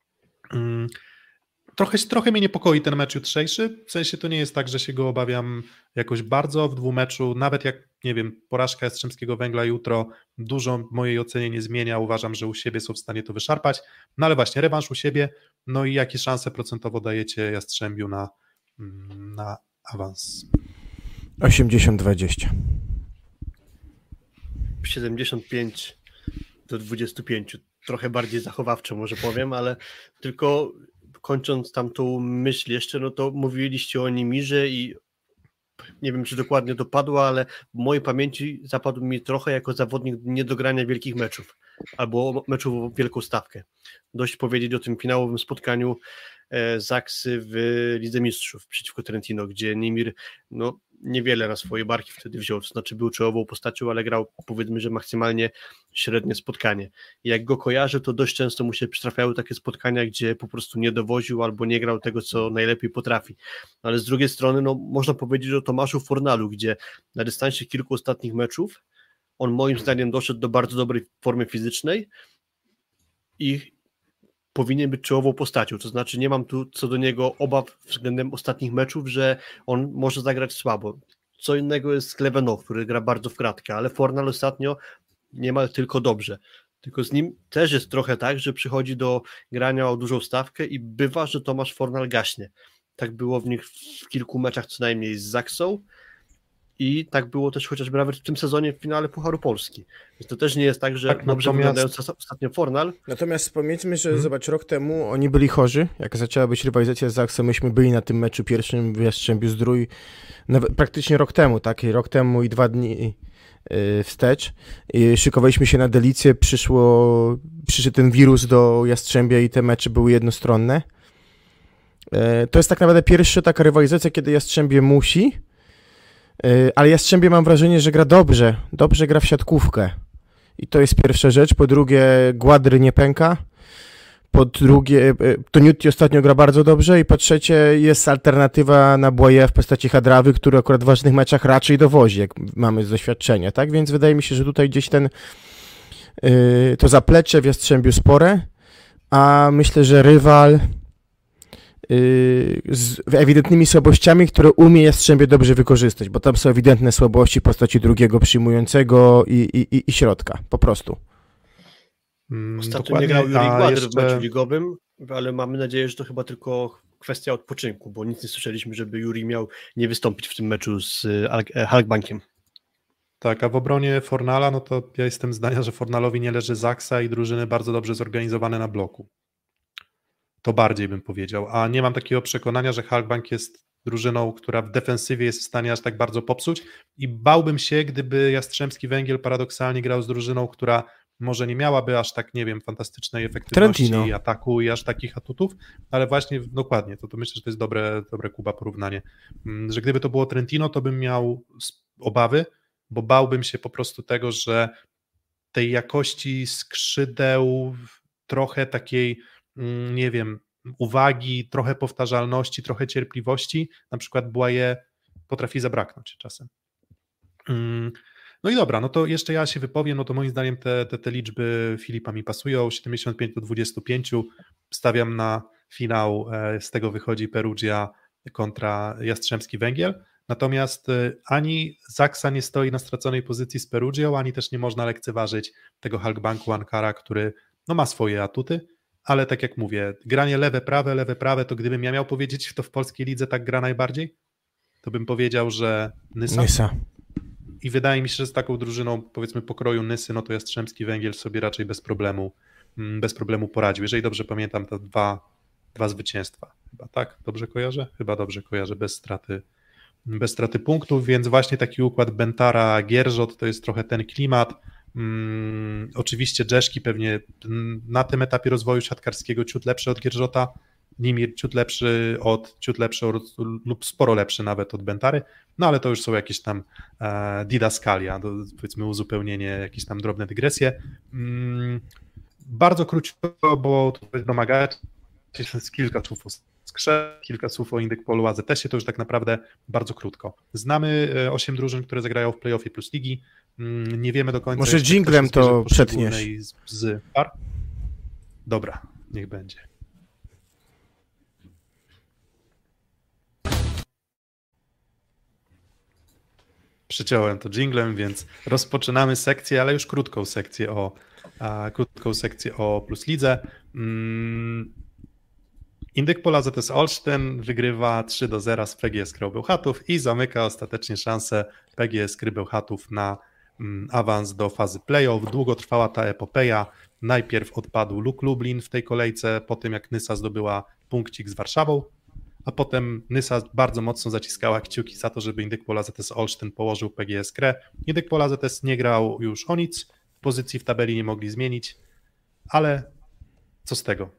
Trochę mnie niepokoi ten mecz jutrzejszy, w sensie to nie jest tak, że się go obawiam jakoś bardzo w dwumeczu, nawet jak, nie wiem, porażka Jastrzębskiego Węgla jutro dużo w mojej ocenie nie zmienia, uważam, że u siebie są w stanie to wyszarpać, no ale właśnie rewanż u siebie, no i jakie szanse procentowo dajecie Jastrzębiu na awans? 80-20. 75-25, trochę bardziej zachowawczo może powiem, ale tylko kończąc tamtą myśl jeszcze, no to mówiliście o Nimirze i nie wiem, czy dokładnie to padło, ale w mojej pamięci zapadł mi trochę jako zawodnik nie do grania wielkich meczów albo meczów o wielką stawkę. Dość powiedzieć o tym finałowym spotkaniu Zaksy w Lidze Mistrzów przeciwko Trentino, gdzie Nimir no, niewiele na swoje barki wtedy wziął, to znaczy był czołową postacią, ale grał powiedzmy, że maksymalnie średnie spotkanie. I jak go kojarzę, to dość często mu się przytrafiały takie spotkania, gdzie po prostu nie dowoził albo nie grał tego, co najlepiej potrafi. Ale z drugiej strony no, można powiedzieć o Tomaszu Fornalu, gdzie na dystansie kilku ostatnich meczów on moim zdaniem doszedł do bardzo dobrej formy fizycznej i powinien być czołową postacią, to znaczy nie mam tu co do niego obaw względem ostatnich meczów, że on może zagrać słabo. Co innego jest Klevenow, który gra bardzo w kratkę, ale Fornal ostatnio niemal tylko dobrze. Tylko z nim też jest trochę tak, że przychodzi do grania o dużą stawkę i bywa, że Tomasz Fornal gaśnie. Tak było w nich w kilku meczach co najmniej z Zaksą i tak było też chociażby nawet w tym sezonie w finale Pucharu Polski. Więc to też nie jest tak, że tak, dobrze wyglądając ostatnio Fornal. Natomiast powiedzmy, że zobacz, rok temu oni byli chorzy, jak zaczęła być rywalizacja z Zaksą, myśmy byli na tym meczu pierwszym w Jastrzębiu-Zdrój, nawet praktycznie rok temu, tak, rok temu i 2 dni wstecz. I szykowaliśmy się na Delicję, przyszedł ten wirus do Jastrzębia i te mecze były jednostronne. To jest tak naprawdę pierwsza taka rywalizacja, kiedy Jastrzębie musi, ale Jastrzębie mam wrażenie, że gra dobrze gra w siatkówkę. I to jest pierwsza rzecz. Po drugie, Gładry nie pęka. Po drugie, Toniutti ostatnio gra bardzo dobrze. I po trzecie, jest alternatywa na Błaje w postaci Hadrawy, który akurat w ważnych meczach raczej dowozi, jak mamy z doświadczenia. Tak? Więc wydaje mi się, że tutaj gdzieś to zaplecze w Jastrzębiu spore, a myślę, że rywal z ewidentnymi słabościami, które umie Jastrzębie dobrze wykorzystać, bo tam są ewidentne słabości w postaci drugiego przyjmującego i środka, po prostu. Ostatnio nie grał Juri Gładry w meczu ligowym, ale mamy nadzieję, że to chyba tylko kwestia odpoczynku, bo nic nie słyszeliśmy, żeby Juri miał nie wystąpić w tym meczu z Halkbankiem. Tak, a w obronie Fornala, no to ja jestem zdania, że Fornalowi nie leży Zaksa i drużyny bardzo dobrze zorganizowane na bloku. To bardziej bym powiedział, a nie mam takiego przekonania, że Halkbank jest drużyną, która w defensywie jest w stanie aż tak bardzo popsuć i bałbym się, gdyby Jastrzębski Węgiel paradoksalnie grał z drużyną, która może nie miałaby aż tak, nie wiem, fantastycznej efektywności Trentino. Ataku i aż takich atutów, ale właśnie dokładnie, to myślę, że to jest dobre Kuba porównanie, że gdyby to było Trentino, to bym miał obawy, bo bałbym się po prostu tego, że tej jakości skrzydeł, trochę takiej, nie wiem, uwagi, trochę powtarzalności, trochę cierpliwości, na przykład Błaje potrafi zabraknąć czasem. No i dobra, no to jeszcze ja się wypowiem, no to moim zdaniem te liczby Filipa mi pasują, 75-25, stawiam na finał, z tego wychodzi Perugia kontra Jastrzębski Węgiel, natomiast ani Zaksa nie stoi na straconej pozycji z Perugią, ani też nie można lekceważyć tego Halkbanku Ankara, który no, ma swoje atuty, ale tak jak mówię, granie lewe, prawe, to gdybym ja miał powiedzieć, kto w polskiej lidze tak gra najbardziej, to bym powiedział, że Nysa. I wydaje mi się, że z taką drużyną, powiedzmy pokroju Nysy, no to Jastrzębski Węgiel sobie raczej bez problemu poradził. Jeżeli dobrze pamiętam, to dwa zwycięstwa. Chyba tak? Dobrze kojarzę? Chyba dobrze kojarzę, bez straty punktów, więc właśnie taki układ Bentara-Gierżot to jest trochę ten klimat. Oczywiście Dżeszki pewnie na tym etapie rozwoju siatkarskiego ciut lepszy od Gierżota, Nimir ciut lepszy lub sporo lepszy nawet od Bentary, no ale to już są jakieś tam didaskalia, powiedzmy uzupełnienie, jakieś tam drobne dygresje. Bardzo krótko, bo to jest domagać się kilka słów o Skrze, kilka słów o Indykpolu AZS-ie, to już tak naprawdę bardzo krótko. Znamy 8 drużyn, które zagrają w play-offie plus ligi, nie wiemy do końca... Może dżinglem to przetniesz. Z par. Dobra, niech będzie. Przyciąłem to dżinglem, więc rozpoczynamy sekcję, ale już krótką sekcję o plus lidze. Indykpol AZS Olsztyn wygrywa 3-0 z PGS Krył Bełchatów i zamyka ostatecznie szansę PGS Krył Bełchatów na awans do fazy play-off. Długo trwała ta epopeja. Najpierw odpadł Luk Lublin w tej kolejce, po tym jak Nysa zdobyła punkcik z Warszawą, a potem Nysa bardzo mocno zaciskała kciuki za to, żeby Indykpol AZS Olsztyn położył PGS Krę. Indykpol AZS nie grał już o nic, pozycji w tabeli nie mogli zmienić, ale co z tego?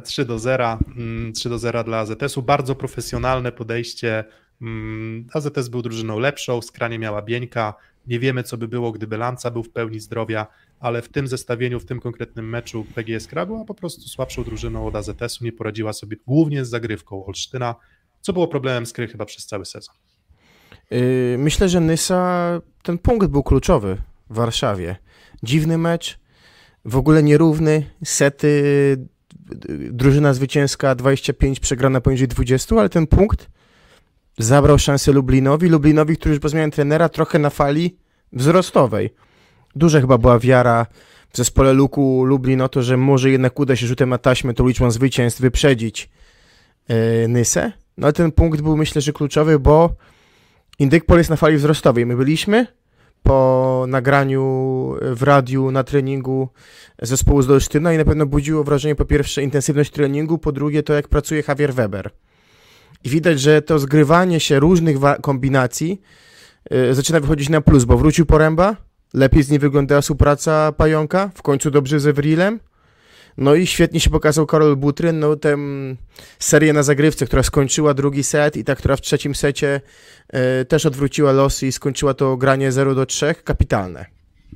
3-0 dla AZS-u, bardzo profesjonalne podejście. AZS był drużyną lepszą, Skra nie miała Bieńka, nie wiemy co by było, gdyby Lanca był w pełni zdrowia, ale w tym zestawieniu, w tym konkretnym meczu PGS Kra była po prostu słabszą drużyną od AZS-u, nie poradziła sobie głównie z zagrywką Olsztyna, co było problemem Skry chyba przez cały sezon. Myślę, że Nysa, ten punkt był kluczowy w Warszawie. Dziwny mecz, w ogóle nierówny, sety, drużyna zwycięska 25, przegrana poniżej 20, ale ten punkt zabrał szansę Lublinowi, który już po zmianie trenera trochę na fali wzrostowej. Duża chyba była wiara w zespole Luku Lublin o to, że może jednak uda się rzutem na taśmę tą liczbą zwycięstw wyprzedzić Nysę. No ale ten punkt był myślę, że kluczowy, bo Indykpol jest na fali wzrostowej. My byliśmy po nagraniu w radiu na treningu zespołu z Olsztyna i na pewno budziło wrażenie po pierwsze intensywność treningu, po drugie to jak pracuje Javier Weber. I widać, że to zgrywanie się różnych kombinacji zaczyna wychodzić na plus, bo wrócił Poręba, lepiej z niej wyglądała współpraca Pająka, w końcu dobrze z Ewrilem, no i świetnie się pokazał Karol Butryn, no tę serię na zagrywce, która skończyła drugi set i ta, która w trzecim secie też odwróciła losy i skończyła to granie 0-3, kapitalne.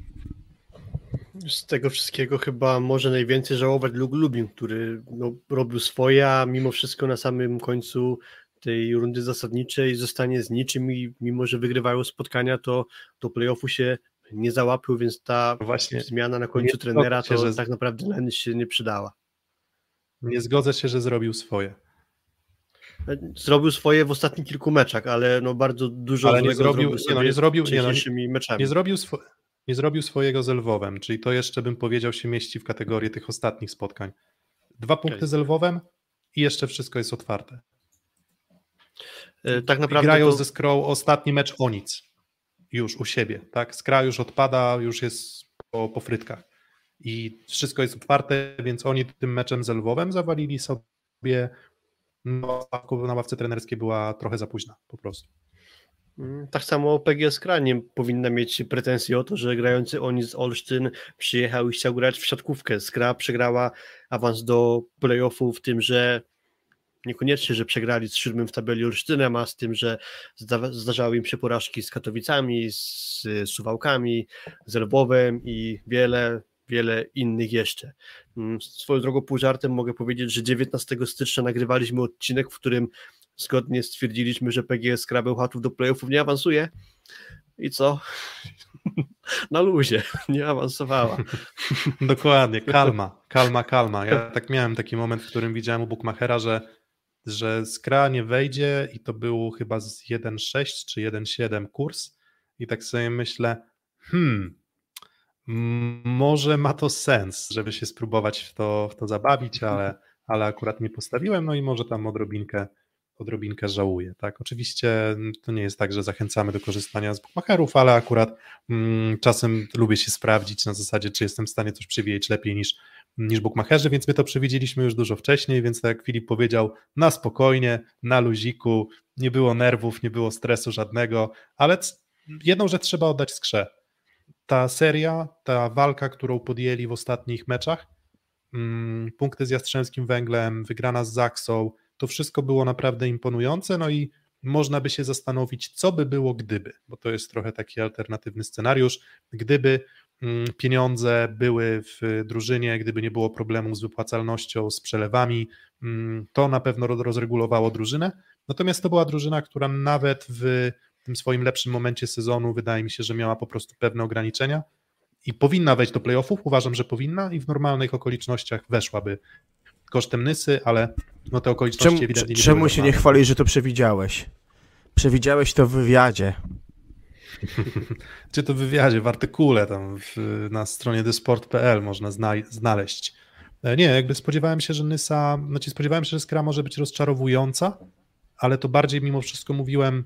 Z tego wszystkiego chyba może najwięcej żałować Lublin, który robił swoje, a mimo wszystko na samym końcu tej rundy zasadniczej zostanie z niczym i mimo, że wygrywają spotkania, to do play-offu się nie załapił, więc ta właśnie zmiana na końcu trenera to tak naprawdę na nic się nie przydała. Nie zgodzę się, że zrobił swoje. Zrobił swoje w ostatnich kilku meczach, ale bardzo dużo ale nie zrobił meczami. Nie zrobił swojego z Lwowem, czyli to jeszcze bym powiedział się mieści w kategorię tych ostatnich spotkań. 2 punkty z Lwowem i jeszcze wszystko jest otwarte. Tak naprawdę grają ze Skrą ostatni mecz o nic. Już u siebie, tak? Skra już odpada, już jest po frytkach. I wszystko jest otwarte, więc oni tym meczem z Lwowem zawalili sobie, na ławce trenerskiej była trochę za późna po prostu. Tak samo PGS Skra nie powinna mieć pretensji o to, że grający oni z Olsztyn przyjechał i chciał grać w siatkówkę. Skra przegrała awans do play-offu w tym, że niekoniecznie, że przegrali z 7 w tabeli Olsztynem, a z tym, że zdarzały im się porażki z Katowicami, z Suwałkami, z Lwowem i wiele innych jeszcze. Swoją drogą pół żartem mogę powiedzieć, że 19 stycznia nagrywaliśmy odcinek, w którym zgodnie stwierdziliśmy, że PGS Kra Bełchatów do play-offów nie awansuje. I co? Na luzie, nie awansowała. Dokładnie, kalma. Ja tak miałem taki moment, w którym widziałem u Bookmachera, że Skra nie wejdzie i to był chyba z 1.6 czy 1.7 kurs i tak sobie myślę, może ma to sens, żeby się spróbować w to zabawić, ale akurat nie postawiłem, no i może tam odrobinkę żałuję. Tak? Oczywiście to nie jest tak, że zachęcamy do korzystania z bookmacherów, ale akurat czasem lubię się sprawdzić na zasadzie, czy jestem w stanie coś przewidzieć lepiej niż bookmacherzy, więc my to przewidzieliśmy już dużo wcześniej, więc tak jak Filip powiedział, na spokojnie, na luziku, nie było nerwów, nie było stresu żadnego, ale jedną rzecz trzeba oddać skrze. Ta seria, ta walka, którą podjęli w ostatnich meczach, punkty z Jastrzębskim Węglem, wygrana z Zaksą, to wszystko było naprawdę imponujące, no i można by się zastanowić, co by było gdyby, bo to jest trochę taki alternatywny scenariusz, gdyby pieniądze były w drużynie, gdyby nie było problemu z wypłacalnością, z przelewami, to na pewno rozregulowało drużynę, natomiast to była drużyna, która nawet w tym swoim lepszym momencie sezonu wydaje mi się, że miała po prostu pewne ograniczenia i powinna wejść do playoffów, uważam, że powinna i w normalnych okolicznościach weszłaby kosztem Nysy, ale no te okoliczności ewidentnie nie czemu były się nie normalne. chwalisz, że to przewidziałeś? Przewidziałeś to w wywiadzie. Czy to w wywiadzie, w artykule tam na stronie thesport.pl można znaleźć. Nie, jakby spodziewałem się, że Nysa, spodziewałem się, że Skra może być rozczarowująca, ale to bardziej mimo wszystko mówiłem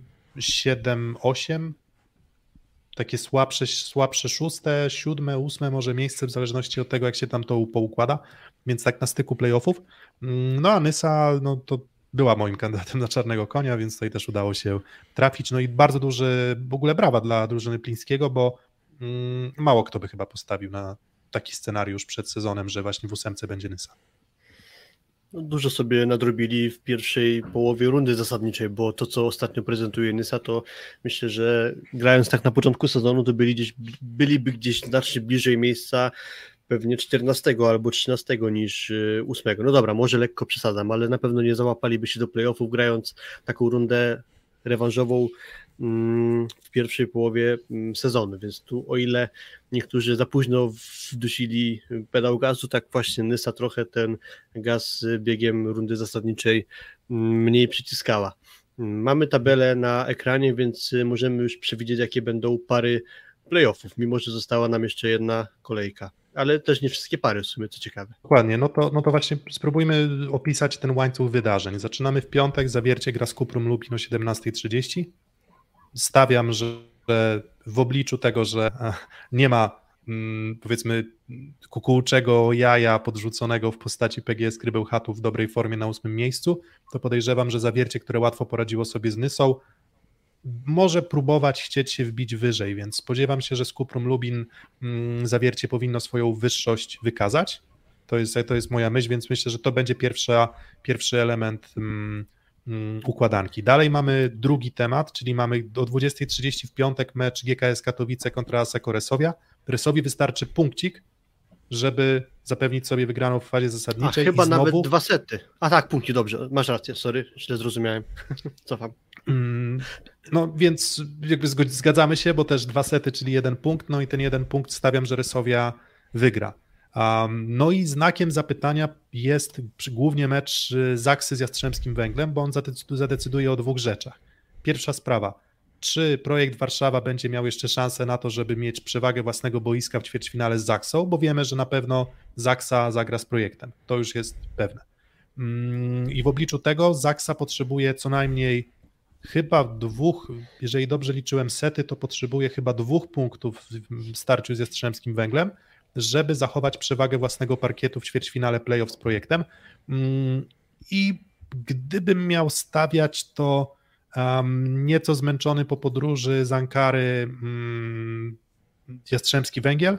7-8, takie słabsze 6, 7, 8 może miejsce, w zależności od tego, jak się tam to poukłada, więc tak na styku playoffów. No a Nysa, no to była moim kandydatem na czarnego konia, więc tutaj też udało się trafić. No i bardzo duży w ogóle brawa dla drużyny Plińskiego, bo mało kto by chyba postawił na taki scenariusz przed sezonem, że właśnie w 8 będzie Nysa. No, dużo sobie nadrobili w pierwszej połowie rundy zasadniczej, bo to, co ostatnio prezentuje Nysa, to myślę, że grając tak na początku sezonu, to byliby gdzieś znacznie bliżej miejsca pewnie 14 albo 13 niż 8. No dobra, może lekko przesadzam, ale na pewno nie załapaliby się do playoffów grając taką rundę rewanżową w pierwszej połowie sezonu, więc tu o ile niektórzy za późno wdusili pedał gazu, tak właśnie Nysa trochę ten gaz z biegiem rundy zasadniczej mniej przyciskała. Mamy tabelę na ekranie, więc możemy już przewidzieć, jakie będą pary playoffów, mimo że została nam jeszcze jedna kolejka, ale też nie wszystkie pary w sumie, co ciekawe. Dokładnie, no to właśnie spróbujmy opisać ten łańcuch wydarzeń. Zaczynamy w piątek, Zawiercie gra z Kuprum Lubin o 17:30. Stawiam, że w obliczu tego, że nie ma powiedzmy kukułczego jaja podrzuconego w postaci PGS Krybełchatów w dobrej formie na 8 miejscu, to podejrzewam, że Zawiercie, które łatwo poradziło sobie z Nysą, może próbować chcieć się wbić wyżej, więc spodziewam się, że z Kuprum Lubin Zawiercie powinno swoją wyższość wykazać. To jest moja myśl, więc myślę, że to będzie pierwszy element układanki. Dalej mamy drugi temat, czyli mamy o 20:30 w piątek mecz GKS Katowice kontra ASEKO Resowia. Resowi wystarczy punkcik, żeby zapewnić sobie wygraną w fazie zasadniczej. Chyba i znowu... nawet 2 sety. A tak, punkty, dobrze, masz rację, sorry, źle zrozumiałem. Cofam. No więc jakby zgadzamy się, bo też 2 sety, czyli 1 punkt, no i ten 1 punkt stawiam, że Resowia wygra. No i znakiem zapytania jest głównie mecz Zaksy z Jastrzębskim Węglem, bo on zadecyduje o 2 rzeczach. Pierwsza sprawa, czy projekt Warszawa będzie miał jeszcze szansę na to, żeby mieć przewagę własnego boiska w ćwierćfinale z Zaksą, bo wiemy, że na pewno Zaksa zagra z projektem, to już jest pewne. I w obliczu tego Zaksa potrzebuje co najmniej chyba 2, jeżeli dobrze liczyłem sety, to potrzebuje chyba 2 punktów w starciu z Jastrzębskim Węglem, żeby zachować przewagę własnego parkietu w ćwierćfinale playoff z projektem. I gdybym miał stawiać, to nieco zmęczony po podróży z Ankary Jastrzębski Węgiel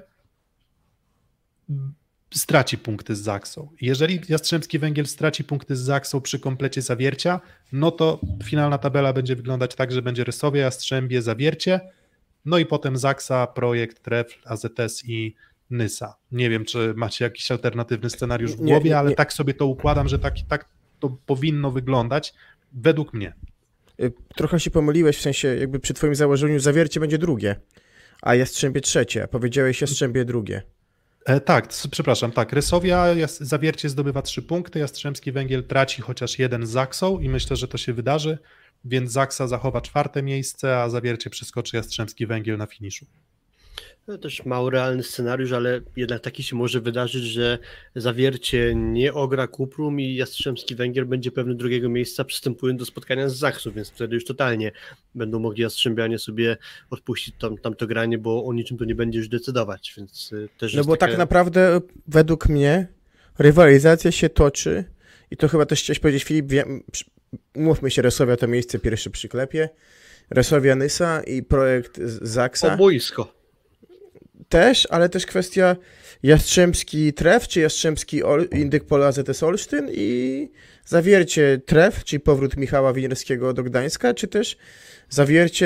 straci punkty z Zaksą. Jeżeli Jastrzębski Węgiel straci punkty z Zaksą przy komplecie Zawiercia, no to finalna tabela będzie wyglądać tak, że będzie Resowia, Jastrzębie, Zawiercie, no i potem Zaksa, Projekt, Trefl, AZS i Nysa. Nie wiem, czy macie jakiś alternatywny scenariusz w głowie, ale tak sobie to układam, że tak to powinno wyglądać, według mnie. Trochę się pomyliłeś, w sensie jakby przy twoim założeniu Zawiercie będzie drugie, a Jastrzębie trzecie, a powiedziałeś Jastrzębie drugie. Tak, przepraszam, tak, Resowia, Zawiercie zdobywa 3 punkty, Jastrzębski Węgiel traci chociaż 1 z Zaksą i myślę, że to się wydarzy, więc Zaksa zachowa 4 miejsce, a Zawiercie przeskoczy Jastrzębski Węgiel na finiszu. To też mało realny scenariusz, ale jednak taki się może wydarzyć, że Zawiercie nie ogra Kuprum i Jastrzębski Węgiel będzie pewny drugiego miejsca, przystępując do spotkania z Zaksą, więc wtedy już totalnie będą mogli Jastrzębianie sobie odpuścić tamto granie, bo o niczym to nie będzie już decydować, więc też No jest bo taka... tak naprawdę według mnie rywalizacja się toczy i to chyba też chciałeś powiedzieć, Filip, mówmy się, Resowia to miejsce pierwsze przy klepie, Resowia Nysa i projekt Zaksa. O boisko. Też, ale też kwestia Jastrzębski Tref, czy Jastrzębski Indyk Polo AZS Olsztyn i Zawiercie Tref, czyli powrót Michała Winierskiego do Gdańska, czy też Zawiercie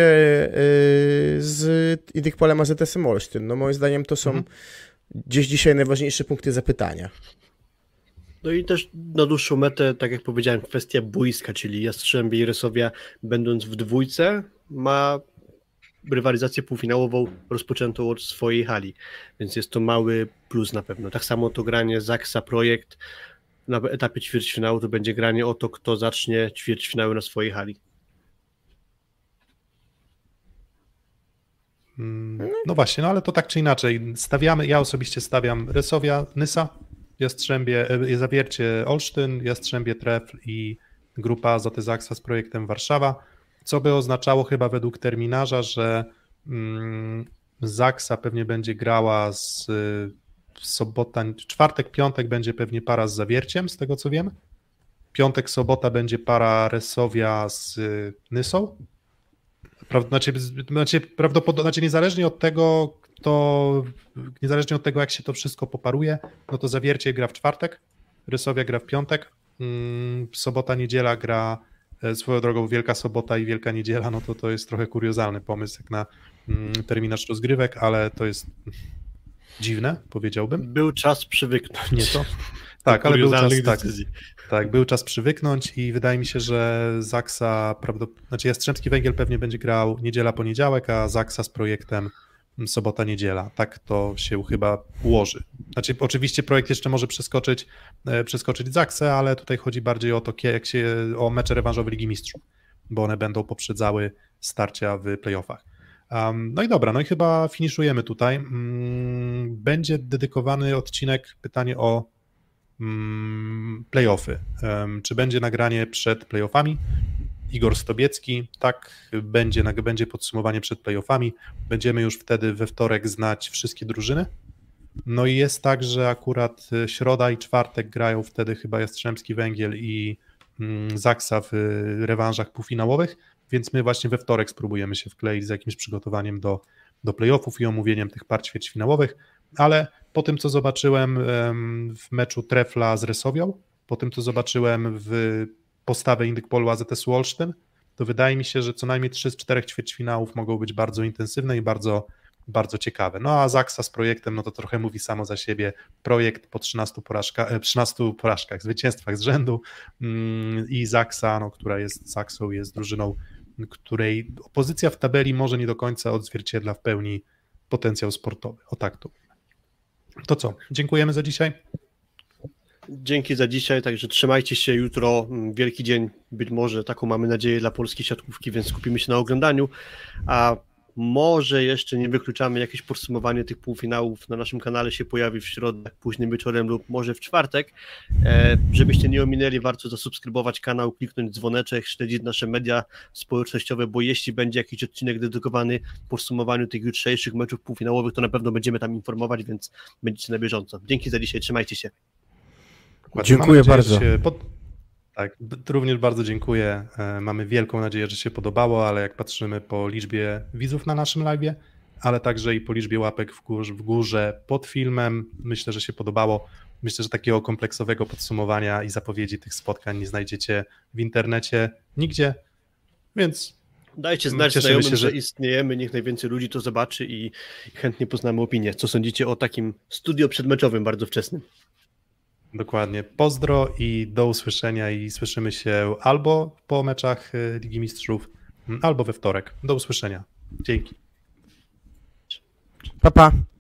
z Indyk Polem AZS Olsztyn. No moim zdaniem to są gdzieś dzisiaj najważniejsze punkty zapytania. No i też na dłuższą metę, tak jak powiedziałem, kwestia boiska, czyli Jastrzębie i Resowia będąc w dwójce ma rywalizację półfinałową rozpoczętą od swojej hali, więc jest to mały plus na pewno. Tak samo to granie Zaksa Projekt na etapie ćwierćfinału to będzie granie o to, kto zacznie ćwierćfinały na swojej hali. No właśnie, no ale to tak czy inaczej stawiamy, ja osobiście stawiam Resowia, Nysa, Jastrzębie, Zawiercie Olsztyn, Jastrzębie Trefl i grupa Azoty Zaksa z projektem Warszawa, co by oznaczało chyba według terminarza, że Zaksa pewnie będzie grała z sobota, czwartek, piątek będzie pewnie para z Zawierciem, z tego co wiem. Piątek, sobota będzie para Resowia z Nysą. Znaczy niezależnie od tego, niezależnie od tego, jak się to wszystko poparuje, no to Zawiercie gra w czwartek, Resowia gra w piątek, sobota, niedziela gra, swoją drogą Wielka Sobota i Wielka Niedziela, no to jest trochę kuriozalny pomysł jak na terminarz rozgrywek, ale to jest dziwne, powiedziałbym. Był czas przywyknąć. Nieco. Tak, ale był czas, decyzji. tak, był czas przywyknąć i wydaje mi się, że Zaksa, znaczy Jastrzębski Węgiel pewnie będzie grał niedziela, poniedziałek, a Zaksa z projektem sobota, niedziela. Tak to się chyba ułoży. Znaczy oczywiście projekt jeszcze może przeskoczyć Zaksę, ale tutaj chodzi bardziej o to, o mecze rewanżowe Ligi Mistrzów, bo one będą poprzedzały starcia w playoffach. No i dobra, no i chyba finiszujemy tutaj. Będzie dedykowany odcinek, pytanie o playoffy. Czy będzie nagranie przed playoffami? Igor Stobiecki, tak, będzie podsumowanie przed playoffami. Będziemy już wtedy we wtorek znać wszystkie drużyny. No i jest tak, że akurat środa i czwartek grają wtedy chyba Jastrzębski Węgiel i Zaksa w rewanżach półfinałowych, więc my właśnie we wtorek spróbujemy się wkleić z jakimś przygotowaniem do playoffów i omówieniem tych par ćwierćfinałowych, ale po tym, co zobaczyłem w meczu Trefla z Resowią, po tym, co zobaczyłem w postawę Indyk Polu AZS Olsztyn, to wydaje mi się, że co najmniej 3 z 4 ćwierćfinałów mogą być bardzo intensywne i bardzo, bardzo ciekawe. No a Zaksa z projektem, no to trochę mówi samo za siebie. Projekt po 13 porażkach, zwycięstwach z rzędu i Zaksa, no, która jest Zaksą, jest drużyną, której pozycja w tabeli może nie do końca odzwierciedla w pełni potencjał sportowy. O tak to. To co? Dziękujemy za dzisiaj. Dzięki za dzisiaj, także trzymajcie się, jutro wielki dzień, być może taką mamy nadzieję dla polskiej siatkówki, więc skupimy się na oglądaniu, a może jeszcze nie wykluczamy jakieś podsumowanie tych półfinałów na naszym kanale się pojawi w środę, późnym wieczorem lub może w czwartek. Żebyście nie ominęli, warto zasubskrybować kanał, kliknąć dzwoneczek, śledzić nasze media społecznościowe, bo jeśli będzie jakiś odcinek dedykowany podsumowaniu tych jutrzejszych meczów półfinałowych, to na pewno będziemy tam informować, więc będziecie na bieżąco. Dzięki za dzisiaj, trzymajcie się. Dziękuję bardzo. Tak, również bardzo dziękuję. Mamy wielką nadzieję, że się podobało, ale jak patrzymy po liczbie widzów na naszym live'ie, ale także i po liczbie łapek w górze pod filmem, myślę, że się podobało. Myślę, że takiego kompleksowego podsumowania i zapowiedzi tych spotkań nie znajdziecie w internecie nigdzie, więc dajcie znać znajomym, że istniejemy, niech najwięcej ludzi to zobaczy i chętnie poznamy opinię. Co sądzicie o takim studio przedmeczowym bardzo wczesnym? Dokładnie. Pozdro i do usłyszenia i słyszymy się albo po meczach Ligi Mistrzów, albo we wtorek. Do usłyszenia. Dzięki. Pa, pa.